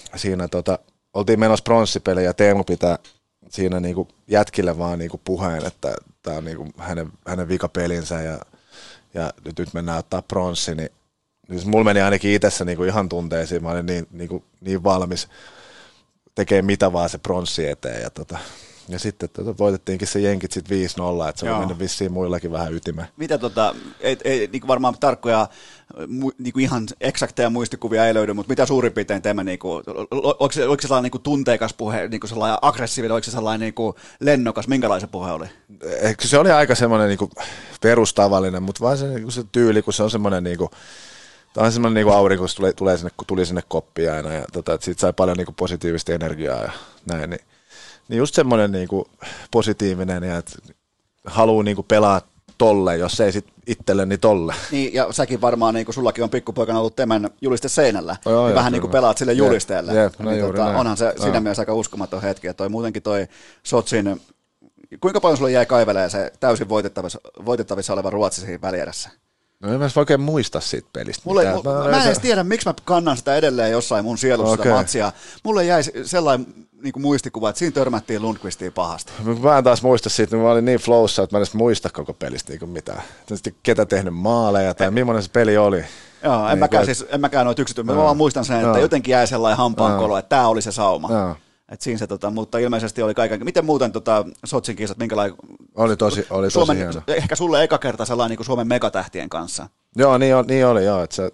oltiin menossa pronssipeliä ja Teemu pitää siinä niinku jätkille vaan niinku puheen, että tämä on niinku hänen vikapelinsä ja nyt mennään ottaa pronssi, niin mulla meni ainakin itsessä niinku ihan tunteisiin, mä olin niin valmis tekemään mitä vaan se pronssi eteen ja sitten voitettiinkin se jenkit sitten 5-0, että se oli mennyt vissiin muillakin vähän ytimeen. Mitä ei niin varmaan tarkkoja, niin ihan eksakteja muistikuvia ei löydy, mutta mitä suurin piirtein tämä, niin oliko se sellainen niin tunteikas puhe, niin sellainen aggressiivinen, oliko se sellainen niin lennokas, minkälainen puhe oli? Se oli aika semmoinen niin perustavallinen, mutta vaan se tyyli, kun se on semmoinen tämä on semmoinen aurinko, kun tuli sinne koppiin aina, ja että siitä sai paljon positiivista energiaa ja näin, niin just semmoinen positiivinen, ja että haluaa pelaa tolle, jos ei sitten itselle, niin tolle. Niin, ja säkin varmaan, sullakin on pikkupoikana ollut tämän juliste seinällä, niin vähän pelaat sille julisteelle. Onhan se siinä mielessä aika uskomaton hetki, ja muutenkin toi Sotsin, kuinka paljon sulle jäi kaivelemaan se täysin voitettavissa oleva Ruotsi siinä välierässä? No en mä oikein muista siitä pelistä. Mä en edes tiedä, miksi mä kannan sitä edelleen jossain mun sielussa sitä matsia. Mulle jäi sellainen muistikuva, että siinä törmättiin Lundqvistiin pahasti. Mä en taas muista siitä, mä olin niin flowssa, että mä en edes muista koko pelistä mitään. Sitten ketä tehnyt maaleja tai millainen se peli oli. Joo, en mäkään noita yksityisiä. Mä vaan muistan sen, että jotenkin jäi sellainen hampaankolo, että tää oli se sauma. Et siinä se, mutta ilmeisesti oli kaiken. Miten muuten Sotsin kisat, minkälainen? Oli tosi hieno. Ehkä sulle eka kerta sellainen niin Suomen megatähtien kanssa. Joo, niin oli joo. Että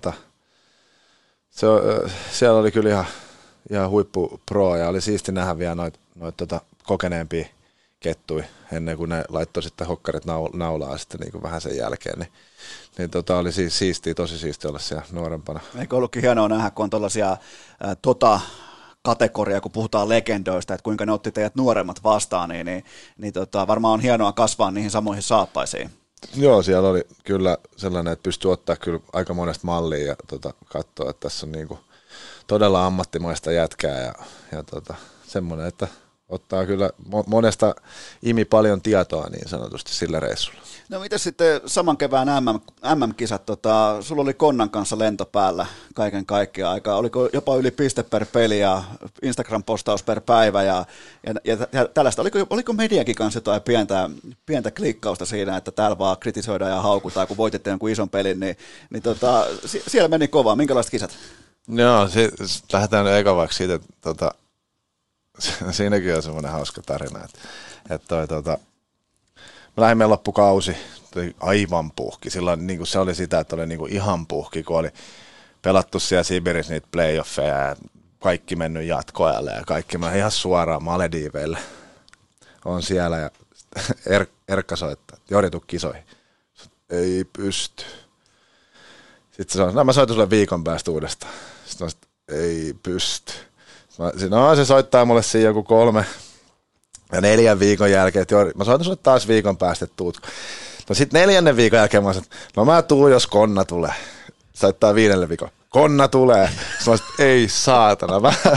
siellä oli kyllä ihan huippu pro ja oli siisti nähdä vielä noita kokeneempia kettui ennen kuin ne laittoi sitten hokkarit naulaa sitten niin vähän sen jälkeen. Niin oli tosi siistiä olla siellä nuorempana. Eikö ollutkin hienoa nähdä, kun on tuollaisia kategoria, kun puhutaan legendoista, että kuinka ne otti teidät nuoremmat vastaan, niin varmaan on hienoa kasvaa niihin samoihin saappaisiin. Joo, siellä oli kyllä sellainen, että pystyy ottaa kyllä aika monesta mallia ja katsoa, että tässä on niinku todella ammattimaista jätkää ja semmoinen, että ottaa kyllä monesta paljon tietoa niin sanotusti sillä reissulla. No miten sitten saman kevään MM-kisat, sulla oli Konnan kanssa lento päällä kaiken kaikkiaan aikaa, oliko jopa yli piste per peli ja Instagram-postaus per päivä ja tällaista, oliko mediakin kanssa jotain pientä klikkausta siinä, että täällä vaan kritisoidaan ja haukutaan, kun voititte jonkun ison pelin, niin siellä meni kovaa, minkälaiset kisat? Joo, lähdetään eka vaikka siitä, että siinäkin on semmoinen hauska tarina, että me lähdimme loppukausi, aivan puhki. Silloin niin se oli sitä, että oli niin ihan puhki, kun oli pelattu siellä Sibirissä niitä playoffeja ja kaikki mennyt jatkoajalle ja kaikki. Mä ihan suoraan Malediiveille on siellä ja Erkka soittaa, että Jori, tuu kisoihin. Ei pysty. Sitten se sanoi, mä soitan sulle viikon päästä uudestaan. Sitten mä sanoin, ei pysty. Se soittaa mulle siinä joku 3 ja 4 viikon jälkeen, että mä soitan sulle taas viikon päästä, että tuut. No sit 4. viikon jälkeen mä sanoin, että mä tuun, jos Konna tulee. Soittaa 5. viikon. Konna tulee. Mä sanoin, ei saatana,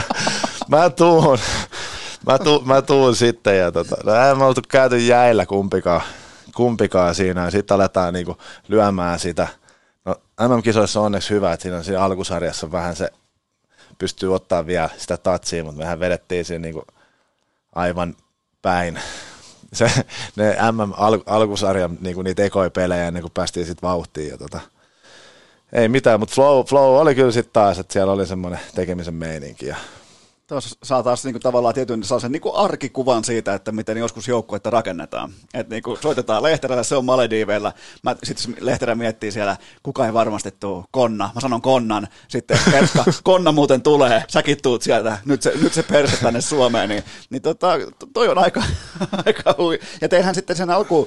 mä tuun sitten. Ja en mä oltu käyty jäillä kumpikaan siinä. Ja sit aletaan niinku lyömään sitä. No MM-kisoissa on onneksi hyvä, että siinä alkusarjassa vähän se pystyy ottaa vielä sitä tatsia, mutta mehän vedettiin siinä niinku aivan päin. Ne MM-alkusarjan niinku niitä ekoja pelejä ennen kuin päästiin sitten vauhtiin. Ja ei mitään, mutta flow oli kyllä sitten taas, että siellä oli semmoinen tekemisen meininki. Tuossa saa taas niinku tavallaan tietyn sellaisen niinku arkikuvan siitä, että miten joskus joukkuetta rakennetaan. Että niinku soitetaan Lehterällä, se on Malediiveillä. Sitten Lehterä miettii siellä, kuka ei varmasti tule, Konna. Mä sanon Konnan. Sitten Erkka, Konna muuten tulee, säkin tuut sieltä. Nyt se perse tänne Suomeen. Niin toi on aika hui. Ja teillähän sitten sen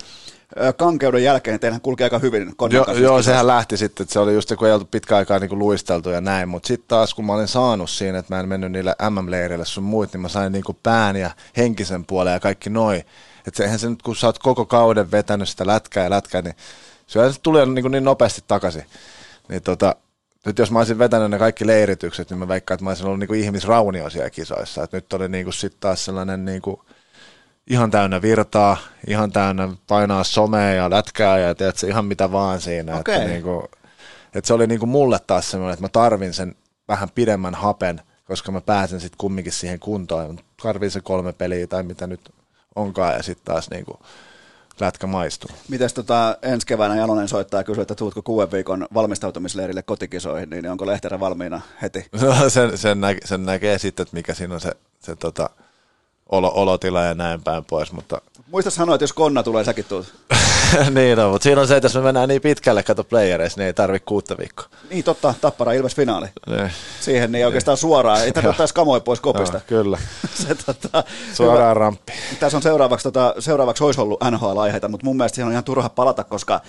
kankeuden jälkeen teillähän kulki aika hyvin Konnan kanssa. Joo, sehän lähti sitten, että se oli just se, kun ei oltu pitkään aikaa niin kuin luisteltu ja näin, mutta sitten taas kun mä olin saanut siinä, että mä en mennyt niille MM-leireille sun muut, niin mä sain niin kuin pään ja henkisen puolen ja kaikki noi. Että eihän se nyt, kun sä oot koko kauden vetänyt sitä lätkää, niin se tulee niin nopeasti takaisin. Niin nyt jos mä olisin vetänyt ne kaikki leiritykset, niin mä veikkaan, että mä olisin ollut niin kuin ihmisraunio siellä kisoissa. Et nyt oli niin kuin sitten taas sellainen niin kuin ihan täynnä virtaa, ihan täynnä painaa somea ja lätkää ja tiedätkö, ihan mitä vaan siinä. Okay. Että se oli niin kuin mulle taas semmoinen, että mä tarvin sen vähän pidemmän hapen, koska mä pääsen sitten kumminkin siihen kuntoon. Mä tarvin se 3 peliä tai mitä nyt onkaan ja sitten taas niin kuin lätkä maistuu. Mites ensi keväänä Jalonen soittaa ja kysyy, että tuutko 6 viikon valmistautumisleirille kotikisoihin, niin onko Lehterä valmiina heti? No, sen näkee sitten, että mikä siinä on se olotila ja näin päin pois, mutta Muista sanoa, että jos Konna tulee, säkin tuut. niin on, mutta siinä on se, että jos me mennään niin pitkälle, kato playereissa, niin ei tarvitse 6 viikkoa. Niin totta, Tappara Ilves finaali. Ne. Siihen niin oikeastaan suoraan, ei tarvitse taas kamoja pois kopista. Joo, kyllä, se, suoraan ramppi. Tässä on seuraavaksi olisi ollut NHL-aiheita, mutta mun mielestä siihen on ihan turha palata, koska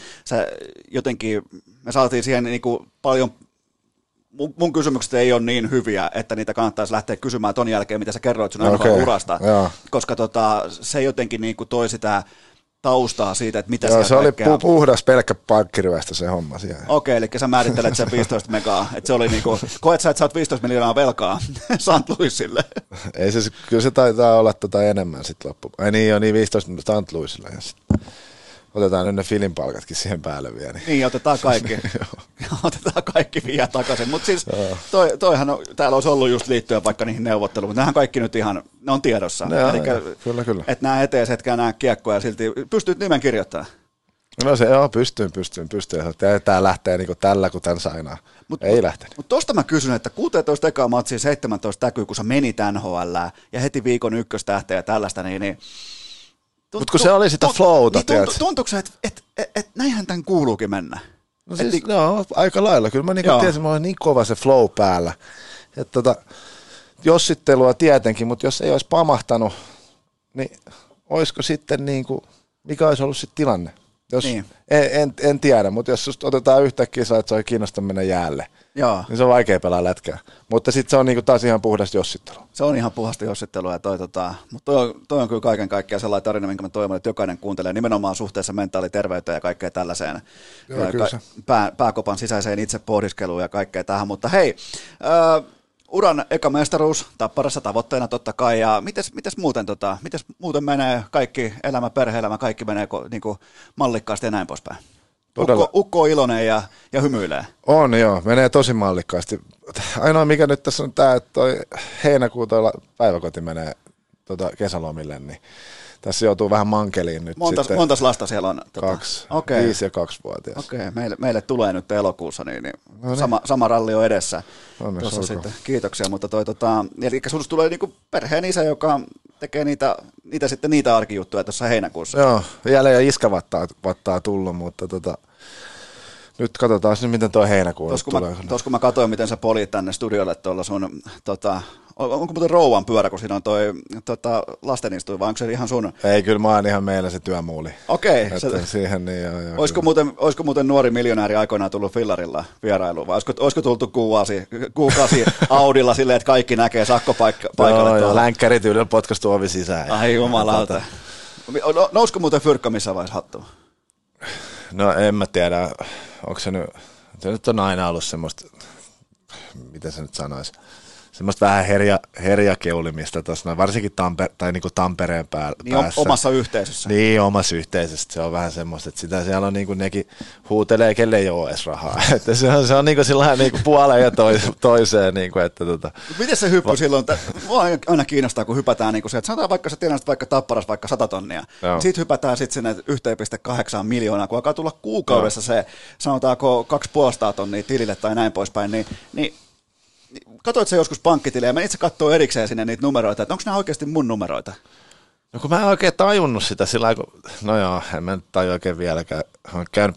me saatiin siihen niin kuin paljon. Mun kysymykset ei ole niin hyviä, että niitä kannattaisi lähteä kysymään ton jälkeen, mitä sä kerroit sun urasta, koska se jotenkin niin kuin toi sitä taustaa siitä, että mitä siellä se oli kaikkea. puhdas pelkkä parkkirivästä se homma siellä. Okei, eli sä määrittelet sen 15 megaa, että se oli niinku, koet sä, että sä oot 15 miljoonaa velkaa St. Louisille? Ei se, kyllä se taitaa olla enemmän sitten loppu. Ai niin, jo niin 15 St. Louisille ja sitten otetaan nyt ne filin palkatkin siihen päälle vielä. Niin, otetaan kaikki. Otetaan kaikki vielä takaisin. Mutta siis toihan on, täällä olisi ollut just liittyen vaikka niihin neuvotteluun, mutta nämähän kaikki nyt ihan, ne on tiedossa. Kyllä. Että nämä etees etkä nämä kiekkoja ja silti pystyt nimen kirjoittamaan. No se pystyn. Tämä lähtee niinku tällä, kun tämän sainaa. Ei lähtenyt. Mutta tosta mä kysyn, että 16 ekaa matsia 17 täkyy, kun sä menit NHL ja heti viikon ykköstähteä ja tällaista, niin mutta kun se oli sitä flowta, niin tuntuuko se, että näinhän tämän kuuluukin mennä? No siis, aika lailla. Kyllä mä tiesin, että mulla oli niin kova se flow päällä. Että jossittelua tietenkin, mutta jos ei olisi pamahtanut, niin olisiko sitten mikä olisi ollut sitten tilanne? Niin. En tiedä, mutta jos just otetaan yhtäkkiä, että se on kiinnostaa mennä jäälle, niin se on vaikea pelaa lätkää. Mutta sitten se on taas ihan puhdasta jossittelua. Se on ihan puhdasta jossittelua, mutta toi on kyllä kaiken kaikkiaan sellainen tarina, minkä mä toivon, että jokainen kuuntelee nimenomaan suhteessa mentaaliterveyteen ja kaikkea tällaiseen. Joo, pääkopan sisäiseen itse pohdiskeluun ja kaikkea tähän, mutta hei, uran eka mestaruus Tapparassa tavoitteena totta kai, ja mites muuten menee kaikki elämä, perhe-elämä, kaikki menee niinku mallikkaasti ja näin poispäin? Ukko on iloinen ja hymyilee. On joo, menee tosi mallikkaasti. Ainoa mikä nyt tässä on tämä, että toi heinäkuun päiväkoti menee kesälomille, niin tässä joutuu vähän mankeliin nyt. Montas lasta siellä on? 2, okay. 5 ja 2-vuotias. Okei, meille tulee nyt elokuussa, niin no niin. Sama ralli on edessä. Sitten. Kiitoksia, mutta eli sinusta tulee niinku perheen isä, joka tekee niitä arkijuttuja tuossa heinäkuussa. Joo, jälleen ja iskavattaa tullut, mutta nyt katsotaan miten tuo heinäkuun tulee. Tuossa kun mä katsoin, miten sä polit tänne studiolle tuolla sun, onko muuten rouvan pyörä, kun siinä on toi lastenistuin, vai onko se ihan sun? Ei, kyllä mä oon ihan meillä se työmuuli. Okei. Siihen niin joo. Olisiko muuten nuori miljonääri aikoinaan tullut fillarilla vierailuun, vai olisiko tultu kuukausi Audilla silleen, että kaikki näkee sakkopaikalle? Joo, länkkärit yhdellä potkastu ovi sisään. Ai jumalauta. Nousko muuten fyrkkä missä vaiheessa hattuun? No en mä tiedä, onko se nyt on aina ollut semmoista, miten se nyt sanoisi, semmoista vähän herjakeulimista tuossa, varsinkin niinku Tampereen päässä. Niin omassa yhteisössä. Niin, omassa yhteisössä. Se on vähän semmoista, että sitä siellä on niinku nekin huutelee, kelle ei ole edes rahaa. Että se on niinku sellainen niinku puoleen ja toiseen. Niinku, että Miten se hyppy silloin? Mua aina kiinnostaa, kun hypätään niinku se, että sanotaan vaikka sä tiedät vaikka Tapparas vaikka 100 tonnia. Sitten hypätään sinne 1,8 miljoonaa, kun alkaa tulla kuukaudessa se, sanotaanko 2,5 tonnia tilille tai näin poispäin, niin katoit sä joskus pankkitiliä ja menit sä kattoo erikseen sinne niitä numeroita, että onko nämä oikeasti mun numeroita? No kun mä en oikein tajunnut sitä sillä lailla, en mä nyt taju oikein vieläkään. Olen käynyt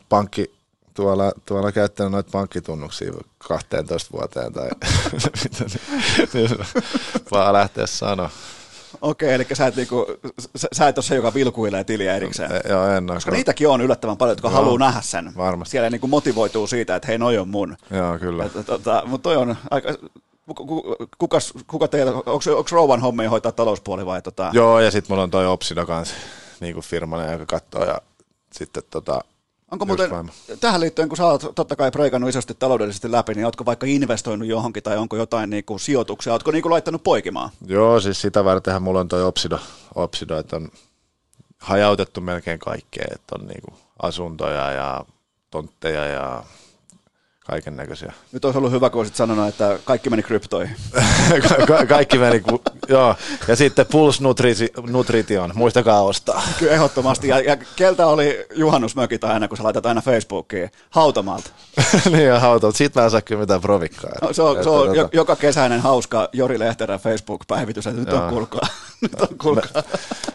tuolla käyttänyt noita pankkitunnuksia 12 vuoteen tai mitä vaan lähteä sanoa. Okei, eli sä et ole se, joka vilkuilee tiliä erikseen. Joo, en ole. Koska niitäkin on yllättävän paljon, jotka haluaa nähdä sen. Varmasti. Siellä niinku motivoituu siitä, että hei, noi on mun. Joo, kyllä. Mutta toi on aika... Kuka teillä, onko Rouvan hommia hoitaa talouspuoli vai Joo, ja sitten mulla on toi Opsido kanssa niinku firmana, joka katsoo ja sitten onko muuten tähän liittyen, kun sä oot totta kai breikannut isosti taloudellisesti läpi, niin ootko vaikka investoinut johonkin tai onko jotain niinku sijoituksia, ootko niinku laittanut poikimaan? Joo, siis sitä vartenhan mulla on toi Opsido, että on hajautettu melkein kaikkea, että on niinku asuntoja ja tontteja ja kaiken näköisiä. Nyt olisi ollut hyvä, kun olisit sanonut, että kaikki meni kryptoihin. Kaikki meni, joo. Ja sitten Pulse Nutrition, muistakaa ostaa. Kyllä ehdottomasti. Ja keltä oli juhannusmökit aina, kun sä laitat aina Facebookiin? Hautamaalta. Niin on Hautamaalta. Siitä mä en saa kyllä mitään provikkaa. No, se on joka kesäinen hauska Jori Lehterän Facebook-päivitys, että nyt on kuulkaa. Nyt on kuulkaa.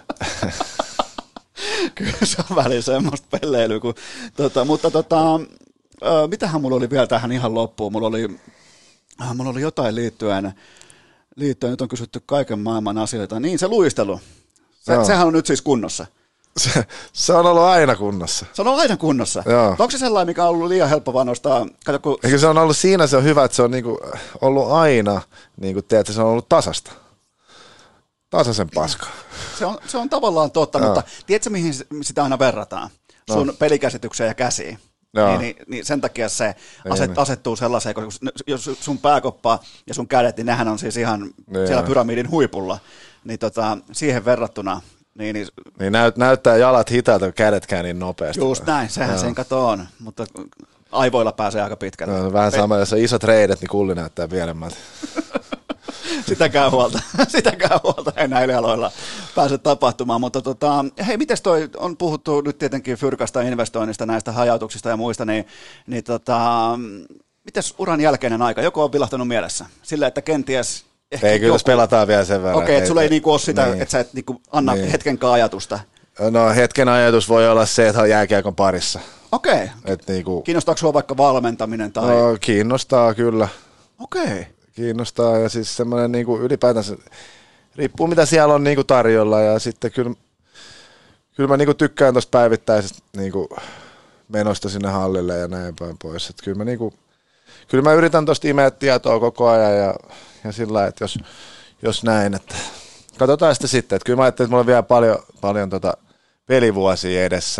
Kyllä se on väliin semmoista pelleilyä. Mutta mitähän mulla oli vielä tähän ihan loppuun? Mulla oli jotain liittyen, nyt on kysytty kaiken maailman asioita. Niin, se luistelu. Sehän on nyt siis kunnossa. Se on ollut aina kunnossa. Se on ollut aina kunnossa. Onko se sellainen, mikä on ollut liian helppo vaan nostaa? Eikö se on ollut siinä, se on hyvä, että se on niinku ollut aina, niinku teet, se on ollut tasasta. Tasaisen paska. Se on tavallaan totta, mutta tiedätkö mihin sitä aina verrataan? Sun pelikäsitykseen ja käsiin. Niin sen takia se asettuu sellaiseen, koska jos sun pääkoppa ja sun kädet, niin nehän on siis ihan siellä pyramidin huipulla, niin siihen verrattuna. Niin näyttää jalat hitaalta, kun kädetkään niin nopeasti. Just näin, sehän sen kato on, mutta aivoilla pääsee aika pitkälle. No, vähän sama, jos on isot reidet, niin kulli näyttää pienemmältä. Sitäkään huolta ei näillä aloilla pääse tapahtumaan, mutta hei, mites toi, on puhuttu nyt tietenkin Fyrkasta investoinnista, näistä hajautuksista ja muista, niin mites uran jälkeinen aika, joku on vilahtanut mielessä, sillä että kenties... Ei, kyllä pelataan vielä sen verran. Okei, että sulla ei niinku ole sitä, että sä et niinku anna hetkenkään ajatusta. No hetken ajatus voi olla se, että on jääkiekon parissa. Okei, niinku... kiinnostaako sua vaikka valmentaminen tai... No kiinnostaa kyllä. Okei. Kiinnostaa ja siis semmoinen niinku ylipäätänsä, riippuu mitä siellä on niinku tarjolla ja sitten kyllä mä niinku tykkään tuosta päivittäisestä niinku menosta sinne hallille ja näin päin pois. Et kyllä mä yritän tuosta imeä tietoa koko ajan ja sillä lailla, että jos näin, että katsotaan sitten, että kyllä mä ajattelin, että mulla on vielä paljon pelivuosia edessä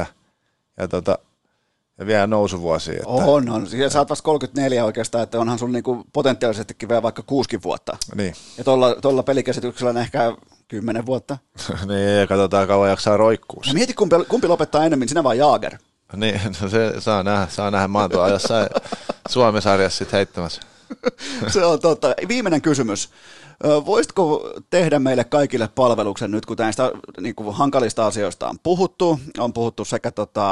ja vielä nousuvuosia. Että... On. Sä oot vasta 34 oikeastaan, että onhan sun niinku potentiaalisestikin vielä vaikka 6 vuotta. Niin. Ja tuolla pelikäsityksellä on ehkä 10 vuotta. Niin, ja katsotaan kauan jaksaa roikkuu. No mieti, kumpi lopettaa enemmän, sinä vai Jaager? Niin, no se saa nähdä. Mä oon tuolla jossain Suomi-sarjassa sitten heittämässä. Se on totta. Viimeinen kysymys. Voisitko tehdä meille kaikille palveluksen nyt, kun näistä niin kuin hankalista asioista on puhuttu sekä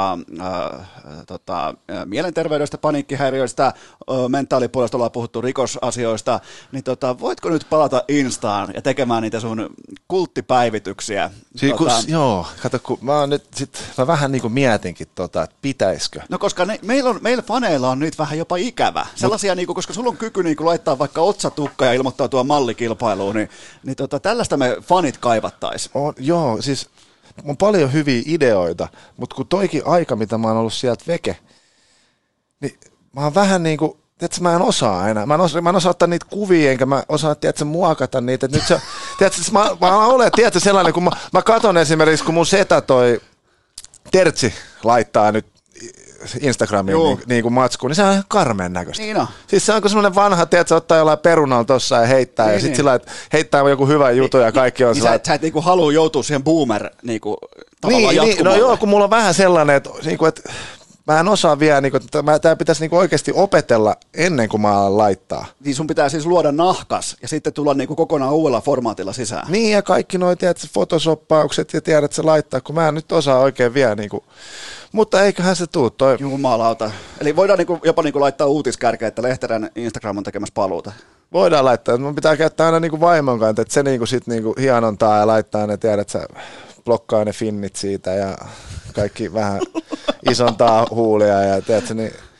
mielenterveydestä, paniikkihäiriöistä, mentaalipuolesta ollaan puhuttu rikosasioista, niin voitko nyt palata Instaan ja tekemään niitä sun kulttipäivityksiä? Joo, kato, kun mä vähän niin kuin mietinkin, että pitäisikö. No koska meillä faneilla on nyt vähän jopa ikävä. Sellaisia, niin kuin, koska sulla on kyky niin kuin laittaa vaikka otsatukka ja ilmoittautua mallikilpailuun, niin tällaista me fanit kaivattaisiin. Joo, siis on paljon hyviä ideoita, mutta kun toikin aika, mitä mä oon ollut sieltä veke, niin mä oon vähän niin kuin, tiedätkö, mä en osaa enää. Mä en osaa ottaa niitä kuvia, enkä mä osaa, tiedätkö, muokata niitä. Nyt se, tiedätkö, mä olen, tiedätkö, sellainen, kun mä katon esimerkiksi, kun mun setä toi Tertsi laittaa nyt Instagramiin niin kuin matskuun, niin se on ihan karmeen näköistä. Niin on. Siis se on kuin semmoinen vanha, tiedätkö, ottaa jollain perunalla tossa ja heittää, ja sitten sillä että heittää joku hyvä jutu ja kaikki on sillä sä et niinku halua joutua siihen boomer niinku, tavallaan jatkumalle. No joo, kun mulla on vähän sellainen, että mä en osaa vielä, tää pitäisi niinku oikeasti opetella ennen kuin mä alan laittaa. Niin sun pitää siis luoda nahkas ja sitten tulla niinku kokonaan uudella formaatilla sisään. Niin ja kaikki noi, tiedätkö, photoshoppaukset ja tiedät, että se laittaa, kun mä en nyt osaa oikein vielä niinku. Mutta eiköhän se tuu toi. Jumalauta. Eli voidaan jopa laittaa uutiskärkeä, että Lehterän Instagram on tekemässä paluuta. Voidaan laittaa. Mun pitää käyttää aina vaimon kanssa, että se sit hienontaa ja laittaa ne, tiedät sä, blokkaa ne finnit siitä ja kaikki vähän isontaa huulia ja tiedätkö, niin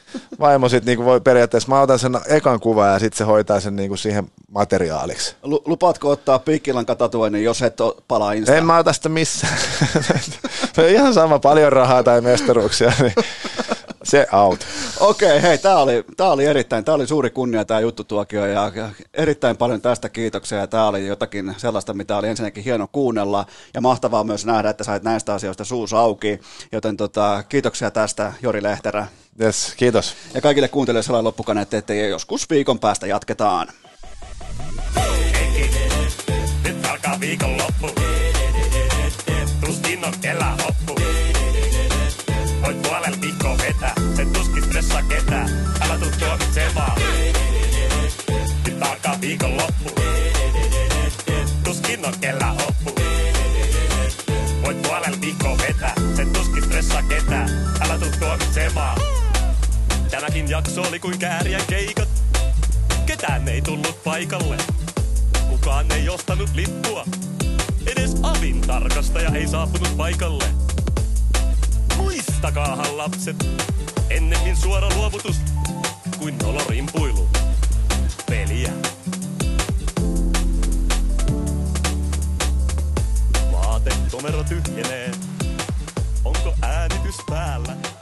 vaimo sit niinku voi periaatteessa, mä otan sen ekan kuvan ja sitten se hoitaa sen niinku siihen materiaaliksi. Lupaatko ottaa piikkilankatatuoinnin, jos et palaa Instaan? En mä ota sitä missään. Se on ihan sama, paljon rahaa tai mestaruuksia, niin se out. Okei, hei, tää oli suuri kunnia tää juttutuokio ja erittäin paljon tästä kiitoksia. Tää oli jotakin sellaista, mitä oli ensinnäkin hieno kuunnella ja mahtavaa myös nähdä, että sait näistä asioista suus auki. Joten kiitoksia tästä, Jori Lehterä. Yes, kiitos. Ja kaikille kuuntelijoille sellainen loppukaneetti, että joskus viikon päästä jatketaan. Nyt alkaa viikonloppu. Tuskin on kellään hoppu. Voit puolella viikkoa vetää, sen tuskin stressaa ketään. Älä tuu tuomitsemaan. Nyt alkaa viikonloppu. Tuskin on kellään hoppu. Voit puolella viikkoa vetää, sen tuskin stressaa ketään. Älä tuu tuomitsemaan. Tämäkin jakso oli kuin Kääriän keikat. Ketään ei tullut paikalle. Kukaan ei ostanut lippua. Edes avin tarkastaja ei saapunut paikalle. Muistakaahan lapset, ennemmin suora luovutus kuin nolorimpuilu. Peliä. Vaatekomero tyhjenee. Onko äänitys päällä?